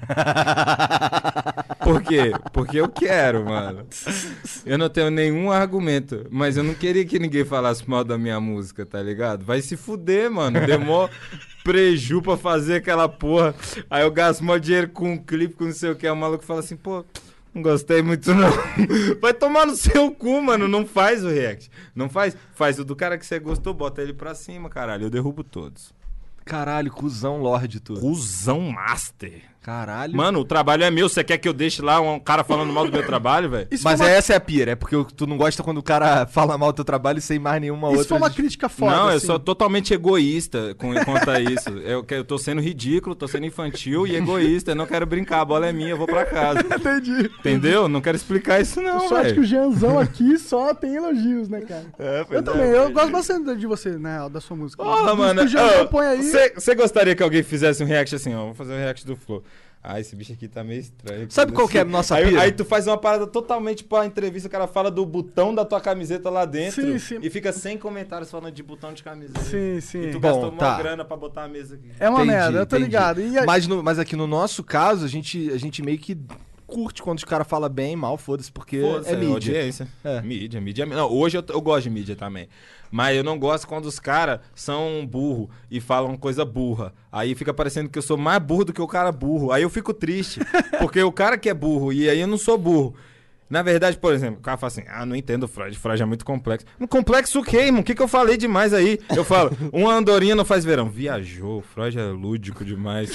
Por quê? Porque eu quero, mano. Eu não tenho nenhum argumento, mas eu não queria que ninguém falasse mal da minha música, tá ligado? Vai se fuder, mano. Demora preju pra fazer aquela porra. Aí eu gasto mó dinheiro com um clipe, com não sei o que. Aí o maluco fala assim, pô, não gostei muito não. Vai tomar no seu cu, mano. Não faz o react. Não faz. Faz o do cara que você gostou, bota ele pra cima, caralho. Eu derrubo todos. Caralho, cuzão lorde tu. Cusão master. Caralho. Mano, o trabalho é meu. Você quer que eu deixe lá um cara falando mal do meu trabalho, velho? Mas essa é a pira, é porque tu não gosta quando o cara fala mal do teu trabalho sem mais nenhuma outra... Isso foi uma crítica foda, Não, eu assim. sou totalmente egoísta quanto a isso. Eu tô sendo ridículo, tô sendo infantil e egoísta. Eu não quero brincar, a bola é minha, eu vou pra casa. Entendi. Entendeu? Não quero explicar isso não, Só acho que o velho. Jeanzão aqui só tem elogios, né, cara? Eu também, eu gosto bastante de você, né, da sua música. Porra, Os mano. que o Jeanzão põe aí... Você gostaria que alguém fizesse um react assim, ó? Vou fazer um react do Flow. Ah, esse bicho aqui tá meio estranho. Sabe qual que é a nossa pira? Aí tu faz uma parada totalmente pra entrevista, o cara fala do botão da tua camiseta lá dentro. Sim, sim. E fica sem comentários falando de botão de camiseta. Sim, sim. E tu Bom, gastou uma tá. grana pra botar a mesa aqui. É uma Entendi, merda, eu tô entendi. ligado. E Mas aqui no nosso caso, a gente meio que curte quando os caras falam bem, mal, foda-se, porque Foda-se, é mídia. audiência. É. Mídia. Não, hoje eu gosto de mídia também. Mas eu não gosto quando os caras são burro e falam coisa burra. Aí fica parecendo que eu sou mais burro do que o cara burro. Aí eu fico triste, porque o cara que é burro e aí eu não sou burro. Na verdade, por exemplo, o cara fala assim, não entendo o Freud é muito complexo. Complexo o quê, irmão? O que eu falei demais aí? Eu falo, uma andorinha não faz verão. Viajou, o Freud é lúdico demais.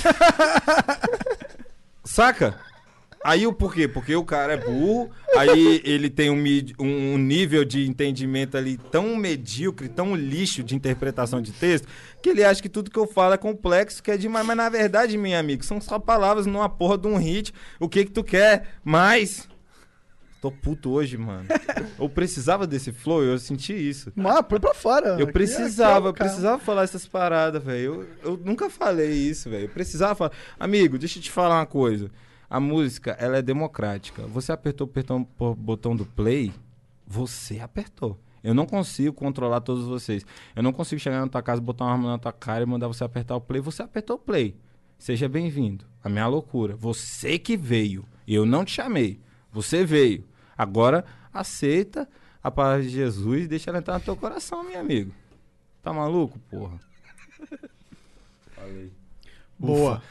Saca? Aí o porquê? Porque o cara é burro, aí ele tem um nível de entendimento ali tão medíocre, tão lixo de interpretação de texto, que ele acha que tudo que eu falo é complexo, que é demais. Mas na verdade, meu amigo, são só palavras numa porra de um hit. O que tu quer? Mais... Tô puto hoje, mano. Eu precisava desse flow, eu senti isso. Mas põe pra fora. Eu Aqui precisava, é eu precisava falar essas paradas, velho. Eu nunca falei isso, velho. Eu precisava falar. Amigo, deixa eu te falar uma coisa. A música, ela é democrática. Você apertou o botão do play, você apertou. Eu não consigo controlar todos vocês. Eu não consigo chegar na tua casa, botar uma arma na tua cara e mandar você apertar o play. Você apertou o play. Seja bem-vindo. A minha loucura. Você que veio. Eu não te chamei. Você veio. Agora, aceita a palavra de Jesus e deixa ela entrar no teu coração, meu amigo. Tá maluco, porra? Falei. Boa.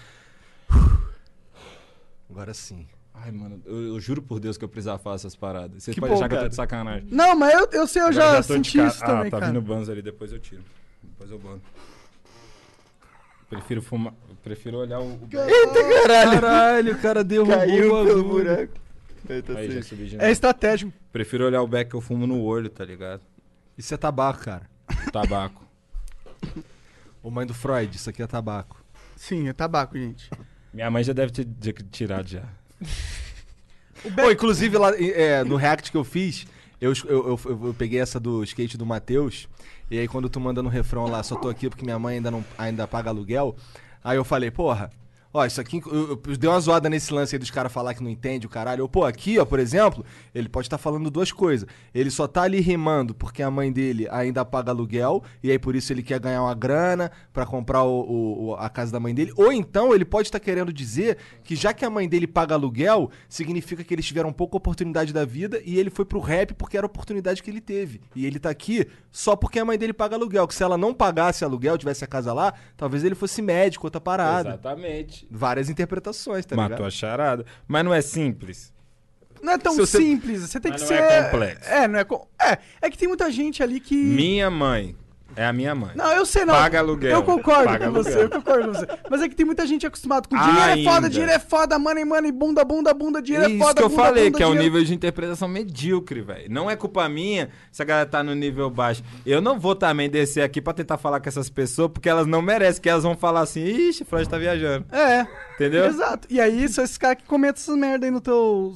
Agora sim. Ai, mano, eu juro por Deus que eu precisava falar essas paradas. Vocês Que podem bom, achar que eu tô cara. de sacanagem. Não, mas eu sei, eu Agora já tô de senti ca- isso também, tá cara. vindo bans ali, depois eu tiro. Depois eu bano. Prefiro fumar, prefiro olhar o... Caralho, o cara derrubou Caiu o pelo bagulho. buraco. Eu tô Aí, já sem. subi de É novo. estratégico. Prefiro olhar o beck que eu fumo no olho, tá ligado? Isso é tabaco, cara. Tabaco. Ô mãe do Freud, isso aqui é tabaco. Sim, é tabaco, gente. Minha mãe já deve ter tirado já. Pô, inclusive, lá, no react que eu fiz, eu peguei essa do skate do Matheus, e aí quando tu manda no refrão lá, só tô aqui porque minha mãe ainda paga aluguel, aí eu falei, porra, ó, isso aqui, eu dei uma zoada nesse lance aí dos caras falar que não entende o caralho. Pô, aqui, ó, por exemplo, ele pode estar falando duas coisas. Ele só tá ali rimando porque a mãe dele ainda paga aluguel, e aí por isso ele quer ganhar uma grana pra comprar a casa da mãe dele. Ou então ele pode estar querendo dizer que já que a mãe dele paga aluguel, significa que eles tiveram pouca oportunidade da vida e ele foi pro rap porque era a oportunidade que ele teve. E ele tá aqui só porque a mãe dele paga aluguel. Que se ela não pagasse aluguel, tivesse a casa lá, talvez ele fosse médico, outra parada. Exatamente. Várias interpretações, tá Matou ligado? a charada. Mas não é simples. Não é tão Se você- simples, você tem Mas que não ser... é complexo. Não é... É que tem muita gente ali que... Minha mãe é a minha mãe. Não, eu sei não. Paga aluguel. Eu concordo Paga com você, aluguel. eu concordo com você. Mas é que tem muita gente acostumada com dinheiro é foda, Ainda. dinheiro é foda, money, money, bunda, bunda, bunda, dinheiro é Isso foda, que eu bunda, falei, bunda, que é o dinheiro... nível de interpretação medíocre, velho. Não é culpa minha se a galera tá no nível baixo. Eu não vou também descer aqui pra tentar falar com essas pessoas, porque elas não merecem, que elas vão falar assim, ixi, Freud tá viajando. É, Entendeu? exato. E aí, são esses caras que comentam essas merda aí nos teus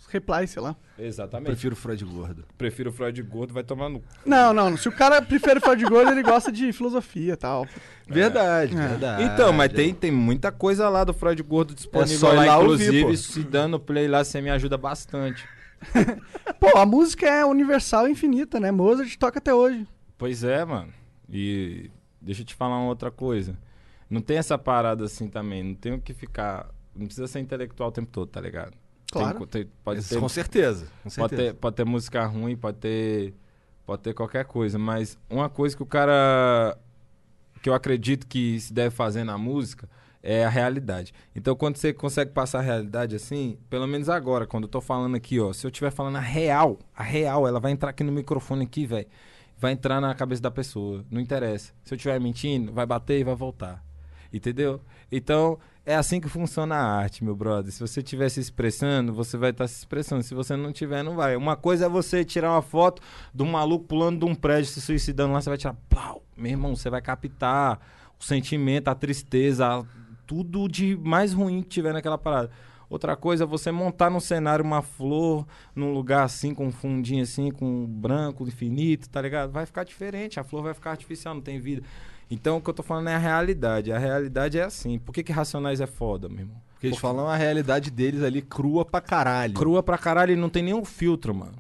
replies, sei lá. Exatamente. Prefiro o Freud gordo. Prefiro o Freud gordo, vai tomar no... Não. Se o cara prefere o Freud gordo, ele gosta de filosofia e tal. Verdade. Então, mas tem muita coisa lá do Freud gordo disponível só ir lá, lá inclusive, ouvir, pô. se dando play lá, você me ajuda bastante. Pô, a música é universal e infinita, né? Mozart toca até hoje. Pois é, mano. E deixa eu te falar uma outra coisa. Não tem essa parada assim também. Não tem o que ficar... Não precisa ser intelectual o tempo todo, tá ligado? Claro. Pode ter, Com certeza. pode ter música ruim, pode ter qualquer coisa. Mas uma coisa que o cara... Que eu acredito que se deve fazer na música é a realidade. Então, quando você consegue passar a realidade assim, pelo menos agora, quando eu tô falando aqui, ó, se eu estiver falando a real, ela vai entrar aqui no microfone aqui, velho. Vai entrar na cabeça da pessoa, não interessa. Se eu estiver mentindo, vai bater e vai voltar. Entendeu? Então, é assim que funciona a arte, meu brother. Se você estiver se expressando, você vai estar se expressando. Se você não tiver, não vai. Uma coisa é você tirar uma foto de um maluco pulando de um prédio, se suicidando lá, você vai tirar, pau, meu irmão, você vai captar o sentimento, a tristeza, tudo de mais ruim que tiver naquela parada. Outra coisa é você montar no cenário uma flor, num lugar assim, com um fundinho assim, com branco, infinito, tá ligado? Vai ficar diferente, a flor vai ficar artificial, não tem vida. Então, o que eu tô falando é a realidade. A realidade é assim. Por que Racionais é foda, meu irmão? Porque eles falam a realidade deles ali crua pra caralho. Crua pra caralho e não tem nenhum filtro, mano.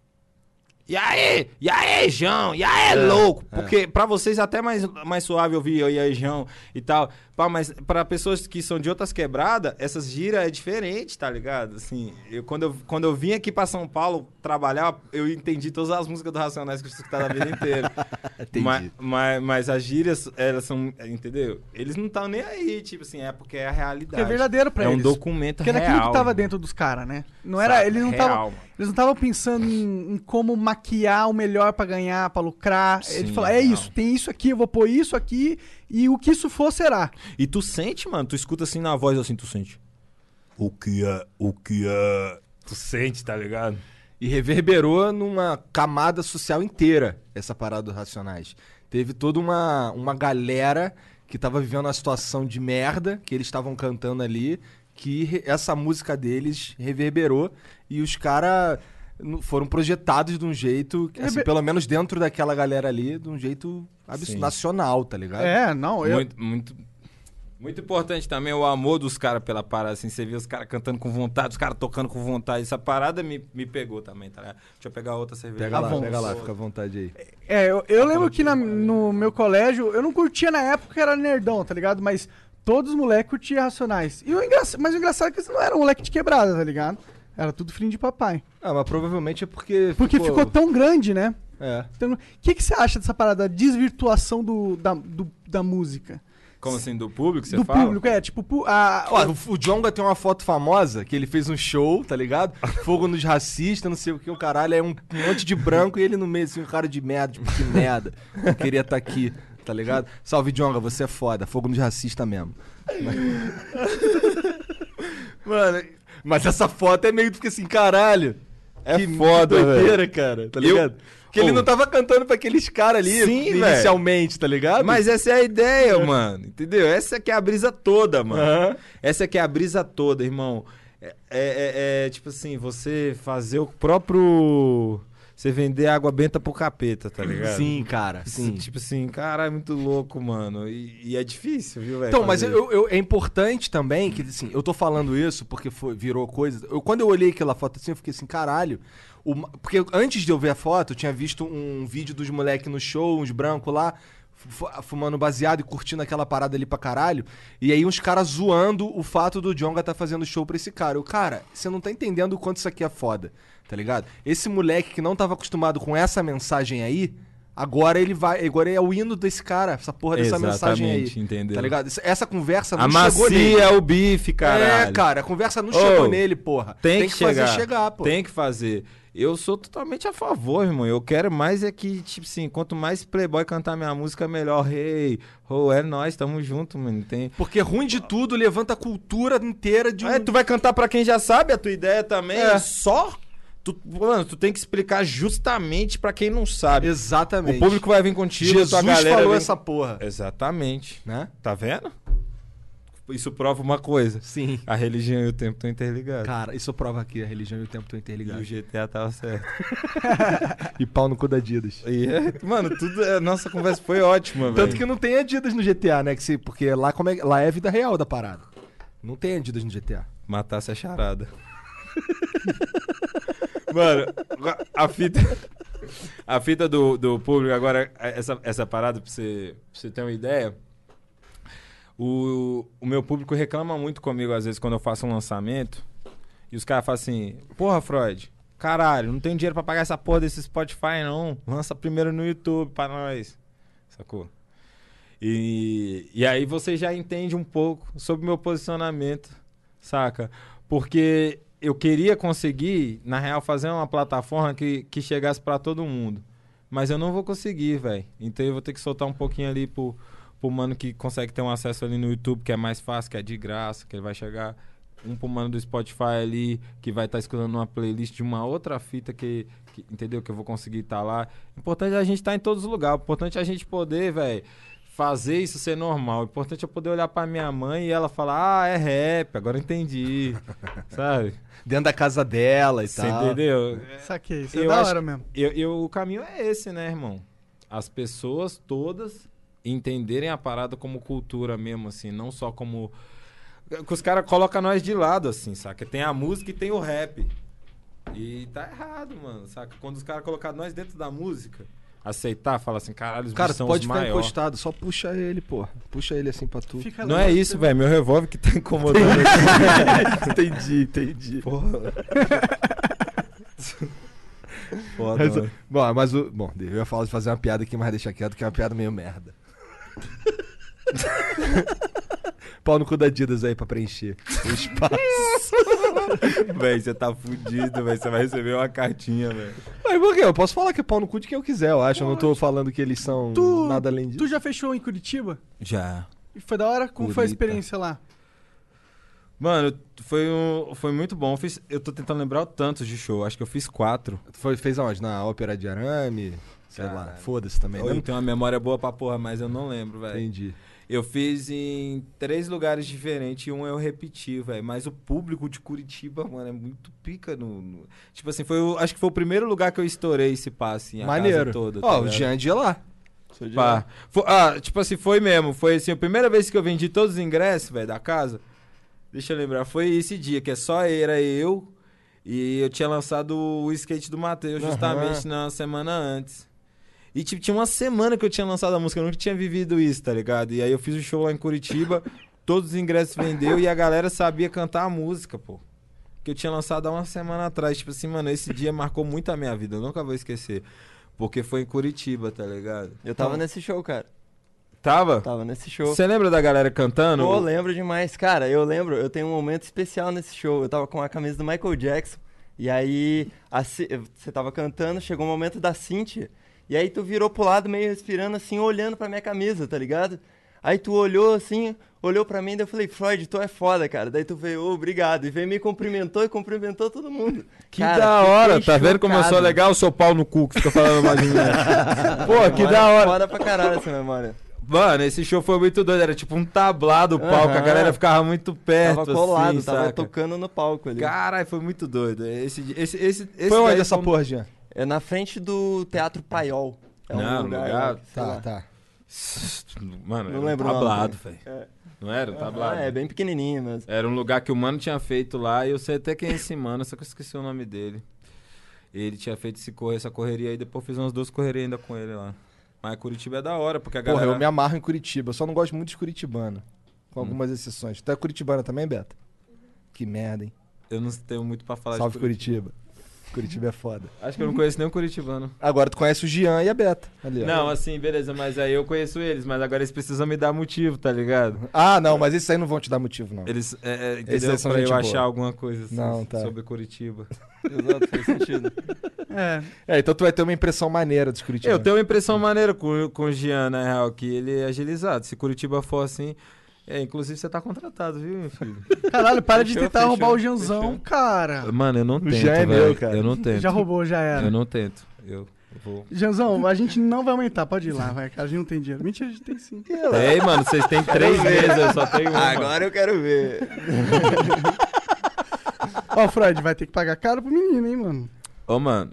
E aí, João? E aí, louco? Porque pra vocês é até mais suave ouvir e aí, João e tal. Pá, mas pra pessoas que são de outras quebradas, essas gírias é diferente, tá ligado? Assim, quando eu vim aqui pra São Paulo trabalhar, eu entendi todas as músicas do Racionais que eu escutava a vida inteira. Entendi. Mas as gírias, elas são, entendeu? Eles não estão nem aí, tipo assim, é porque é a realidade. Porque é verdadeiro pra eles. eles. É um documento porque real. Porque daquilo que tava mano. dentro dos caras, né? Não Sabe, era, eles não real, estavam pensando em como maquiar o melhor pra ganhar, pra lucrar. Sim, Eles falaram, isso, tem isso aqui, eu vou pôr isso aqui e o que isso for será. E tu sente, mano, tu escuta assim na voz, assim, tu sente. O que é? Tu sente, tá ligado? E reverberou numa camada social inteira essa parada dos Racionais. Teve toda uma galera que tava vivendo uma situação de merda, que eles estavam cantando ali, que essa música deles reverberou e os caras foram projetados de um jeito, assim, pelo menos dentro daquela galera ali, de um jeito nacional, tá ligado? Muito importante também o amor dos caras pela parada, assim, você vê os caras cantando com vontade, os caras tocando com vontade, essa parada me pegou também, tá ligado? Deixa eu pegar outra cerveja. Pega lá, fica à vontade aí. Eu lembro que no meu colégio, eu não curtia na época que era nerdão, tá ligado? Mas todos os moleques curtiam Racionais. Mas o engraçado é que eles não eram moleque de quebrada, tá ligado? Era tudo filhinho de papai. Ah, mas provavelmente é porque... Porque ficou tão grande, né? É. Então, o que você acha dessa parada, da desvirtuação da música? Como assim, do público, você do fala? Do público, tipo... O Djonga tem uma foto famosa, que ele fez um show, tá ligado? Fogo nos racistas, não sei o que, o caralho, é um monte de branco e ele no meio, assim, um cara de merda, tipo, que merda. Eu queria estar aqui, tá ligado? Salve, Djonga, você é foda, fogo nos racistas mesmo. Mano, mas essa foto é meio que assim, caralho. É que foda, doideira, velho. cara, tá ligado? Porque ele não tava cantando pra aqueles caras ali, Sim, inicialmente, tá ligado? Mas essa é a ideia, mano, entendeu? Essa que é a brisa toda, mano. Aham. Essa que é a brisa toda, irmão. Tipo assim, você fazer o próprio... Você vender água benta pro capeta, tá ligado? Sim, cara, sim. Tipo assim, cara, é muito louco, mano. E é difícil, viu, velho? Então, mas é importante também que, assim, eu tô falando isso porque virou coisa... Quando eu olhei aquela foto assim, eu fiquei assim, caralho... Porque antes de eu ver a foto, eu tinha visto um vídeo dos moleques no show, uns brancos lá, fumando baseado e curtindo aquela parada ali pra caralho. E aí uns caras zoando o fato do Djonga tá fazendo show pra esse cara. Cara, você não tá entendendo o quanto isso aqui é foda, tá ligado? Esse moleque que não tava acostumado com essa mensagem aí, agora agora é o hino desse cara, essa porra dessa mensagem aí. Entendeu? Tá ligado? Essa conversa não a chegou nele. macia é o bife, caralho. É, cara, a conversa não chegou nele, porra. Tem que fazer chegar, pô. Tem que fazer. Eu sou totalmente a favor, irmão. Eu quero mais é que, tipo assim, quanto mais Playboy cantar minha música, melhor. É nóis, tamo junto, mano. Porque ruim de tudo levanta a cultura inteira de tu vai cantar pra quem já sabe a tua ideia também, só... Mano, tu tem que explicar justamente pra quem não sabe. Exatamente. O público vai vir contigo, Jesus tua galera falou essa porra. Exatamente. Né? Tá vendo? isso prova uma coisa. Sim. A religião e o tempo estão interligados. Cara, isso prova que a religião e o tempo estão E interligados. o GTA tava certo. E pau no cu da Adidas. E mano, a nossa conversa foi ótima, velho. Tanto que não tem Adidas no GTA, né? Porque lá, lá é a vida real da parada. Não tem Adidas no GTA. Matasse a charada. Mano, a fita do público, agora, essa parada, pra você ter uma ideia, o meu público reclama muito comigo, às vezes, quando eu faço um lançamento, e os caras falam assim, porra, Freud, caralho, não tenho dinheiro pra pagar essa porra desse Spotify, não. Lança primeiro no YouTube pra nós. Sacou? E aí você já entende um pouco sobre o meu posicionamento, saca? Porque eu queria conseguir, na real, fazer uma plataforma que chegasse pra todo mundo. Mas eu não vou conseguir, velho. Então eu vou ter que soltar um pouquinho ali pro mano que consegue ter um acesso ali no YouTube, que é mais fácil, que é de graça, que ele vai chegar. Um pro mano do Spotify ali, que vai estar escutando uma playlist de uma outra fita que entendeu? Que eu vou conseguir estar lá. O importante é a gente estar em todos os lugares. O importante é a gente poder, velho, fazer isso ser normal. O importante é eu poder olhar pra minha mãe e ela falar, é rap, agora eu entendi. Sabe? Dentro da casa dela e Você tal. entendeu? Saquei, isso é da hora mesmo. O caminho é esse, né, irmão? As pessoas todas entenderem a parada como cultura mesmo, assim, não só como... Que os caras colocam nós de lado, assim, saca? Tem a música e tem o rap. E tá errado, mano, saca? Quando os caras colocaram nós dentro da música, aceitar, fala assim, caralho, os Cara, bichos tu são pode os ficar maior. encostado, só puxa ele, pô. Puxa ele assim pra tu. Fica Não legal, é isso, velho, meu revólver que tá incomodando. Entendi. Porra. Foda, mano. Mas eu ia falar de fazer uma piada aqui, mas deixa quieto, que é uma piada meio merda. Pau no cu da Adidas aí pra preencher o espaço. Véi, você tá fudido, velho. Você vai receber uma cartinha, velho. Mas por quê? Eu posso falar que é pau no cu de quem eu quiser, eu acho. Eu não tô falando que eles são nada além disso. Tu já fechou em Curitiba? Já. E foi da hora? Como foi a Bonita. experiência lá? Mano, foi muito bom. Eu tô tentando lembrar o tanto de show. Acho que eu fiz 4. Fez aonde? Na Ópera de Arame? Sei lá. Caralho. Foda-se também. Eu Né? tenho uma memória boa pra porra, mas eu não lembro, velho. Entendi. Eu fiz em 3 lugares diferentes e um eu repeti, velho. Mas o público de Curitiba, mano, é muito pica no... Tipo assim, acho que foi o primeiro lugar que eu estourei esse passe, a Maneiro. casa toda. Ó, tá o ligado? Jean de lá. Pá. Tipo assim, foi mesmo. Foi assim, a primeira vez que eu vendi todos os ingressos, velho, da casa. Deixa eu lembrar, foi esse dia, que era eu e eu tinha lançado o skate do Matheus justamente na semana antes. E tipo, tinha uma semana que eu tinha lançado a música, eu nunca tinha vivido isso, tá ligado? E aí eu fiz o show lá em Curitiba, todos os ingressos vendeu e a galera sabia cantar a música, pô. Que eu tinha lançado há uma semana atrás. Tipo assim, mano, esse dia marcou muito a minha vida, eu nunca vou esquecer. Porque foi em Curitiba, tá ligado? Eu tava nesse show, cara. Tava? Tava nesse show. Você lembra da galera cantando? Pô, lembro demais. Cara, eu tenho um momento especial nesse show. Eu tava com a camisa do Michael Jackson. E aí, você tava cantando, chegou o momento da Cynthia. E aí tu virou pro lado meio respirando assim, olhando pra minha camisa, tá ligado? Aí tu olhou assim, olhou pra mim, daí eu falei, Freud, tu é foda, cara. Daí tu veio, obrigado. E veio me cumprimentou e cumprimentou todo mundo. Que Cara, da hora, fiquei tá vendo como eu sou chocado. legal, o seu pau no cu que fica falando mais de mim. Pô, que da hora. Foda pra caralho essa memória. Mano, esse show foi muito doido, era tipo um tablado o palco, a galera ficava muito perto, Tava colado, assim, tava saca? tocando no palco ali. Caralho, foi muito doido. Esse Foi onde daí essa foi um- porra, Jean? É na frente do Teatro Paiol. É Não, lugar- lá, sei lá. Tá. Mano, Não era um lembro o nome tablado, dele. velho. Não era um tablado? É bem pequenininho, mas... Era um lugar que o mano tinha feito lá e eu sei até quem é esse mano, só que eu esqueci o nome dele. Ele tinha feito essa correria aí, depois eu fiz umas 2 correrias ainda com ele lá. Mas Curitiba é da hora, porque a Porra, galera... eu me amarro em Curitiba. Eu só não gosto muito de curitibano. Com algumas exceções. Tu é curitibana também, Beto? Que merda, hein? Eu não tenho muito pra falar Salve de Curitiba. Curitiba é foda. Acho que eu não conheço nenhum curitibano. Agora tu conhece o Jean e a Beta. Ali, ó. Não, assim, beleza, mas aí eu conheço eles, mas agora eles precisam me dar motivo, tá ligado? Ah, não, mas esses aí não vão te dar motivo, não. Eles, Esses entendeu? aí são Pra gente eu boa. achar alguma coisa assim, Não, tá. sobre Curitiba. Exato, faz sentido. Então tu vai ter uma impressão maneira dos curitibanos. Eu tenho uma impressão maneira com o Jean, na real, que ele é agilizado. Se Curitiba for assim... inclusive você tá contratado, viu, meu filho? Caralho, para de Fechou, tentar fechou, roubar o Janzão, fechou. cara. Mano, eu não tento, Jean é velho. meu, cara. Eu não tento. Já roubou, já era. Eu não tento. Vou. Janzão, a gente não vai aumentar, pode ir lá, vai, cara, a gente não tem dinheiro. Mentira, a gente tem sim. Ei, mano, vocês têm 3 meses, eu só tenho uma. Agora eu quero ver. Ó, Freud, vai ter que pagar caro pro menino, hein, mano. Ô, mano,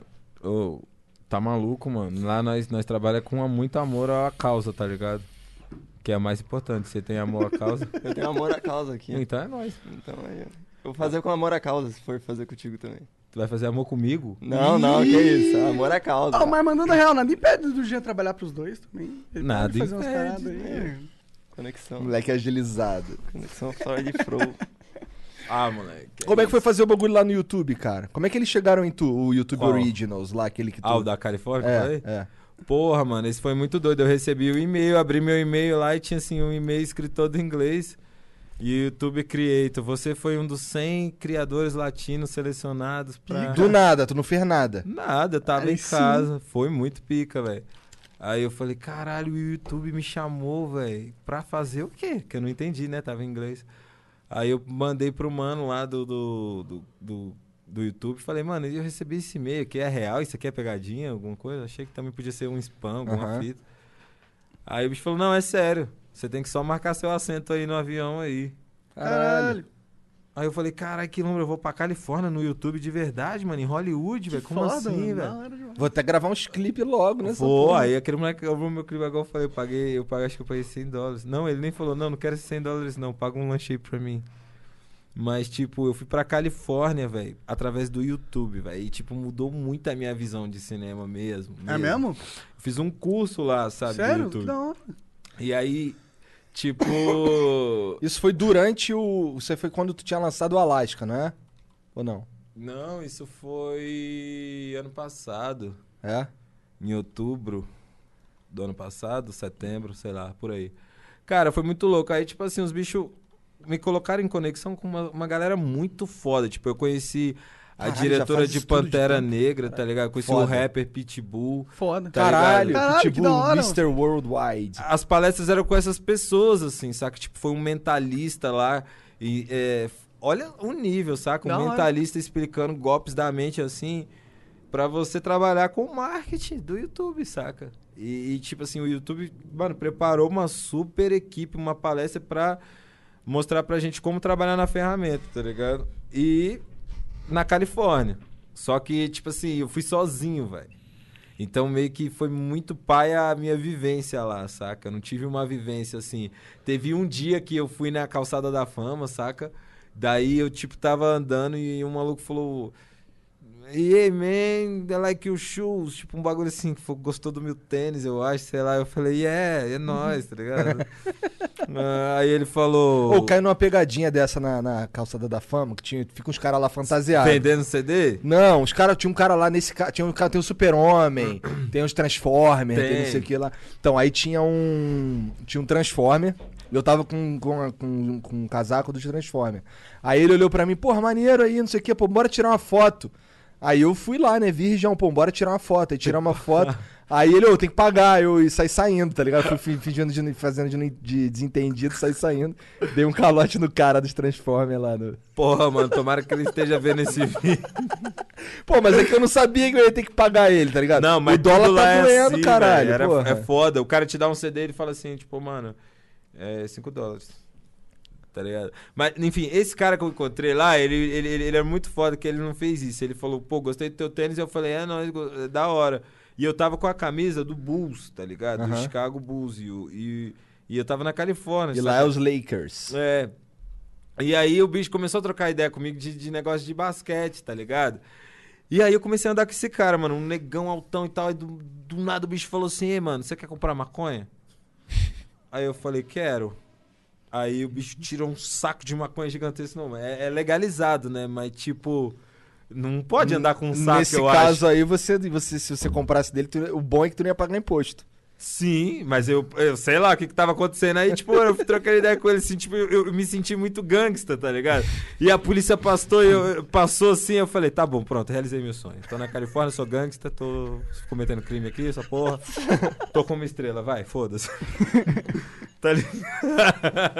tá maluco, mano. Lá nós trabalhamos com muito amor à causa, tá ligado? Que é a mais importante. Você tem amor à causa? Eu tenho amor à causa aqui. Então é nóis. Então aí, eu vou fazer com amor à causa, se for fazer contigo também. Tu vai fazer amor comigo? Não, que isso. Amor à causa. Ó, mas mandando a real, nada impede do Jean trabalhar pros dois também. Ele Nada pode fazer umas impede, paradas aí. Conexão. Moleque agilizado. Conexão Freud e Fro. Ah, moleque. Como é que foi fazer o bagulho lá no YouTube, cara? Como é que eles chegaram em o YouTube Qual? Originals lá, aquele que tu... Ah, o da Califórnia? que eu falei? É. Porra, mano, esse foi muito doido. Eu recebi o e-mail, abri meu e-mail lá e tinha assim um e-mail escrito todo em inglês. E YouTube Creator, você foi um dos 100 criadores latinos selecionados pra... Do nada, tu não fez nada. Nada, eu tava Aí em sim. casa. Foi muito pica, velho. Aí eu falei, caralho, o YouTube me chamou, velho, pra fazer o quê? Que eu não entendi, né? Tava em inglês. Aí eu mandei pro mano lá do YouTube, falei, mano, eu recebi esse e-mail aqui, é real? Isso aqui é pegadinha, alguma coisa? Achei que também podia ser um spam, alguma fita. Aí o bicho falou, não, é sério, você tem que só marcar seu assento aí no avião aí. Caralho. Aí eu falei, caralho, que número, eu vou pra Califórnia no YouTube de verdade, mano, em Hollywood, velho, como Foda, assim, mano, da velho? hora demais. Vou até gravar uns clipes logo, né? Vou, aí aquele moleque ouviu meu clipe agora, eu falei, acho que eu paguei $100. Não, ele nem falou, não quero esses $100 não, paga um lanche aí pra mim. Mas, tipo, eu fui pra Califórnia, velho, através do YouTube, velho. E, tipo, mudou muito a minha visão de cinema mesmo. É mesmo? Fiz um curso lá, sabe, Sério? do Que YouTube. da hora. E aí, tipo... Isso foi durante o... Você foi quando tu tinha lançado o Alaska, não é? Ou não? Não, isso foi ano passado, É? em outubro do ano passado, setembro, sei lá, por aí. Cara, foi muito louco. Aí, tipo assim, os bichos me colocaram em conexão com uma galera muito foda. Tipo, eu conheci a Caralho, já diretora faz de isso tudo de Pantera tempo. Negra, tá ligado? Conheci Foda. o rapper Pitbull. Foda. Tá Caralho, ligado? Caralho, que tipo da hora, Mr. Worldwide. As palestras eram com essas pessoas, assim, saca? Tipo, foi um mentalista lá e... olha o nível, saca? Da Um hora. mentalista explicando golpes da mente, assim, pra você trabalhar com o marketing do YouTube, saca? E, tipo assim, o YouTube, mano, preparou uma super equipe, uma palestra pra mostrar pra gente como trabalhar na ferramenta, tá ligado? E na Califórnia. Só que, tipo assim, eu fui sozinho, velho. Então, meio que foi muito paia a minha vivência lá, saca? Eu não tive uma vivência, assim... Teve um dia que eu fui na Calçada da Fama, saca? Daí eu, tipo, tava andando e um maluco falou... Yeah, man, I like your shoes. Tipo, um bagulho assim, que gostou do meu tênis, eu acho, sei lá. Eu falei, é nóis, tá ligado? Aí ele falou... Ou caiu numa pegadinha dessa na Calçada da Fama, que fica uns caras lá fantasiados. Vendendo CD? Não, os caras, tinha um cara lá nesse cara, tem o Super-Homem, tem os Transformers, tem Tem. não sei o que lá. Então, aí tinha um Transformer, eu tava com um casaco do Transformer. Aí ele olhou pra mim, porra, maneiro aí, não sei o que, pô, bora tirar uma foto. Aí eu fui lá, né, virgão, pô, bora tirar uma foto. Aí tirar uma foto, aí ele, tem que pagar, eu saí saindo, tá ligado? Fui fazendo de desentendido, saí saindo. Dei um calote no cara dos Transformers lá no... Porra, mano, tomara que ele esteja vendo esse vídeo. Pô, mas é que eu não sabia que eu ia ter que pagar ele, tá ligado? Não, mas o dólar tudo lá tá é doendo, assim, caralho. velho. Porra. É foda. O cara te dá um CD e ele fala assim, tipo, mano, é $5. Tá ligado? Mas, enfim, esse cara que eu encontrei lá, ele era muito foda que ele não fez isso. Ele falou, pô, gostei do teu tênis. Eu falei, não, é da hora. E eu tava com a camisa do Bulls, tá ligado? Do Chicago Bulls. E eu tava na Califórnia. E sabe? lá é os Lakers. É. E aí o bicho começou a trocar ideia comigo de negócio de basquete, tá ligado? E aí eu comecei a andar com esse cara, mano, um negão altão e tal. E do nada o bicho falou assim, ei, mano, você quer comprar maconha? Aí eu falei, quero. Aí o bicho tirou um saco de maconha gigantesco. Não, é legalizado, né? Mas, tipo, não pode andar com um saco, Nesse eu caso acho. aí, se você comprasse dele, o bom é que tu não ia pagar imposto. Sim, mas eu sei lá o que tava acontecendo aí, tipo, eu fui trocando ideia com ele, assim, tipo, eu me senti muito gangsta, tá ligado? E a polícia passou assim, eu falei, tá bom, pronto, realizei meu sonho. Tô na Califórnia, sou gangsta, tô cometendo crime aqui, essa porra. Tô com uma estrela, vai, foda-se. Tá ligado?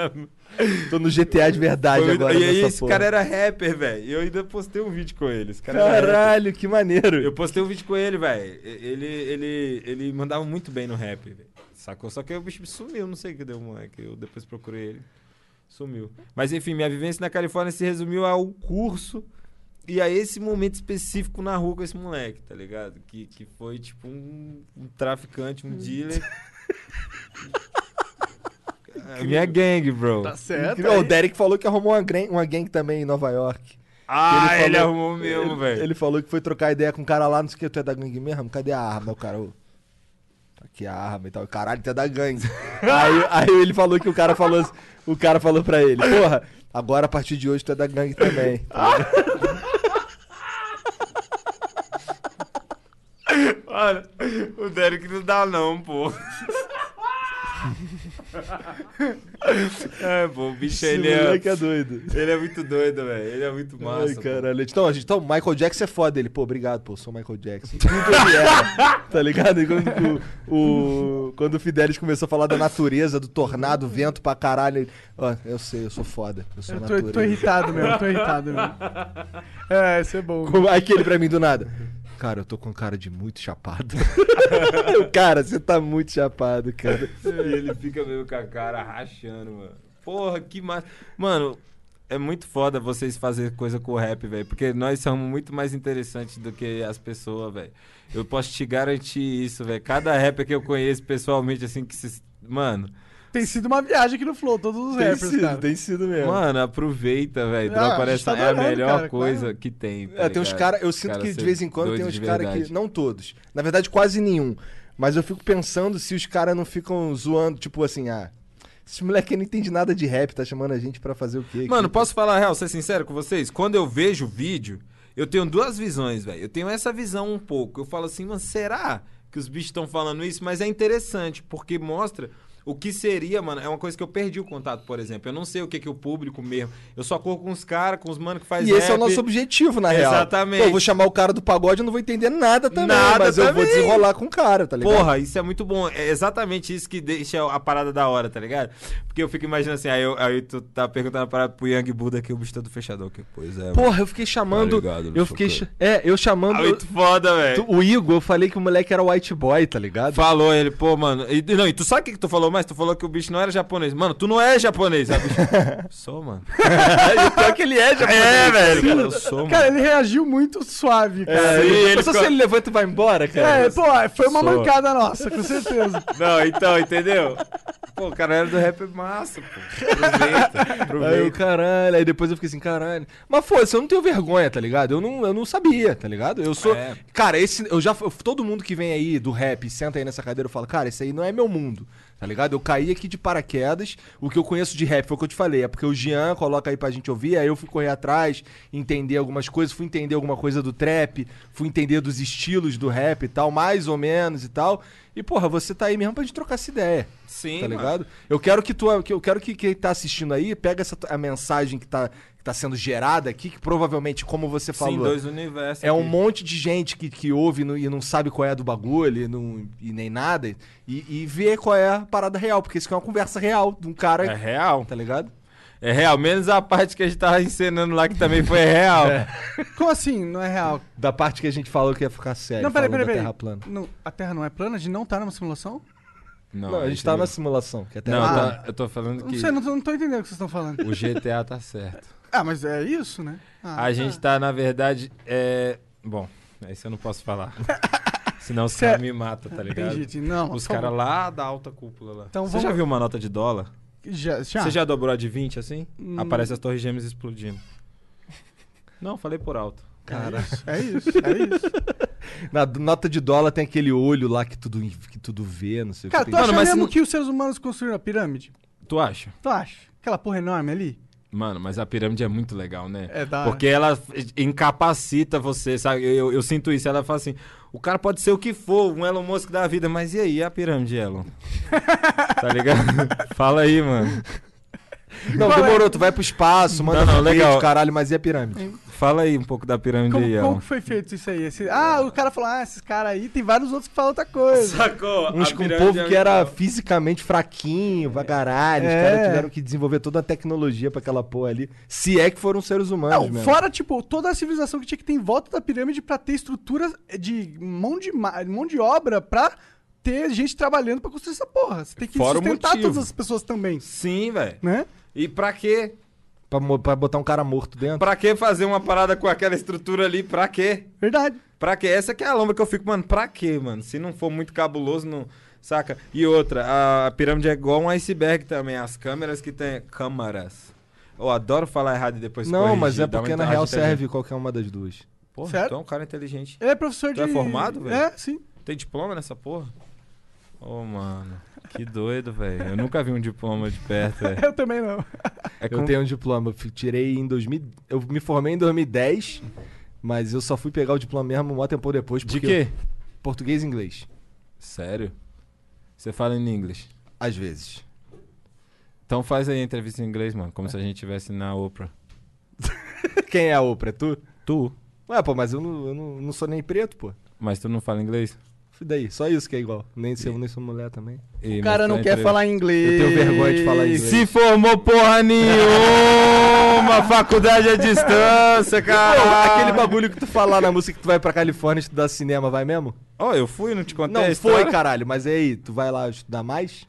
Tô no GTA de verdade agora. E aí nessa esse porra. cara era rapper, velho. E eu ainda postei um vídeo com ele. Esse cara era rapper. Caralho, que maneiro. Eu postei um vídeo com ele, velho. Ele mandava muito bem no rap, velho. Sacou? Só que o bicho sumiu, não sei o que deu, moleque. Eu depois procurei ele. Sumiu. Mas enfim, minha vivência na Califórnia se resumiu ao curso e a esse momento específico na rua com esse moleque, tá ligado? Que foi tipo um traficante, um dealer. A minha gangue, bro. Tá certo. O Derek falou que arrumou uma gang também em Nova York. Ah, ele falou- arrumou mesmo, velho. Ele falou que foi trocar ideia com um cara lá, não sei o que, tu é da gangue mesmo? Cadê a arma? O cara, ô, tá aqui a arma e tal. Caralho, tu é da gangue. aí ele falou que o cara falou pra ele, porra, agora a partir de hoje tu é da gangue também. Olha, o Derek não dá não, pô. É, pô, o bicho, Esse moleque é doido. ele é muito doido, velho. Ele é muito massa. Ai, pô. caralho. Então, Michael Jackson é foda. Ele, pô, obrigado, pô, sou Michael Jackson. Tudo ele era, tá ligado? E quando o Fidelis começou a falar da natureza, do tornado, vento pra caralho, ele, ó, eu sei, eu sou foda. Eu sou Eu natureza. tô irritado mesmo. É, isso é bom. Aquele pra mim do nada. Cara, eu tô com cara de muito chapado. Cara, você tá muito chapado, cara. E ele fica meio com a cara rachando, mano. Porra, que massa. Mano, é muito foda vocês fazerem coisa com o rap, velho. Porque nós somos muito mais interessantes do que as pessoas, velho. Eu posso te garantir isso, velho. Cada rapper que eu conheço pessoalmente, assim, que se... Mano... Tem sido uma viagem aqui no Flow, todos os rappers, cara. Tem sido mesmo. Mano, aproveita, velho. Ah, Dropa a gente essa tá é a adorando, melhor cara, coisa claro. que tem. Tá Tem uns ligado? caras, eu sinto Cara que de ser vez em quando doido tem uns de caras que. verdade. Não todos. Na verdade, quase nenhum. Mas eu fico pensando se os caras não ficam zoando, tipo assim, esse moleque não entende nada de rap, tá chamando a gente pra fazer o quê? Mano, aqui? posso falar a real, ser sincero com vocês? Quando eu vejo o vídeo, eu tenho duas visões, velho. Eu tenho essa visão um pouco. Eu falo assim, mano, será que os bichos estão falando isso? Mas é interessante, porque mostra o que seria, mano. É uma coisa que eu perdi o contato, por exemplo. Eu não sei o que o público mesmo. Eu só corro com os caras, com os manos que faz E esse é o rap. nosso objetivo, na real. Exatamente. Pô, eu vou chamar o cara do pagode, eu não vou entender nada também, Nada mas eu vou também. desenrolar com o cara, tá ligado? Porra, isso é muito bom. É exatamente isso que deixa a parada da hora, tá ligado? Porque eu fico imaginando assim, aí tu tá perguntando a parada pro Young Buda que o bicho tá do fechador. Que, pois é, Porra, eu fiquei chamando. Tá ligado, eu fiquei. Eu chamando. muito foda, velho. O Igor, eu falei que o moleque era white boy, tá ligado? Falou ele, pô, mano. E tu sabe o que tu falou mais? Tu falou que o bicho não era japonês. Mano, tu não é japonês, sabe? Sou, mano. E pior que ele é japonês. É, velho. Cara, eu sou, mano. Cara, ele reagiu muito suave, cara. Sim, ele Só ficou- se ele levanta e vai embora, cara. É, pô, foi uma Sou. mancada nossa, com certeza. Não, então, entendeu? Pô, o cara era do rap massa, pô. Aproveita, Aí eu, aproveita. caralho, aí depois eu fiquei assim, caralho. Mas foda-se, eu não tenho vergonha, tá ligado? Eu não sabia, tá ligado? Eu sou. É. Cara, todo mundo que vem aí do rap e senta aí nessa cadeira, eu falo, cara, esse aí não é meu mundo, tá ligado? Eu caí aqui de paraquedas, o que eu conheço de rap foi o que eu te falei, é porque o Jean coloca aí pra gente ouvir, aí eu fui correr atrás, entender algumas coisas, fui entender alguma coisa do trap, fui entender dos estilos do rap e tal, mais ou menos e tal. E, porra, você tá aí mesmo pra gente trocar essa ideia. Sim, Tá mano. ligado? Eu quero que quem tá assistindo aí pega a mensagem que tá sendo gerada aqui, que provavelmente, como você falou, Sim, dois universos. é um aqui. monte de gente que ouve e não sabe qual é do bagulho e nem nada, e vê qual é a parada real, porque isso aqui é uma conversa real de um cara, É real. tá ligado? É real. Menos a parte que a gente tava encenando lá, que também foi real. Como assim? Não é real? Da parte que a gente falou que ia ficar sério, Não, peraí, falando peraí. da Terra plana. A Terra não é plana? A gente não tá numa simulação? Não, a gente tá na simulação, que a Terra Não, é eu plana. tô- eu tô falando Não que sei, não tô entendendo o que vocês estão falando. o GTA tá certo. Ah, mas é isso, né? Ah, A gente tá, na verdade, Bom, isso eu não posso falar. Senão os Cê- caras me matam, tá ligado? Entendi. Não, Os por favor. caras lá da alta cúpula lá. Então Você vamos- já viu uma nota de dólar? Já. Você já dobrou a de 20 assim? Aparece as torres gêmeas explodindo. Não, falei por alto. Cara, É isso. na nota de dólar tem aquele olho lá que tudo vê, não sei Cara, o que. tu tem. acha mas mesmo não- que os seres humanos construíram a pirâmide? Tu acha? Tu acha? Aquela porra enorme ali? Mano, mas a pirâmide é muito legal, né? É da... Porque ela incapacita você, sabe? Eu sinto isso. Ela fala assim: o cara pode ser o que for, um Elon Musk da vida, mas e aí a pirâmide, Elon? Tá ligado? Fala aí, mano. Não, demorou, tu vai pro espaço, manda Não, foguete, legal. caralho, mas e a pirâmide? Fala aí um pouco da pirâmide Como, aí, como Elma. que foi feito isso aí? O cara falou, esses caras aí, tem vários outros que falam outra coisa. Sacou? Uns A com um pirâmide povo é que era muito- fisicamente fraquinho, pra caralho. Os É. caras tiveram que desenvolver toda a tecnologia pra aquela porra ali. Se é que foram seres humanos Não, mesmo. fora, tipo, toda a civilização que tinha que ter em volta da pirâmide pra ter estrutura de mão de obra pra ter gente trabalhando pra construir essa porra. Você tem que Fora o sustentar motivo. todas as pessoas também, Sim, velho. né? E pra quê? Pra botar um cara morto dentro. Pra que fazer uma parada com aquela estrutura ali? Pra quê? Verdade. Pra quê? Essa que é a lombra que eu fico, mano, pra quê, mano? Se não for muito cabuloso, não... Saca? E outra, a pirâmide é igual um iceberg também. As câmeras que tem... Câmaras. Eu adoro falar errado e depois Não, corrigir, mas é dar uma porque na entrada real inteligente. serve qualquer uma das duas. Porra, Sério? tu é um cara inteligente. Ele é professor Tu é de... formado, velho? É, sim. Tem diploma nessa porra? Ô, mano. Que doido, velho. Eu nunca vi um diploma de perto, velho. Eu também não. É Eu tenho um diploma. Tirei em 2000. Eu me formei em 2010, mas eu só fui pegar o diploma mesmo um tempo depois. De porque quê? Português e inglês. Sério? Você fala em inglês? Às vezes. Então faz aí a entrevista em inglês, mano. Como se a gente estivesse na Oprah. Quem é a Oprah? É tu? Tu? Ué, pô, mas eu não sou nem preto, pô. Mas tu não fala inglês? E daí? Só isso que é igual. Nem sou mulher também. E, O cara mas tu não é quer entrevista- falar inglês. Eu tenho vergonha de falar inglês. Se formou porra nenhuma! Faculdade à distância, Pô, cara! aquele bagulho que tu fala na música que tu vai pra Califórnia estudar cinema, vai mesmo? Ó, eu fui, não te contei a Não, história? foi, caralho. Mas e aí, tu vai lá estudar mais?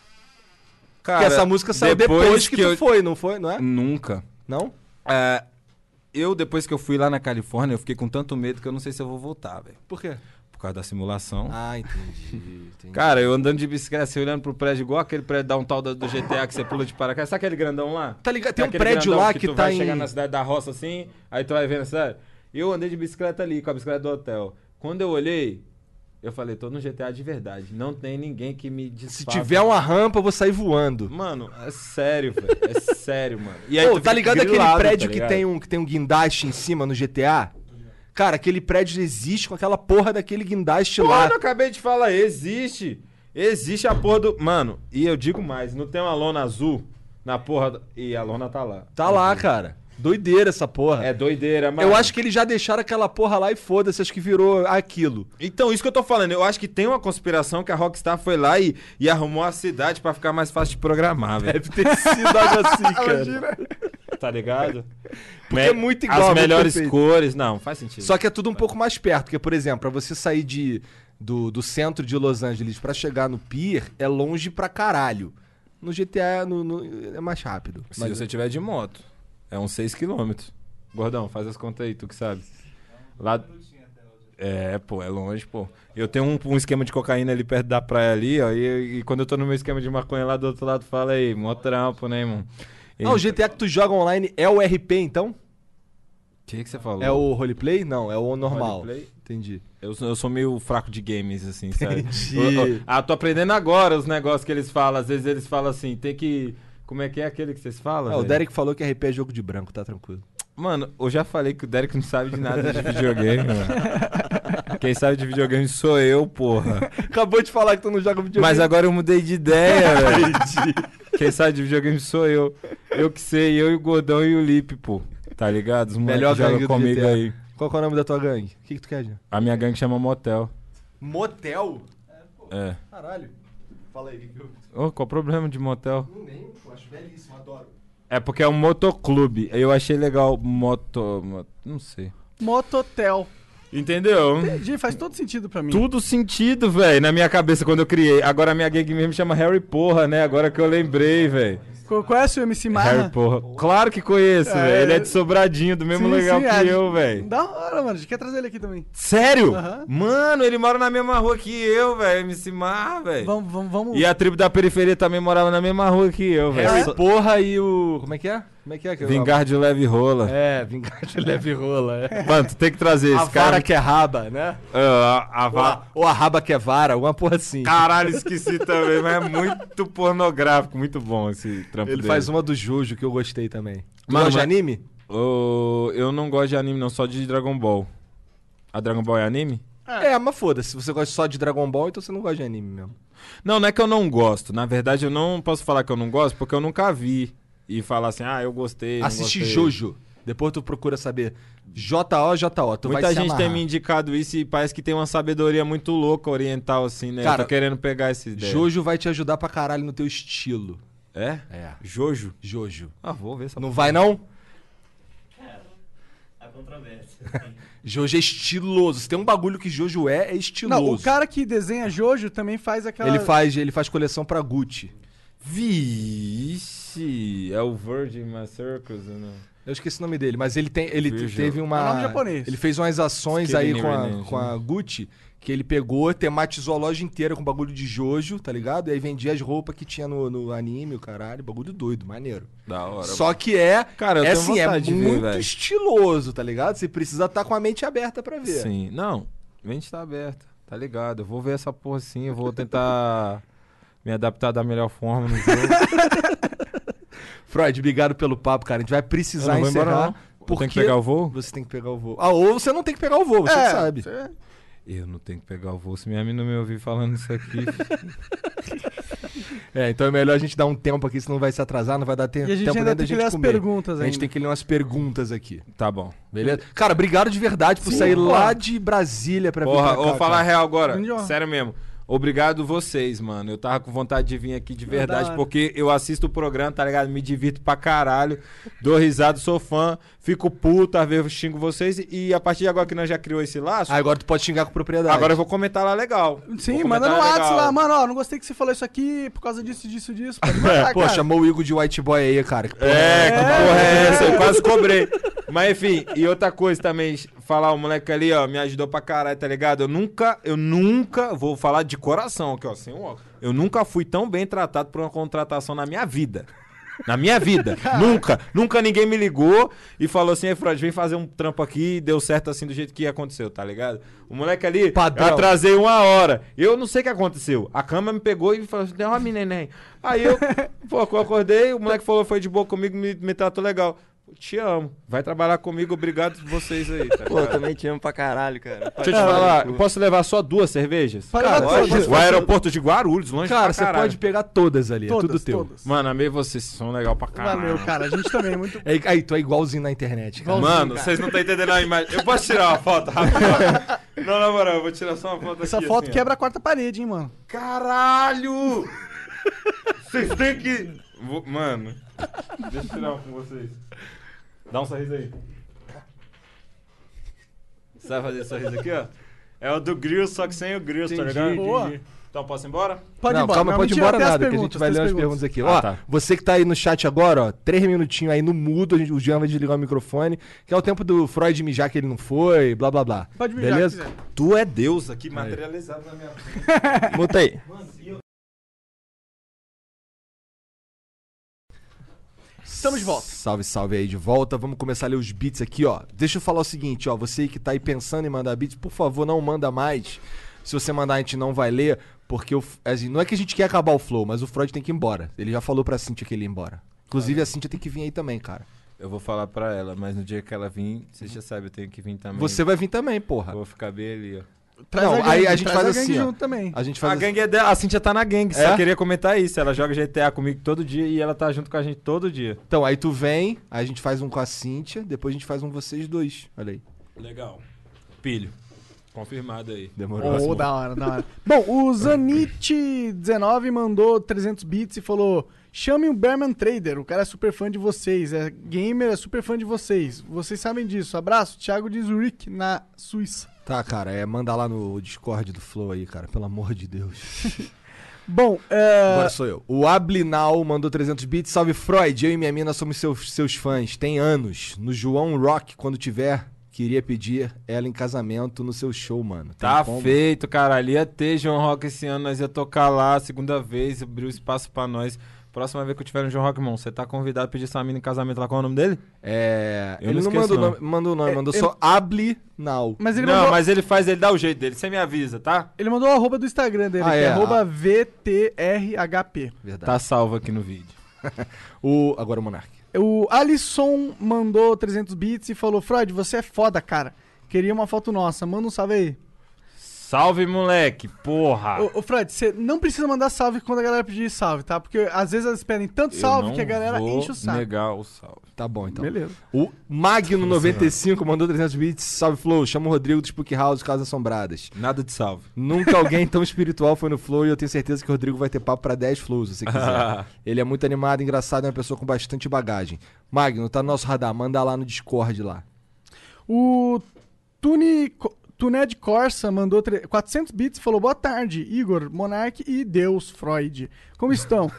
Cara, Porque essa música saiu depois que tu eu... foi, não foi? Não é? Nunca. Não? É, depois que eu fui lá na Califórnia, eu fiquei com tanto medo que eu não sei se eu vou voltar, velho. Por quê? Por causa da simulação. Ah, entendi. Cara, eu andando de bicicleta, assim, olhando pro prédio, igual aquele prédio downtown do GTA que você pula de paraquedas. Sabe aquele grandão lá? Tá ligado? Tem um Aquele prédio grandão lá que tu tá vai em... chegar na cidade da roça assim, aí tu vai vendo a cidade. Eu andei de bicicleta ali, com a bicicleta do hotel. Quando eu olhei, eu falei, tô no GTA de verdade. Não tem ninguém que me Se desfaça. tiver uma rampa, eu vou sair voando. Mano, é sério, velho. É sério, mano. E aí Pô, tu tá fica ligado aquele grilado, prédio tá que ligado? tem um guindaste em cima no GTA? Cara, aquele prédio existe com aquela porra daquele guindaste lá. Mano, eu acabei de falar, existe. Existe a porra do... Mano, e eu digo mais, não tem uma lona azul na porra... E a lona tá lá. Tá lá, cara. Doideira essa porra. É doideira, mano. Eu acho que eles já deixaram aquela porra lá e foda-se, acho que virou aquilo. Então, isso que eu tô falando, eu acho que tem uma conspiração que a Rockstar foi lá e arrumou a cidade pra ficar mais fácil de programar, velho. Deve ter sido algo assim, cara. Tá ligado? Porque é muito igual, As muito melhores perfeito. cores, não, faz sentido. Só que é tudo um pouco mais perto, porque, por exemplo, pra você sair do centro de Los Angeles pra chegar no Pier, é longe pra caralho. No GTA é mais rápido. Se Mas- você tiver de moto, é uns 6 km. Gordão, faz as contas aí, tu que sabe. Lá... É, pô, é longe, pô. Eu tenho um esquema de cocaína ali perto da praia ali, ó, e quando eu tô no meu esquema de maconha lá do outro lado, fala aí, mó trampo, né, irmão? Ah, o GTA que tu joga online é o RP, então? O que você falou? É o roleplay? Não, é o normal. Roleplay? Entendi. Eu sou meio fraco de games, assim, sabe? Entendi. Tô aprendendo agora os negócios que eles falam. Às vezes eles falam assim, tem que... Como é que é aquele que vocês falam, Ah, o velho? Derek falou que RP é jogo de branco, tá tranquilo. Mano, eu já falei que o Derek não sabe de nada de videogame, mano. Quem sabe de videogame sou eu, porra. Acabou de falar que tu não joga videogame. Mas agora eu mudei de ideia, velho. Quem sabe de videogame sou eu. Eu que sei, eu e o Gordão e o Lipe, pô. Tá ligado? Os Melhor moleques gangue jogam do comigo GTA. aí. Qual que é o nome da tua gangue? O que tu quer, Jean? A minha gangue chama Motel. Motel? É. Caralho. Fala aí, o que eu... Ô, qual o problema de motel? Não nem, pô, acho belíssimo, adoro. É porque é um motoclube. Eu achei legal não sei. Mototel. Entendeu? Entendi, faz todo sentido pra mim. Tudo sentido, velho, na minha cabeça quando eu criei. Agora a minha gangue mesmo chama Harry Porra, né? Agora que eu lembrei, velho. Conhece o MC Marra? Harry Porra. Claro que conheço, velho. Ele é de Sobradinho, do mesmo Sim, legal sim, que eu, velho. Da hora, mano. A gente quer trazer ele aqui também. Sério? Aham. Mano, ele mora na mesma rua que eu, velho. MC Marra, velho. Vamos. E a tribo da periferia também morava na mesma rua que eu, velho. Harry Porra e o... Como é que é? Como é que é? Vingar de leve rola. É, vingar de leve rola, é. Mano, tu tem que trazer A esse cara. vara que é raba, né? Ou a raba que é vara, alguma porra assim. Caralho, esqueci também, mas é muito pornográfico, muito bom esse trampo Ele dele. faz uma do Jojo que eu gostei também. Tu Mano, gosta de mas- anime? Eu não gosto de anime, não, só de Dragon Ball. A Dragon Ball é anime? É, mas foda-se. Se você gosta só de Dragon Ball, então você não gosta de anime mesmo. Não é que eu não gosto. Na verdade, eu não posso falar que eu não gosto, porque eu nunca vi. E falar assim, eu gostei, não Assistir gostei. Jojo. Depois tu procura saber J-O-J-O. Tu Muita vai se gente tem amarrar. me indicado isso e parece que tem uma sabedoria muito louca oriental, assim, né? Cara, eu tô querendo pegar essa ideia. Jojo vai te ajudar pra caralho no teu estilo. É? É. Jojo? Jojo. Ah, vou ver essa Não vai, não? A controvérsia. Jojo é estiloso. Se tem um bagulho que Jojo é estiloso. Não, o cara que desenha Jojo também faz aquela... Ele faz coleção pra Gucci. Vixe! É o Virgin My Circles, não? Eu esqueci o nome dele, mas ele Virgil. teve uma... É o nome japonês. Ele fez umas ações Skinny aí Renegade, com a Gucci, que ele pegou, tematizou a loja inteira com bagulho de Jojo, tá ligado? E aí vendia as roupas que tinha no anime, o caralho. Bagulho doido, maneiro. Da hora. Só que é... Cara, eu é tenho assim, é vontade de ver, muito velho. estiloso, tá ligado? Você precisa estar com a mente aberta pra ver. Sim. Não, mente tá aberta, tá ligado? Eu vou ver essa porra sim, eu vou tentar me adaptar da melhor forma no jogo. Freud, obrigado pelo papo, cara. A gente vai precisar Eu não vou embora, encerrar. não. Eu tenho que pegar o voo? Você tem que pegar o voo. Ah, ou você não tem que pegar o voo, você que sabe. Eu não tenho que pegar o voo, se minha mina não me ouvir falando isso aqui. Então é melhor a gente dar um tempo aqui, senão vai se atrasar, não vai dar tempo. E a gente tempo ainda nem da tem que gente ler as comer. perguntas A gente ainda. tem que ler umas perguntas aqui. Tá bom. Beleza? Cara, obrigado de verdade por sair lá de Brasília pra vir Porra, pra cá. vou falar a cara. real agora. Grande honra. Sério mesmo. Obrigado vocês, mano. Eu tava com vontade de vir aqui de Da verdade, hora. porque eu assisto o programa, tá ligado? Me divirto pra caralho. Dou risada, sou fã. Fico puto, às vezes eu xingo vocês. E a partir de agora que nós já criou esse laço, Ah, agora tu pode xingar com propriedade. agora eu vou comentar lá legal. Sim, Vou manda no comentar WhatsApp legal. lá, mano, ó, não gostei que você falou isso aqui por causa disso. Pode mandar, Pô, cara. chamou o Igor de white boy aí, cara. Que porra É, que porra é essa? Eu quase cobrei. Mas enfim, e outra coisa também, falar, o moleque ali, ó, me ajudou pra caralho, tá ligado? Eu nunca, vou falar de coração aqui, ó, sem um óculos. Eu nunca fui tão bem tratado por uma contratação na minha vida. Na minha vida. Nunca ninguém me ligou e falou assim, Freud, vem fazer um trampo aqui e deu certo assim do jeito que aconteceu, tá ligado? O moleque ali, Padrão. eu atrasei 1 hora. Eu não sei o que aconteceu. A cama me pegou e falou assim, dorme, neném. Aí eu, pô, eu acordei, o moleque falou, foi de boa comigo, me tratou legal. Te amo. Vai trabalhar comigo, obrigado vocês aí, tá Pô, eu ligado? também te amo pra caralho, cara. Deixa eu te falar, eu posso levar só 2 cervejas? Para Pode. O aeroporto de Guarulhos, longe Cara, pra você caralho. pode pegar todas ali, é tudo Todas, teu. todas. Mano, amei vocês, vocês são legal pra caralho. Valeu, cara. A gente também, muito... Aí, tu é igualzinho na internet, cara. Mano, vocês não estão entendendo a imagem. Eu posso tirar uma foto rápido? Não, na moral, eu vou tirar só uma foto Essa aqui. foto assim, ó. quebra a quarta parede, hein, mano. Caralho! Vocês têm que... Mano, deixa eu tirar uma com vocês. Dá um sorriso aí. Você vai fazer esse sorriso aqui, ó? É o do grill, só que sem o grill, tá ligado? Boa. Então, posso ir embora? Pode Não, ir embora. calma, Não, pode ir mentira, embora tem as nada, que a gente vai tem ler as umas perguntas aqui. Ah, Ó, tá. você que tá aí no chat agora, ó, 3 minutinhos aí no mudo, o Jean vai desligar o microfone, que é o tempo do Freud mijar que ele não foi, blá blá blá. Pode mijar, beleza? se quiser. Tu é Deus aqui, materializado na minha frente. Muta aí. Estamos de volta. Salve, salve aí de volta. Vamos começar a ler os beats aqui, ó. Deixa eu falar o seguinte, ó. Você que tá aí pensando em mandar beats, por favor, não manda mais. Se você mandar, a gente não vai ler, porque assim, não é que a gente quer acabar o flow, mas o Freud tem que ir embora. Ele já falou pra Cintia que ele ia embora. Inclusive, a Cintia tem que vir aí também, cara. Eu vou falar pra ela, mas no dia que ela vir, você já sabe, eu tenho que vir também. Você vai vir também, porra. Eu vou ficar bem ali, ó. Traz Não, a gangue, aí a gente traz faz a gangue assim, ó. junto também. A gente faz A assim. gangue é dela, a Cintia tá na gangue, É? só queria comentar isso. Ela joga GTA comigo todo dia e ela tá junto com a gente todo dia. Então, aí tu vem, aí a gente faz um com a Cintia, depois a gente faz um vocês dois. Olha aí. Legal. Pilho. Confirmado aí. Demorou. Oh, da hora, da hora. Bom, o Zanite19 mandou 300 bits e falou: chame o Bearman Trader, o cara é super fã de vocês, é gamer, é super fã de vocês. Vocês sabem disso. Abraço, Thiago de Zurich, na Suíça. Tá, cara, manda lá no Discord do Flow aí, cara, pelo amor de Deus. Bom, Agora sou eu. O Ablinal mandou 300 bits. Salve, Freud. Eu e minha mina somos seus fãs. Tem anos. No João Rock, quando tiver, queria pedir ela em casamento no seu show, mano. Tem Tá como? feito, cara. Ia ter João Rock esse ano, nós ia tocar lá, segunda vez, abriu espaço pra nós. Próxima vez que eu tiver no João Rock, irmão, você tá convidado a pedir sua mina em casamento lá. Qual é o nome dele? Ele não não esqueço, mandou o nome, mandou só Ablinal. mas ele Não, mandou, mas ele faz, ele dá o jeito dele. Você me avisa, tá? ele mandou o arroba do Instagram dele, Ah, que é, é arroba VTRHP. Verdade. Tá salvo aqui no vídeo. Agora o Monark. O Alisson mandou 300 bits e falou: Freud, você é foda, cara. Queria uma foto nossa, manda um salve aí. Salve, moleque, porra. Ô, Fred, você não precisa mandar salve quando a galera pedir salve, tá? Porque às vezes eles pedem tanto salve que a galera enche o saco. Negar o salve. Tá bom, então. Beleza. O Magno95 mandou 300 bits. Salve, Flow. Chama o Rodrigo do Spook House, Casas Assombradas. Nada de salve. Nunca alguém tão espiritual foi no Flow e eu tenho certeza que o Rodrigo vai ter papo pra 10 Flows, se você quiser. Ele é muito animado, engraçado e é uma pessoa com bastante bagagem. Magno, tá no nosso radar. Manda lá no Discord lá. O Tuned Corsa mandou 400 bits e falou: boa tarde, Igor, Monark e Deus, Freud. Como estão?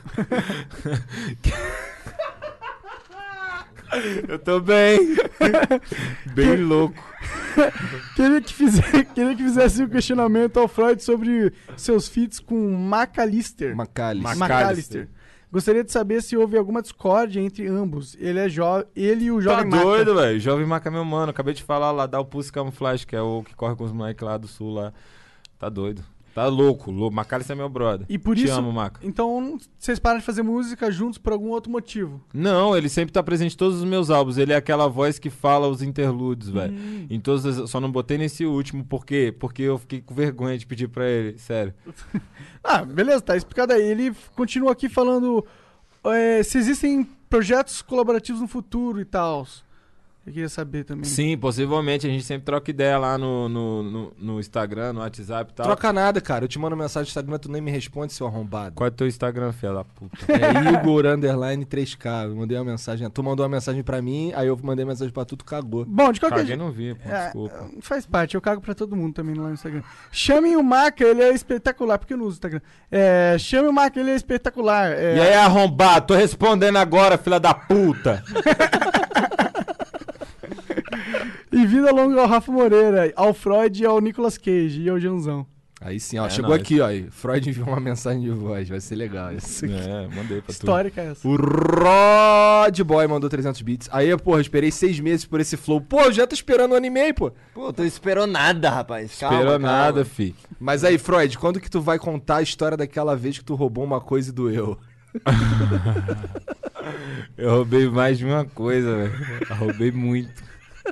Eu tô bem. Bem louco. Queria que fizesse um questionamento ao Freud sobre seus feats com McAllister. McAllister. Gostaria de saber se houve alguma discórdia entre ambos. Ele e o Tá Jovem Maca. doido, velho. Jovem Maca é meu mano. Acabei de falar lá, dá o Pulse Camuflage, que é o que corre com os moleques lá do sul lá. Tá doido. Tá louco. McAllister é meu brother. E por Te isso, amo, Maca. então vocês param de fazer música juntos por algum outro motivo? Não, ele sempre tá presente em todos os meus álbuns. Ele é aquela voz que fala os interludes, velho. Em todos só não botei nesse último, por quê? Porque eu fiquei com vergonha de pedir pra ele, sério. Ah, beleza, tá explicado aí. Ele continua aqui falando se existem projetos colaborativos no futuro e tal. Eu queria saber também. Sim, possivelmente. A gente sempre troca ideia lá no Instagram, no WhatsApp e tal. Troca nada, cara. Eu te mando mensagem no Instagram, tu nem me responde, seu arrombado. Qual é o teu Instagram, filha da puta? É Igor _ 3K. Eu mandei uma mensagem. Tu mandou uma mensagem pra mim, aí eu mandei mensagem pra tu, tu cagou. Bom, de qualquer Caguei, jeito. não vi, pô, desculpa. Faz parte, eu cago pra todo mundo também lá no Instagram. Chamem o Maca, ele é espetacular. Porque eu não uso o Instagram. Chame o Maca, ele é espetacular. E aí, arrombado? Tô respondendo agora, filha da puta. E vida longa ao Rafa Moreira, ao Freud e ao Nicolas Cage e ao Janzão. Aí sim, ó. É Chegou nóis. aqui, ó. E Freud enviou uma mensagem de voz. Vai ser legal isso. Mandei pra tu. Histórica essa. O Rod Boy mandou 300 bits. Aí, porra, esperei 6 meses por esse flow. Pô, já tô esperando um ano e meio, pô. Pô, tu esperou nada, rapaz. Calma, Esperou calma. nada, fi. Mas aí, Freud, quando que tu vai contar a história daquela vez que tu roubou uma coisa e doeu? Eu roubei mais de uma coisa, velho. Eu roubei muito.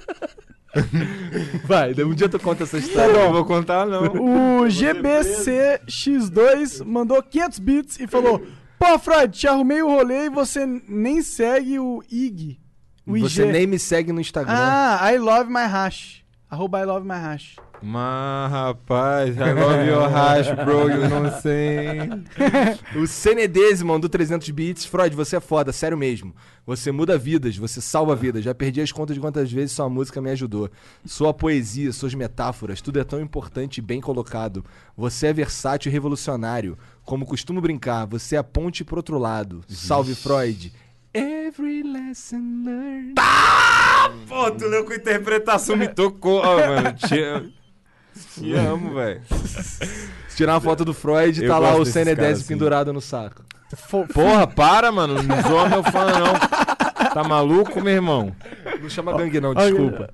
Vai, um dia tu conta essa Tá história. bom, não vou contar não. O GBCX2 mandou 500 bits e falou: pô, Freud, te arrumei o rolê e você nem segue o IG. O IG. Você nem me segue no Instagram. I love my hash. @ I love my hash. Mas, rapaz, I love your hash, bro, you know sei. O Cenedese mandou 300 bits. Freud, você é foda, sério mesmo. Você muda vidas, você salva vidas. Já perdi as contas de quantas vezes sua música me ajudou. Sua poesia, suas metáforas, tudo é tão importante e bem colocado. Você é versátil e revolucionário. Como costumo brincar, você é a ponte pro outro lado. Salve, Freud. Every lesson learned. Pô, tu leu com interpretação, me tocou. Ó, mano, te amo, velho. Se tirar uma foto do Freud, Eu tá lá gosto o desses Cenedese caras, assim. pendurado no saco. Porra, para, mano. Não zoa meu fã, não. Tá maluco, meu irmão? Não chama gangue não, desculpa.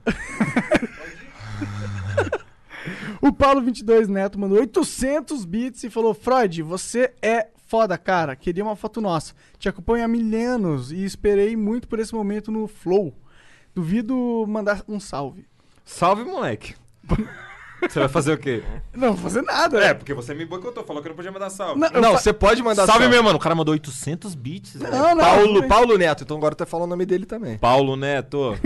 O Paulo 22 Neto mandou 800 bits e falou: Freud, você é foda, cara. Queria uma foto nossa. Te acompanho há milênios e esperei muito por esse momento no Flow. Duvido mandar um salve. Salve, moleque. Você vai fazer o quê? Não vou fazer nada. Porque você me boicotou, falou que eu não podia mandar salve. Não, você pode mandar Salve mesmo, mano. O cara mandou 800 bits, velho. Não, Paulo Neto, então agora tá falando o nome dele também. Paulo Neto.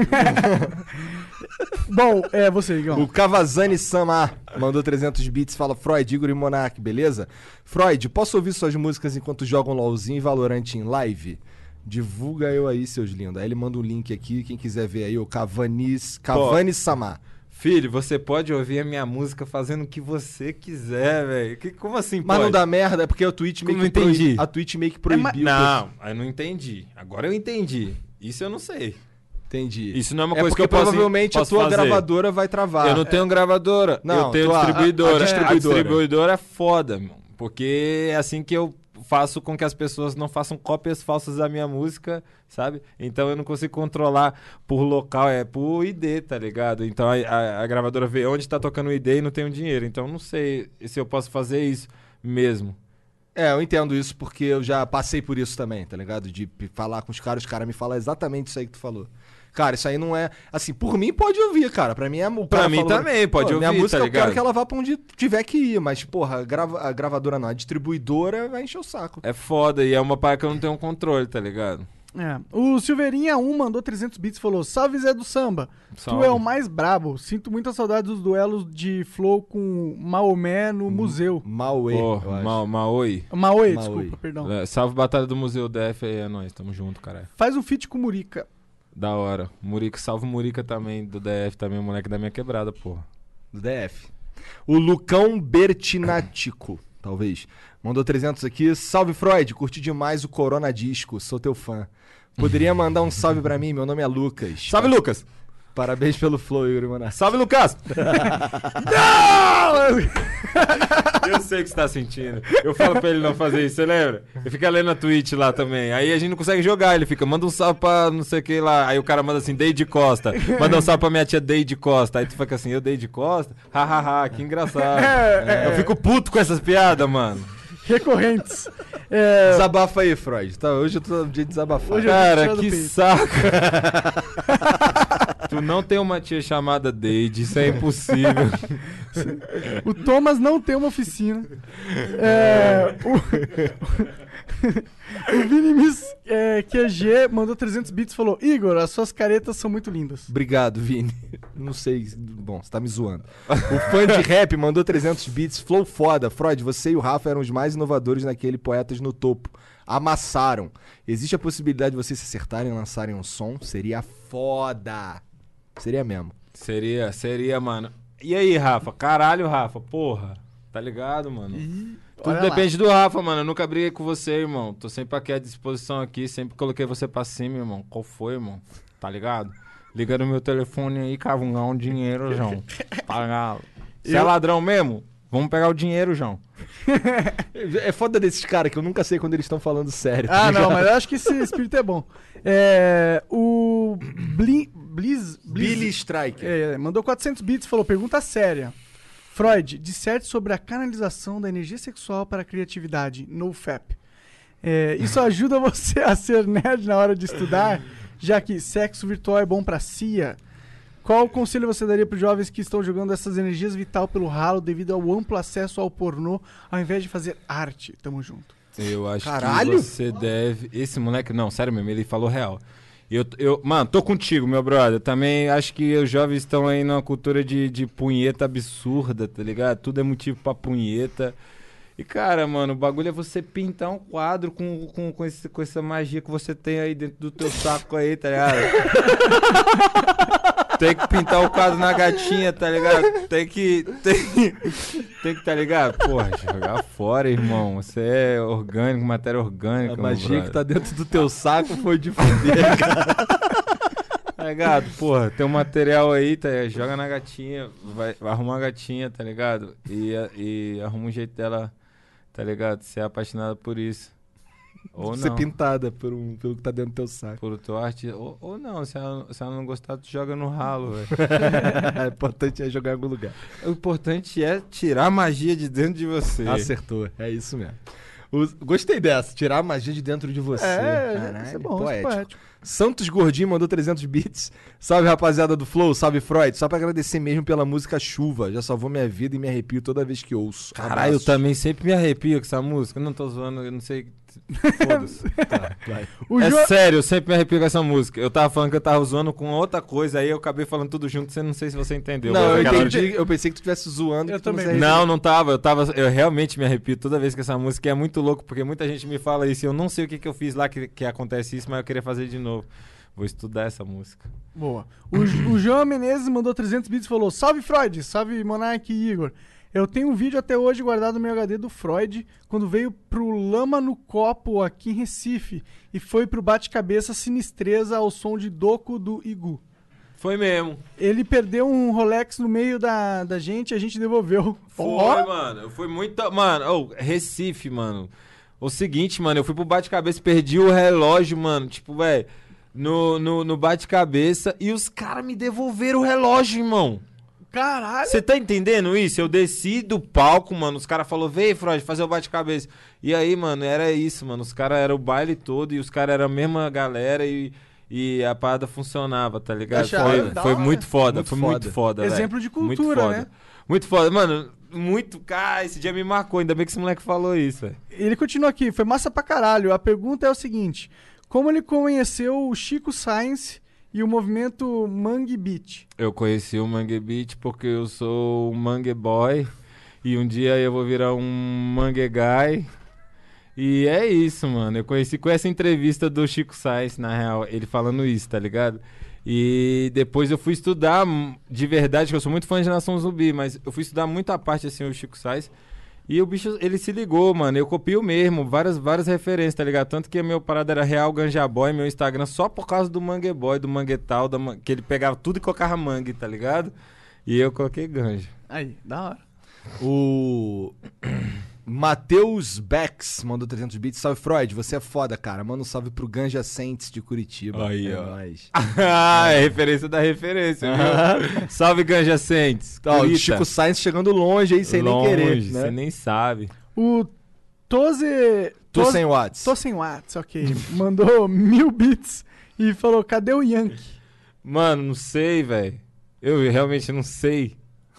Bom, você, Igão. O Cavazani Samar mandou 300 bits, fala: Freud, Igor e Monark, beleza? Freud, posso ouvir suas músicas enquanto jogam LOLzinho e Valorant em live? Divulga eu aí, seus lindos. Aí ele manda um link aqui, quem quiser ver aí, o Cavani Samar. Filho, você pode ouvir a minha música fazendo o que você quiser, velho. Como assim, Mas pode? não dá merda, é porque a Twitch meio Como que não entendi? a Twitch meio que proibiu. Não, eu não entendi. Agora eu entendi. Isso eu não sei. Entendi. Isso não é uma coisa que porque eu posso provavelmente posso a tua fazer. gravadora vai travar. Eu não tenho gravadora, Não, eu tenho tua- distribuidora. a distribuidora. A distribuidora é foda, meu. Porque é assim que eu faço com que as pessoas não façam cópias falsas da minha música, sabe? Então eu não consigo controlar por local, é por ID, tá ligado? Então a gravadora vê onde tá tocando o ID e não tem o dinheiro. Então eu não sei se eu posso fazer isso mesmo. Eu entendo isso porque eu já passei por isso também, tá ligado? De falar com os caras me falam exatamente isso aí que tu falou. Cara, isso aí não é... Assim, por mim pode ouvir, cara. Pra mim é... O Pra cara mim falou, também, pode minha ouvir, música tá eu quero ligado? que ela vá pra onde tiver que ir. Mas, porra, a gravadora não. A distribuidora vai encher o saco. É foda e é uma parada que eu não tenho controle, tá ligado? É. O Silveirinha 1 mandou 300 bits e falou: Salve Zé do Samba, Salve. tu é o mais brabo. Sinto muita saudade dos duelos de Flow com Maomé no museu. Maui, Ô, eu acho. Maoi. Maoi, Maoi. desculpa, perdão. É, salve Batalha do Museu DF aí, é nóis, tamo junto, caralho. Faz um feat com o Murica. Da hora. Murica, salve Murica também, do DF também, moleque da minha quebrada, porra. Do DF. O Lucão Bertinatico, talvez. Mandou 300 aqui. Salve, Freud. Curti demais o Corona Disco. Sou teu fã. Poderia mandar um salve pra mim? Meu nome é Lucas. Salve, Lucas! Parabéns pelo flow, Yuri Monark. Salve, Lucas! Não! Eu sei o que você tá sentindo. Eu falo pra ele não fazer isso, você lembra? Ele fica lendo a Twitch lá também. Aí a gente não consegue jogar. Ele fica, manda um salve pra não sei o que lá. Aí o cara manda assim, Deide Costa. Manda um salve pra minha tia Deide Costa. Aí tu fica assim, eu Deide Costa? Hahaha, que engraçado. Eu fico puto com essas piadas, mano. Recorrentes. Desabafa aí, Freud. Tá, hoje eu tô no dia de desabafar. Hoje eu- Cara, tirando que o peito. saco. Tu não tem uma tia chamada Deide, isso é impossível. O Thomas não tem uma oficina. O Vinimis QG mandou 300 bits e falou: Igor, as suas caretas são muito lindas. Obrigado, Vini. Não sei. Bom, você tá me zoando. O fã de rap mandou 300 bits. Flow foda. Freud, você e o Rafa eram os mais inovadores naquele Poetas no Topo. Amassaram. Existe a possibilidade de vocês se acertarem e lançarem um som? Seria foda. Seria mesmo. Seria, mano. E aí, Rafa? Caralho, Rafa, porra. Tá ligado, mano? Tudo olha depende do Rafa, mano. Eu nunca briguei com você, irmão. Tô sempre aqui à disposição aqui. Sempre coloquei você pra cima, irmão. Qual foi, irmão? Tá ligado? Liga no meu telefone aí, cavungão, dinheiro, João. Tá ligado? Você é ladrão mesmo? Vamos pegar o dinheiro, João. É foda desses caras que eu nunca sei quando eles estão falando sério. tá Ah, não, ligado? mas eu acho que esse espírito é bom. O Billy Striker. mandou 400 bits e falou: pergunta séria. Freud, disserte sobre a canalização da energia sexual para a criatividade, NoFap. Isso ajuda você a ser nerd na hora de estudar, já que sexo virtual é bom pra CIA? Qual conselho você daria para os jovens que estão jogando essas energias vital pelo ralo devido ao amplo acesso ao pornô, ao invés de fazer arte? Tamo junto. Eu acho Caralho! que você deve... Esse moleque... Não, sério mesmo, ele falou real. Mano, tô contigo, meu brother. Também acho que os jovens estão aí numa cultura de punheta absurda, tá ligado? Tudo é motivo pra punheta. E, cara, mano, o bagulho é você pintar um quadro com essa magia que você tem aí dentro do teu saco aí, tá ligado? Tem que pintar o quadro na gatinha, tá ligado? Tem que, tá ligado? Porra, jogar fora, irmão. Você é orgânico, matéria orgânica, A meu magia brother. que tá dentro do teu saco foi de fuder, cara. Tá ligado? Porra, tem um material aí, tá ligado? Joga na gatinha, vai arrumar a gatinha, tá ligado? E arruma um jeito dela, tá ligado? Ser apaixonada por isso. Ou Ser não. pintada pelo que tá dentro do teu saco. Por tua arte. Ou não, se ela não gostar, tu joga no ralo, velho. O importante é jogar em algum lugar. O importante é tirar a magia de dentro de você. Acertou, é isso mesmo. Gostei dessa, tirar a magia de dentro de você. Isso é bom, isso é poético. Santos Gordinho mandou 300 bits. Salve, rapaziada do Flow, salve, Freud. Só pra agradecer mesmo pela música Chuva. Já salvou minha vida e me arrepio toda vez que ouço. Caralho, eu Abraços. também sempre me arrepio com essa música. Eu não tô zoando, eu não sei. Foda-se. É sério, eu sempre me arrepio com essa música. Eu tava falando que eu tava zoando com outra coisa, aí eu acabei falando tudo junto, você não sei se você entendeu. Não, mas eu aquela hora- entendi. Eu pensei que tu estivesse zoando. Eu que tu também. se arrependeu. Não tava. Eu realmente me arrepio toda vez com essa música. E é muito louco, porque muita gente me fala isso. E eu não sei o que eu fiz lá que acontece isso, mas eu queria fazer de novo. Vou estudar essa música. Boa. O João Menezes mandou 300 bits e falou: salve Freud, salve Monark e Igor. Eu tenho um vídeo até hoje guardado no meu HD do Freud, quando veio pro Lama no Copo aqui em Recife e foi pro bate-cabeça Sinistreza ao som de Doco do Igu. Foi mesmo. Ele perdeu um Rolex no meio da gente e a gente devolveu. Foi, mano. Eu fui muito. Mano, Recife, mano. O seguinte, mano, eu fui pro bate-cabeça, perdi o relógio, mano. Tipo, velho, no bate-cabeça e os caras me devolveram o relógio, irmão. Caralho! Você tá entendendo isso? Eu desci do palco, mano. Os caras falaram, vem, Freud, fazer o bate-cabeça. E aí, mano, era isso, mano. Os caras eram o baile todo e os caras eram a mesma galera. E e a parada funcionava, tá ligado? Achava da Foi hora. muito foda, Muito foi foda. muito foda, velho. Exemplo de Muito cultura, foda. né? Muito foda, mano, muito... Cara, esse dia me marcou, ainda bem que esse moleque falou isso, velho. Ele continua aqui, foi massa pra caralho. A pergunta é o seguinte: como ele conheceu o Chico Science e o movimento Mangue Beat? Eu conheci o Mangue Beat porque eu sou um Mangue Boy e um dia eu vou virar um Mangue Guy. E é isso, mano. Eu conheci com essa entrevista do Chico Sainz, na real, ele falando isso, tá ligado? E depois eu fui estudar de verdade, que eu sou muito fã de Nação Zumbi, mas eu fui estudar muita parte, assim, o Chico Sainz. E o bicho, ele se ligou, mano. Eu copio mesmo, várias referências, tá ligado? Tanto que a minha parada era Real Ganja Boy, meu Instagram, só por causa do Mangue Boy, do Manguetal, que ele pegava tudo e colocava mangue, tá ligado? E eu coloquei ganja. Aí, da hora. O Matheus Bex mandou 300 bits. Salve, Freud, você é foda, cara. Manda um salve pro Ganja Saints de Curitiba. Aí, é ó. nóis. Ah, é referência da referência, viu? Salve, Ganja Saints. Ó, o Curita. Chico Sainz chegando longe aí, sem Longe, nem querer, você né? nem sabe. O Toze... Tô sem watts. Tô sem watts, ok. Mandou 1000 bits e falou, cadê o Yankee? Mano, não sei, velho. Eu realmente não sei.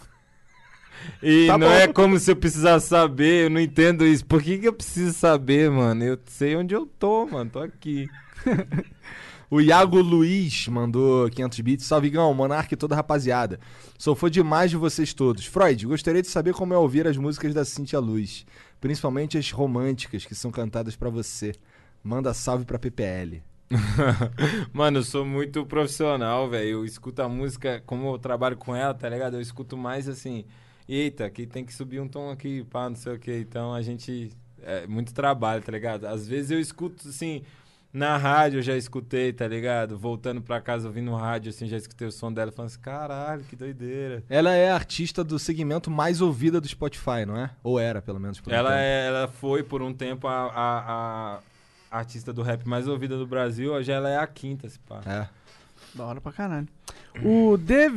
E Tá não bom. é como se eu precisasse saber, eu não entendo isso. Por que eu preciso saber, mano? Eu sei onde eu tô, mano. Tô aqui. O Iago Luiz mandou 500 bits. Salve, Gão, Monark e toda a rapaziada. Sou fã demais de vocês todos. Freud, gostaria de saber como é ouvir as músicas da Cintia Luz. Principalmente as românticas que são cantadas pra você. Manda salve pra PPL. Mano, eu sou muito profissional, velho. Eu escuto a música, como eu trabalho com ela, tá ligado? Eu escuto mais assim, eita, aqui tem que subir um tom aqui, pá, não sei o que. Então a gente... É muito trabalho, tá ligado? Às vezes eu escuto, assim, na rádio eu já escutei, tá ligado? Voltando pra casa ouvindo rádio, assim, já escutei o som dela, falando assim, caralho, que doideira. Ela é a artista do segmento mais ouvida do Spotify, não é? Ou era, pelo menos, por um tempo. Ela foi, por um tempo, a artista do rap mais ouvida do Brasil, hoje ela é a quinta, se pá. É. Da hora pra caralho. O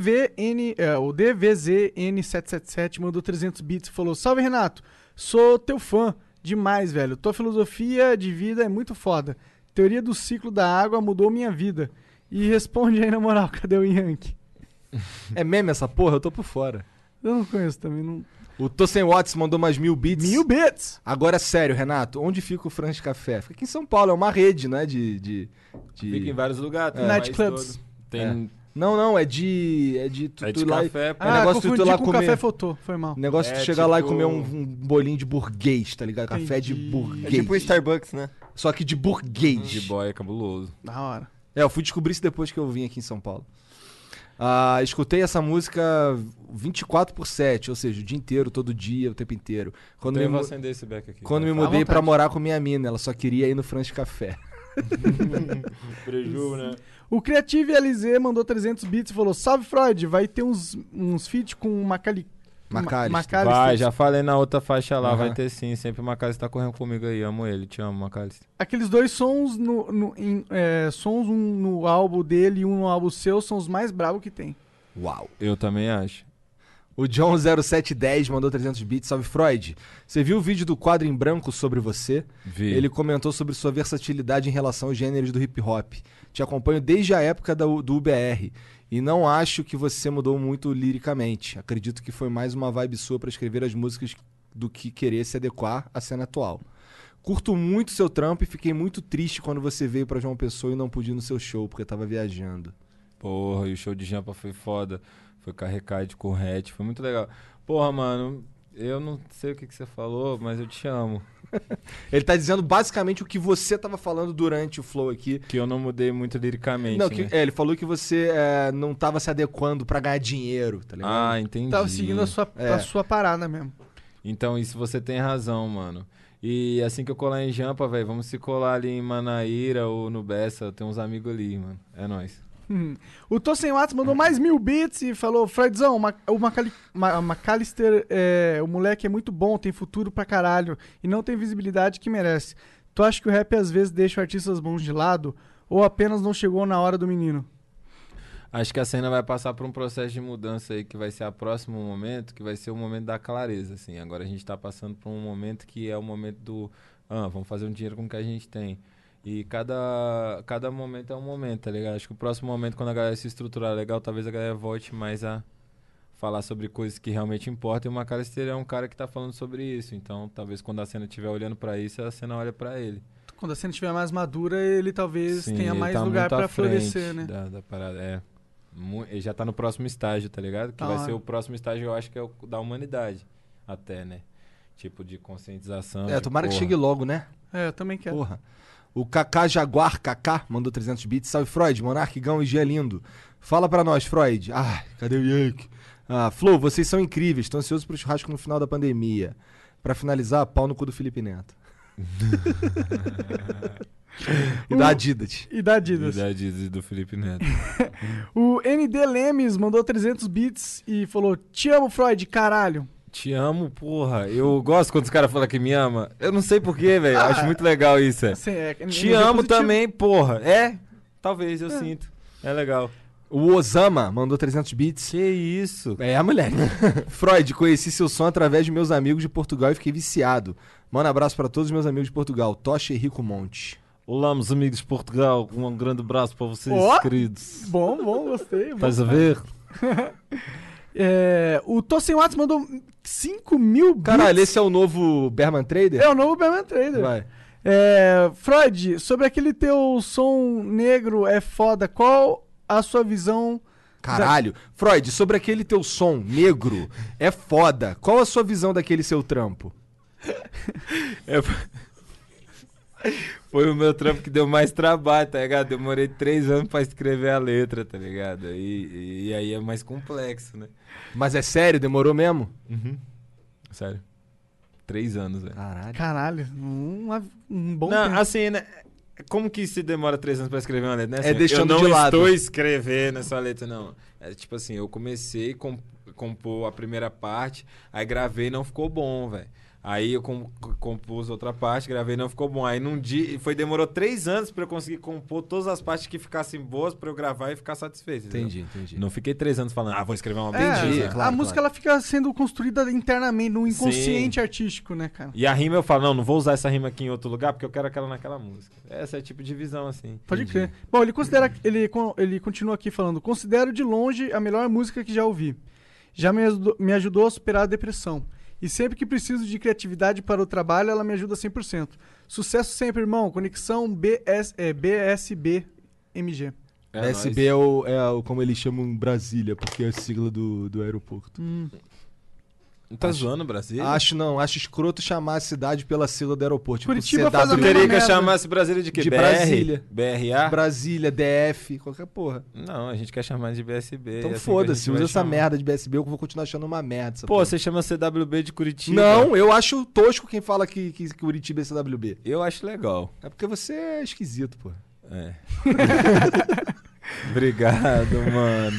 DVZN777 mandou 300 bits e falou, salve, Renato, sou teu fã. Demais, velho. Tua filosofia de vida é muito foda. Teoria do ciclo da água mudou minha vida. E responde aí na moral, cadê o Yankee? É meme essa porra? Eu tô por fora. Eu não conheço também. Não... O Tossen Watts mandou mais 1000 bits. 1000 bits? Agora, sério, Renato, onde fica o Franz Café? Fica aqui em São Paulo, é uma rede, né? Fica em vários lugares. tem Nightclubs. no país todo. Tem... Não, é de tu de ir lá café, e... pô. É negócio de tu ir confundi lá com comer. café fotô. Foi mal. Negócio de tu É, chegar lá e tipo- comer um bolinho de burguês, tá ligado? Café de Entendi. burguês. É tipo o Starbucks, né? Só que de burguês. De boy é cabuloso. Da hora. É, eu fui descobrir isso depois que eu vim aqui em São Paulo. Escutei essa música 24/7, ou seja, o dia inteiro, todo dia, o tempo inteiro. Quando Então eu me, vou mu- acender esse beck aqui. quando me À mudei pra vontade. morar com minha mina, ela só queria ir no Franz Café. Preju, né? O Creative LZ mandou 300 bits e falou, salve, Freud, vai ter uns feat com o Macalister. Vai, já falei na outra faixa lá, Aham. vai ter sim. Sempre o Macalister tá correndo comigo aí, amo ele, te amo, Macalister. Aqueles dois sons sons, um no álbum dele e um no álbum seu, são os mais bravos que tem. Uau. Eu também acho. O John0710 mandou 300 bits. Salve, Freud. Você viu o vídeo do quadro em branco sobre você? Vi. Ele comentou sobre sua versatilidade em relação aos gêneros do hip hop. Te acompanho desde a época do UBR. E não acho que você mudou muito liricamente. Acredito que foi mais uma vibe sua pra escrever as músicas do que querer se adequar à cena atual. Curto muito seu trampo e fiquei muito triste quando você veio pra João Pessoa e não pude ir no seu show, porque tava viajando. Porra, e o show de Jampa foi foda. Foi carregado com o Hatch, foi muito legal. Porra, mano, eu não sei o que você falou, mas eu te amo. Ele tá dizendo basicamente o que você tava falando durante o flow aqui. Que eu não mudei muito liricamente, Não, né? ele falou que você não tava se adequando pra ganhar dinheiro, tá ligado? Ah, entendi. Tava seguindo a É. sua parada mesmo. Então, isso você tem razão, mano. E assim que eu colar em Jampa, velho, vamos se colar ali em Manaíra ou no Bessa. Eu tenho uns amigos ali, mano. É nóis. O Tossen Watts mandou mais 1000 bits e falou, Fredzão, o Macalister, o moleque é muito bom, tem futuro pra caralho e não tem visibilidade que merece. Tu acha que o rap às vezes deixa artistas bons de lado ou apenas não chegou na hora do menino? Acho que a cena vai passar por um processo de mudança aí que vai ser o próximo momento, que vai ser o momento da clareza, assim. Agora a gente tá passando por um momento que é o momento do... vamos fazer um dinheiro com o que a gente tem. E cada momento é um momento, tá ligado? Acho que o próximo momento, quando a galera se estruturar legal, talvez a galera volte mais a falar sobre coisas que realmente importam. E o McAllister é um cara que tá falando sobre isso. Então, talvez quando a cena estiver olhando pra isso, a cena olha pra ele. Quando a cena estiver mais madura, ele talvez Sim, tenha ele mais tá lugar muito à pra frente florescer, né? Da parada, ele já tá no próximo estágio, tá ligado? Que vai ser o próximo estágio, eu acho que é o da humanidade. Até, né? Tipo de conscientização. Tomara que chegue logo, né? Eu também quero. Porra. O Kaká Jaguar Kaká mandou 300 bits. Salve, Freud, Monark, Gão e Gia lindo. Fala pra nós, Freud. Ai, cadê o Yank? Flow, vocês são incríveis. Tô ansioso pro churrasco no final da pandemia. Pra finalizar, pau no cu do Felipe Neto. E da Adidas. E da Adidas. E da Adidas e do Felipe Neto. O ND Lemes mandou 300 bits e falou: te amo, Freud, caralho. Te amo, porra. Eu gosto quando os caras falam que me ama. Eu não sei porquê, velho. Acho muito legal isso. Sim, te amo também, porra. Talvez eu sinto. É legal. O Osama mandou 300 bits. Que isso? Moleque. Freud, conheci seu som através de meus amigos de Portugal e fiquei viciado. Manda abraço pra todos os meus amigos de Portugal. Tocha e Rico Monte. Olá, meus amigos de Portugal. Um grande abraço pra vocês, queridos. Bom, gostei. Estás a ver? O Tossen Watts mandou 5.000 bits. Caralho, esse é o novo Bearman Trader? É o novo Bearman Trader. Vai. Freud, sobre aquele teu som negro é foda, qual a sua visão... Caralho. Freud, sobre aquele teu som negro é foda, qual a sua visão daquele seu trampo? Foi o meu trampo que deu mais trabalho, tá ligado? Demorei 3 anos pra escrever a letra, tá ligado? E aí é mais complexo, né? Mas é sério? Demorou mesmo? Uhum. Sério. 3 anos, velho. Caralho. Um bom Não, tempo. assim, né? Como que se demora 3 anos pra escrever uma letra, né? Assim, deixando eu de não lado. estou escrevendo essa letra, não. É tipo assim, eu comecei a compor a primeira parte, aí gravei e não ficou bom, velho. Aí eu compus outra parte, gravei e não ficou bom. Aí num dia, demorou 3 anos pra eu conseguir compor todas as partes que ficassem boas pra eu gravar e ficar satisfeito. Entendi. Não fiquei 3 anos falando, vou escrever uma Entendi, música. claro, a música ela fica sendo construída internamente, no inconsciente artístico, né, cara? E a rima eu falo, não vou usar essa rima aqui em outro lugar porque eu quero aquela naquela música. Essa é tipo de visão, assim. Pode crer. Bom, ele continua aqui falando: considero de longe a melhor música que já ouvi. Já me ajudou a superar a depressão. E sempre que preciso de criatividade para o trabalho, ela me ajuda 100%. Sucesso sempre, irmão. Conexão BSB MG. BSB é o como eles chamam Brasília, porque é a sigla do aeroporto. Não tá zoando Brasília? Acho escroto chamar a cidade pela sigla do aeroporto. Tipo, Curitiba CW. faz a Tu mesma queria que eu merda. chamasse Brasília de quê? De BR? Brasília. BRA? Brasília, DF, qualquer porra. Não, a gente quer chamar de BSB. Então é assim foda-se, que a gente usa vai essa chamar. merda de BSB, eu vou continuar achando uma merda. Essa Pô, porra. você chama CWB de Curitiba? Não, eu acho tosco quem fala que Curitiba é CWB. Eu acho legal. É porque você é esquisito, pô. É. Obrigado, mano.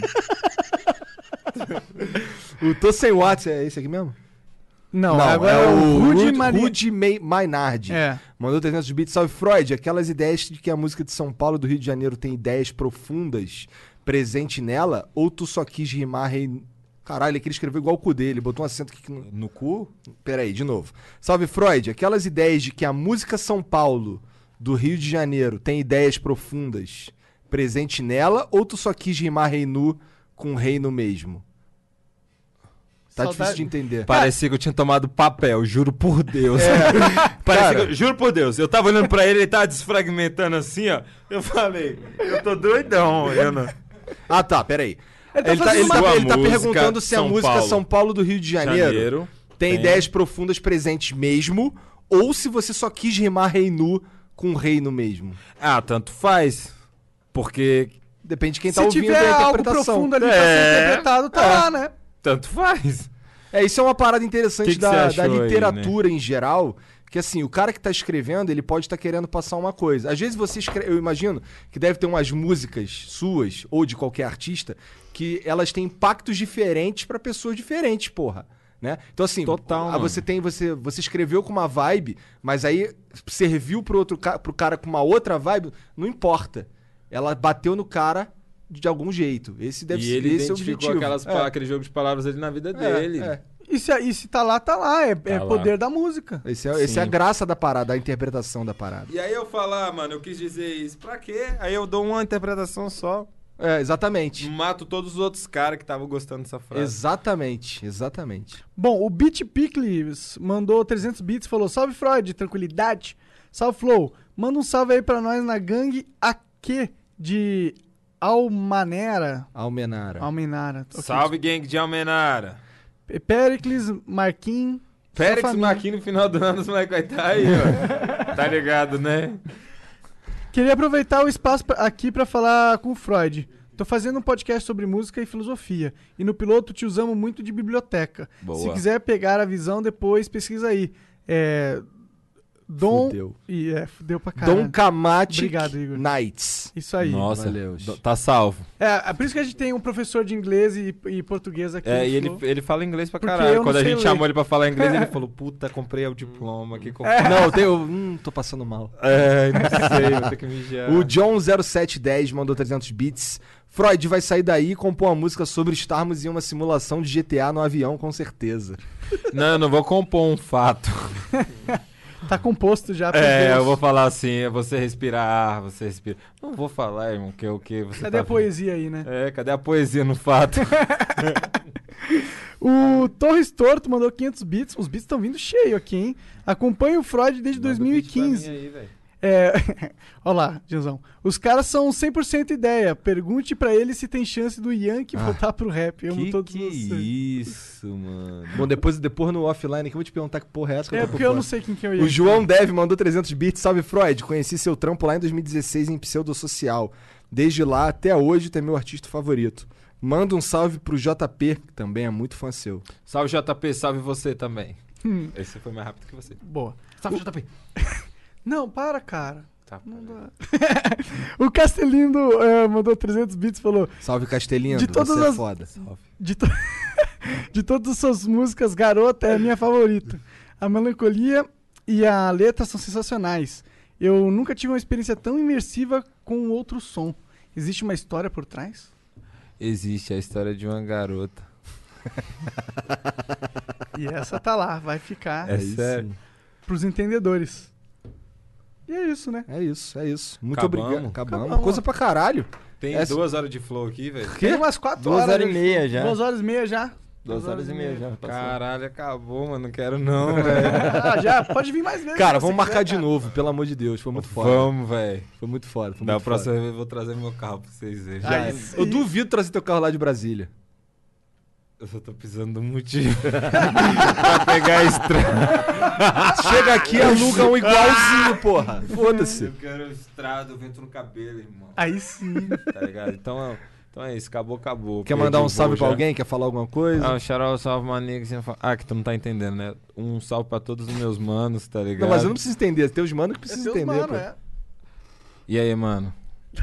O Tô Sem Watts é esse aqui mesmo? Não, agora é o Rudy Maynard. É. Mandou 300 bits. Salve, Freud. Aquelas ideias de que a música de São Paulo e do Rio de Janeiro tem ideias profundas presente nela, ou tu só quis rimar Caralho, ele escreveu igual o cu dele, botou um acento aqui No cu? Peraí, de novo. Salve, Freud. Aquelas ideias de que a música São Paulo do Rio de Janeiro tem ideias profundas presente nela, ou tu só quis rimar reinu com reino mesmo? Tá difícil de entender. Parecia que eu tinha tomado papel, juro por Deus. Juro por Deus. Eu tava olhando pra ele tava desfragmentando assim, ó. Eu falei, eu tô doidão. Eu não... Ah, tá, peraí. Ele tá perguntando se a música São Paulo do Rio de Janeiro tem ideias profundas presentes mesmo, ou se você só quis rimar reinu com reino mesmo. Ah, tanto faz. Porque depende de quem tá Se ouvindo tiver a algo interpretação. profundo ali pra ser interpretado, tá lá, né? tanto faz. Isso é uma parada interessante Que você achou da aí, literatura em geral, que assim, o cara que tá escrevendo, ele pode estar querendo passar uma coisa. Às vezes você escreve, eu imagino que deve ter umas músicas suas, ou de qualquer artista, que elas têm impactos diferentes pra pessoas diferentes, porra. Né? Então assim, Total, mano. você escreveu com uma vibe, mas aí serviu pro cara com uma outra vibe, não importa. Ela bateu no cara de algum jeito. Esse deve E ser ele esse é o identificou objetivo. aquele jogo de palavras ali na vida dele. E E se tá lá, tá lá. É lá. poder da música. Esse é a graça da parada, a interpretação da parada. E aí eu falar, mano, eu quis dizer isso, pra quê? Aí eu dou uma interpretação só. É, exatamente. Mato todos os outros caras que estavam gostando dessa frase. Exatamente. Bom, o Beat Pickles mandou 300 bits, falou: salve Freud, tranquilidade. Salve Flow, manda um salve aí pra nós na gangue aqui de Almenara. Okay. Salve, gangue de Almenara. Péricles, Marquinhos. Péricles, Marquinhos, no final do ano os moleques vai estar aí, ó. Tá ligado, né? Queria aproveitar o espaço aqui pra falar com o Freud. Tô fazendo um podcast sobre música e filosofia. E no piloto te usamos muito de biblioteca. Boa. Se quiser pegar a visão depois, pesquisa aí. Fudeu. Fudeu pra caralho. Dom Camatic Obrigado, Igor. Nights. Isso aí. Nossa, Valeu. tá salvo. É por isso que a gente tem um professor de inglês e português aqui. É, no e Flow. ele fala inglês pra Porque eu caralho. não Quando a sei gente ler. chamou ele pra falar inglês, ele falou, puta, comprei o diploma. Que Não, tô passando mal. Não sei, vou ter que mijar. O John0710 mandou 300 bits. Freud vai sair daí e compor uma música sobre estarmos em uma simulação de GTA no avião, com certeza. Não, eu não vou compor um fato. Tá composto já. Eu vou falar assim, é você respirar, você respira. Não vou falar, irmão, que é o que você Cadê a poesia aí, né? Cadê a poesia no fato? O Torres Torto mandou 500 bits. Os bits estão vindo cheio aqui, hein? Acompanha o Freud desde 2015. Olha lá, Gilzão. Os caras são 100% ideia. Pergunte pra ele se tem chance do Yankee voltar pro rap. Eu amo todos vocês. Isso, mano. Bom, depois no offline aqui eu vou te perguntar que porra é essa que eu tô por porque eu fora. não sei quem que é o Yankee. O João Dev mandou 300 bits. Salve, Freud. Conheci seu trampo lá em 2016 em Pseudosocial. Desde lá até hoje tu é meu artista favorito. Manda um salve pro JP, que também é muito fã seu. Salve, JP. Salve você também. Esse foi mais rápido que você. Boa. Salve, JP. Não, para, cara. Tá, Não dá. O Castelindo mandou 300 bits e falou: Salve, Castelindo. De todas você as- é foda. de todas as suas músicas, Garota é a minha favorita. A melancolia e a letra são sensacionais. Eu nunca tive uma experiência tão imersiva com outro som. Existe uma história por trás? Existe a história de uma garota. E essa tá lá, vai ficar É sério? pros entendedores. E é isso, né? É isso. Muito Acabamos? obrigado. Acabamos. Acabamos. Coisa pra caralho. Tem Essa- 2 horas de flow aqui, velho. Tem umas 4 2 horas. horas e meia já. 2 horas e meia já. 2 horas e meia já. Passou. Caralho, acabou, mano. Não quero não, velho. Já, pode vir mais vezes. Cara, se vamos você marcar quiser, de cara. nove, pelo amor de Deus. Foi muito foda. Vamos, velho. Foi muito foda. Foi Da muito próxima foda. vez eu vou trazer meu carro pra vocês verem. Aí Já. sim. Eu duvido trazer teu carro lá de Brasília. Eu só tô precisando de um motivo pra pegar a estrada. Chega aqui e aluga um igualzinho, porra. Foda-se. Eu quero estrada, vento no cabelo, irmão. Aí sim. Tá ligado? Então é isso, acabou. Quer mandar um Perdi o salve voo pra já. alguém? Quer falar alguma coisa? Ah, um xarol, salve, manego. Que tu não tá entendendo, né? Um salve pra todos os meus manos, tá ligado? Não, mas eu não preciso entender. Tem os manos que É precisam seus entender, mano, pô. é. E aí, mano?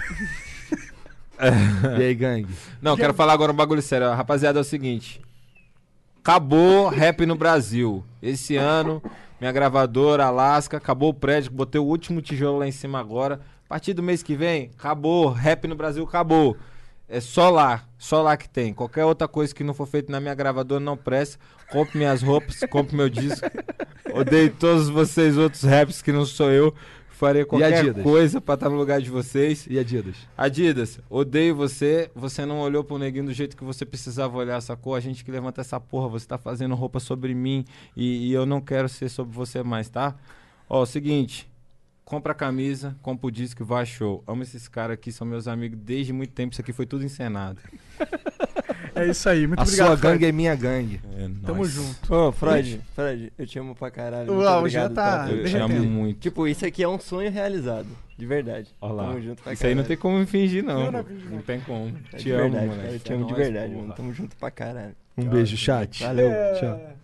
E aí, gangue? Não, quero falar agora um bagulho sério. Ó. Rapaziada, é o seguinte. Acabou rap no Brasil. Esse ano, minha gravadora, Alaska, acabou o prédio, botei o último tijolo lá em cima agora. A partir do mês que vem, acabou. Rap no Brasil, acabou. É só lá que tem. Qualquer outra coisa que não for feita na minha gravadora não presta. Compre minhas roupas, compre meu disco. Odeio todos vocês outros raps que não sou eu. Faria qualquer Adidas? coisa pra estar no lugar de vocês. E Adidas? Adidas, odeio você. Você não olhou pro neguinho do jeito que você precisava olhar, sacou? A gente que levanta essa porra, você tá fazendo roupa sobre mim e eu não quero ser sobre você mais, tá? Ó, seguinte, compra a camisa, compra o disco e vai show. Amo esses caras aqui, são meus amigos desde muito tempo. Isso aqui foi tudo encenado. É isso aí. Muito A obrigado, sua Freud. gangue é minha gangue. É Tamo nóis. junto. Ô, Freud, eu te amo pra caralho. Muito Uau, já obrigado tá. pela Eu coisa. te amo muito. Tipo, isso aqui é um sonho realizado. De verdade. Olha lá. Tamo junto pra Isso aí não caralho. tem como me fingir, não. Eu não pô. fingi, Não tem como. É Te de amo, verdade, moleque. cara, eu te É amo de nóis, verdade, porra. mano. Tamo junto pra caralho. Um beijo, chat. Valeu. Tchau.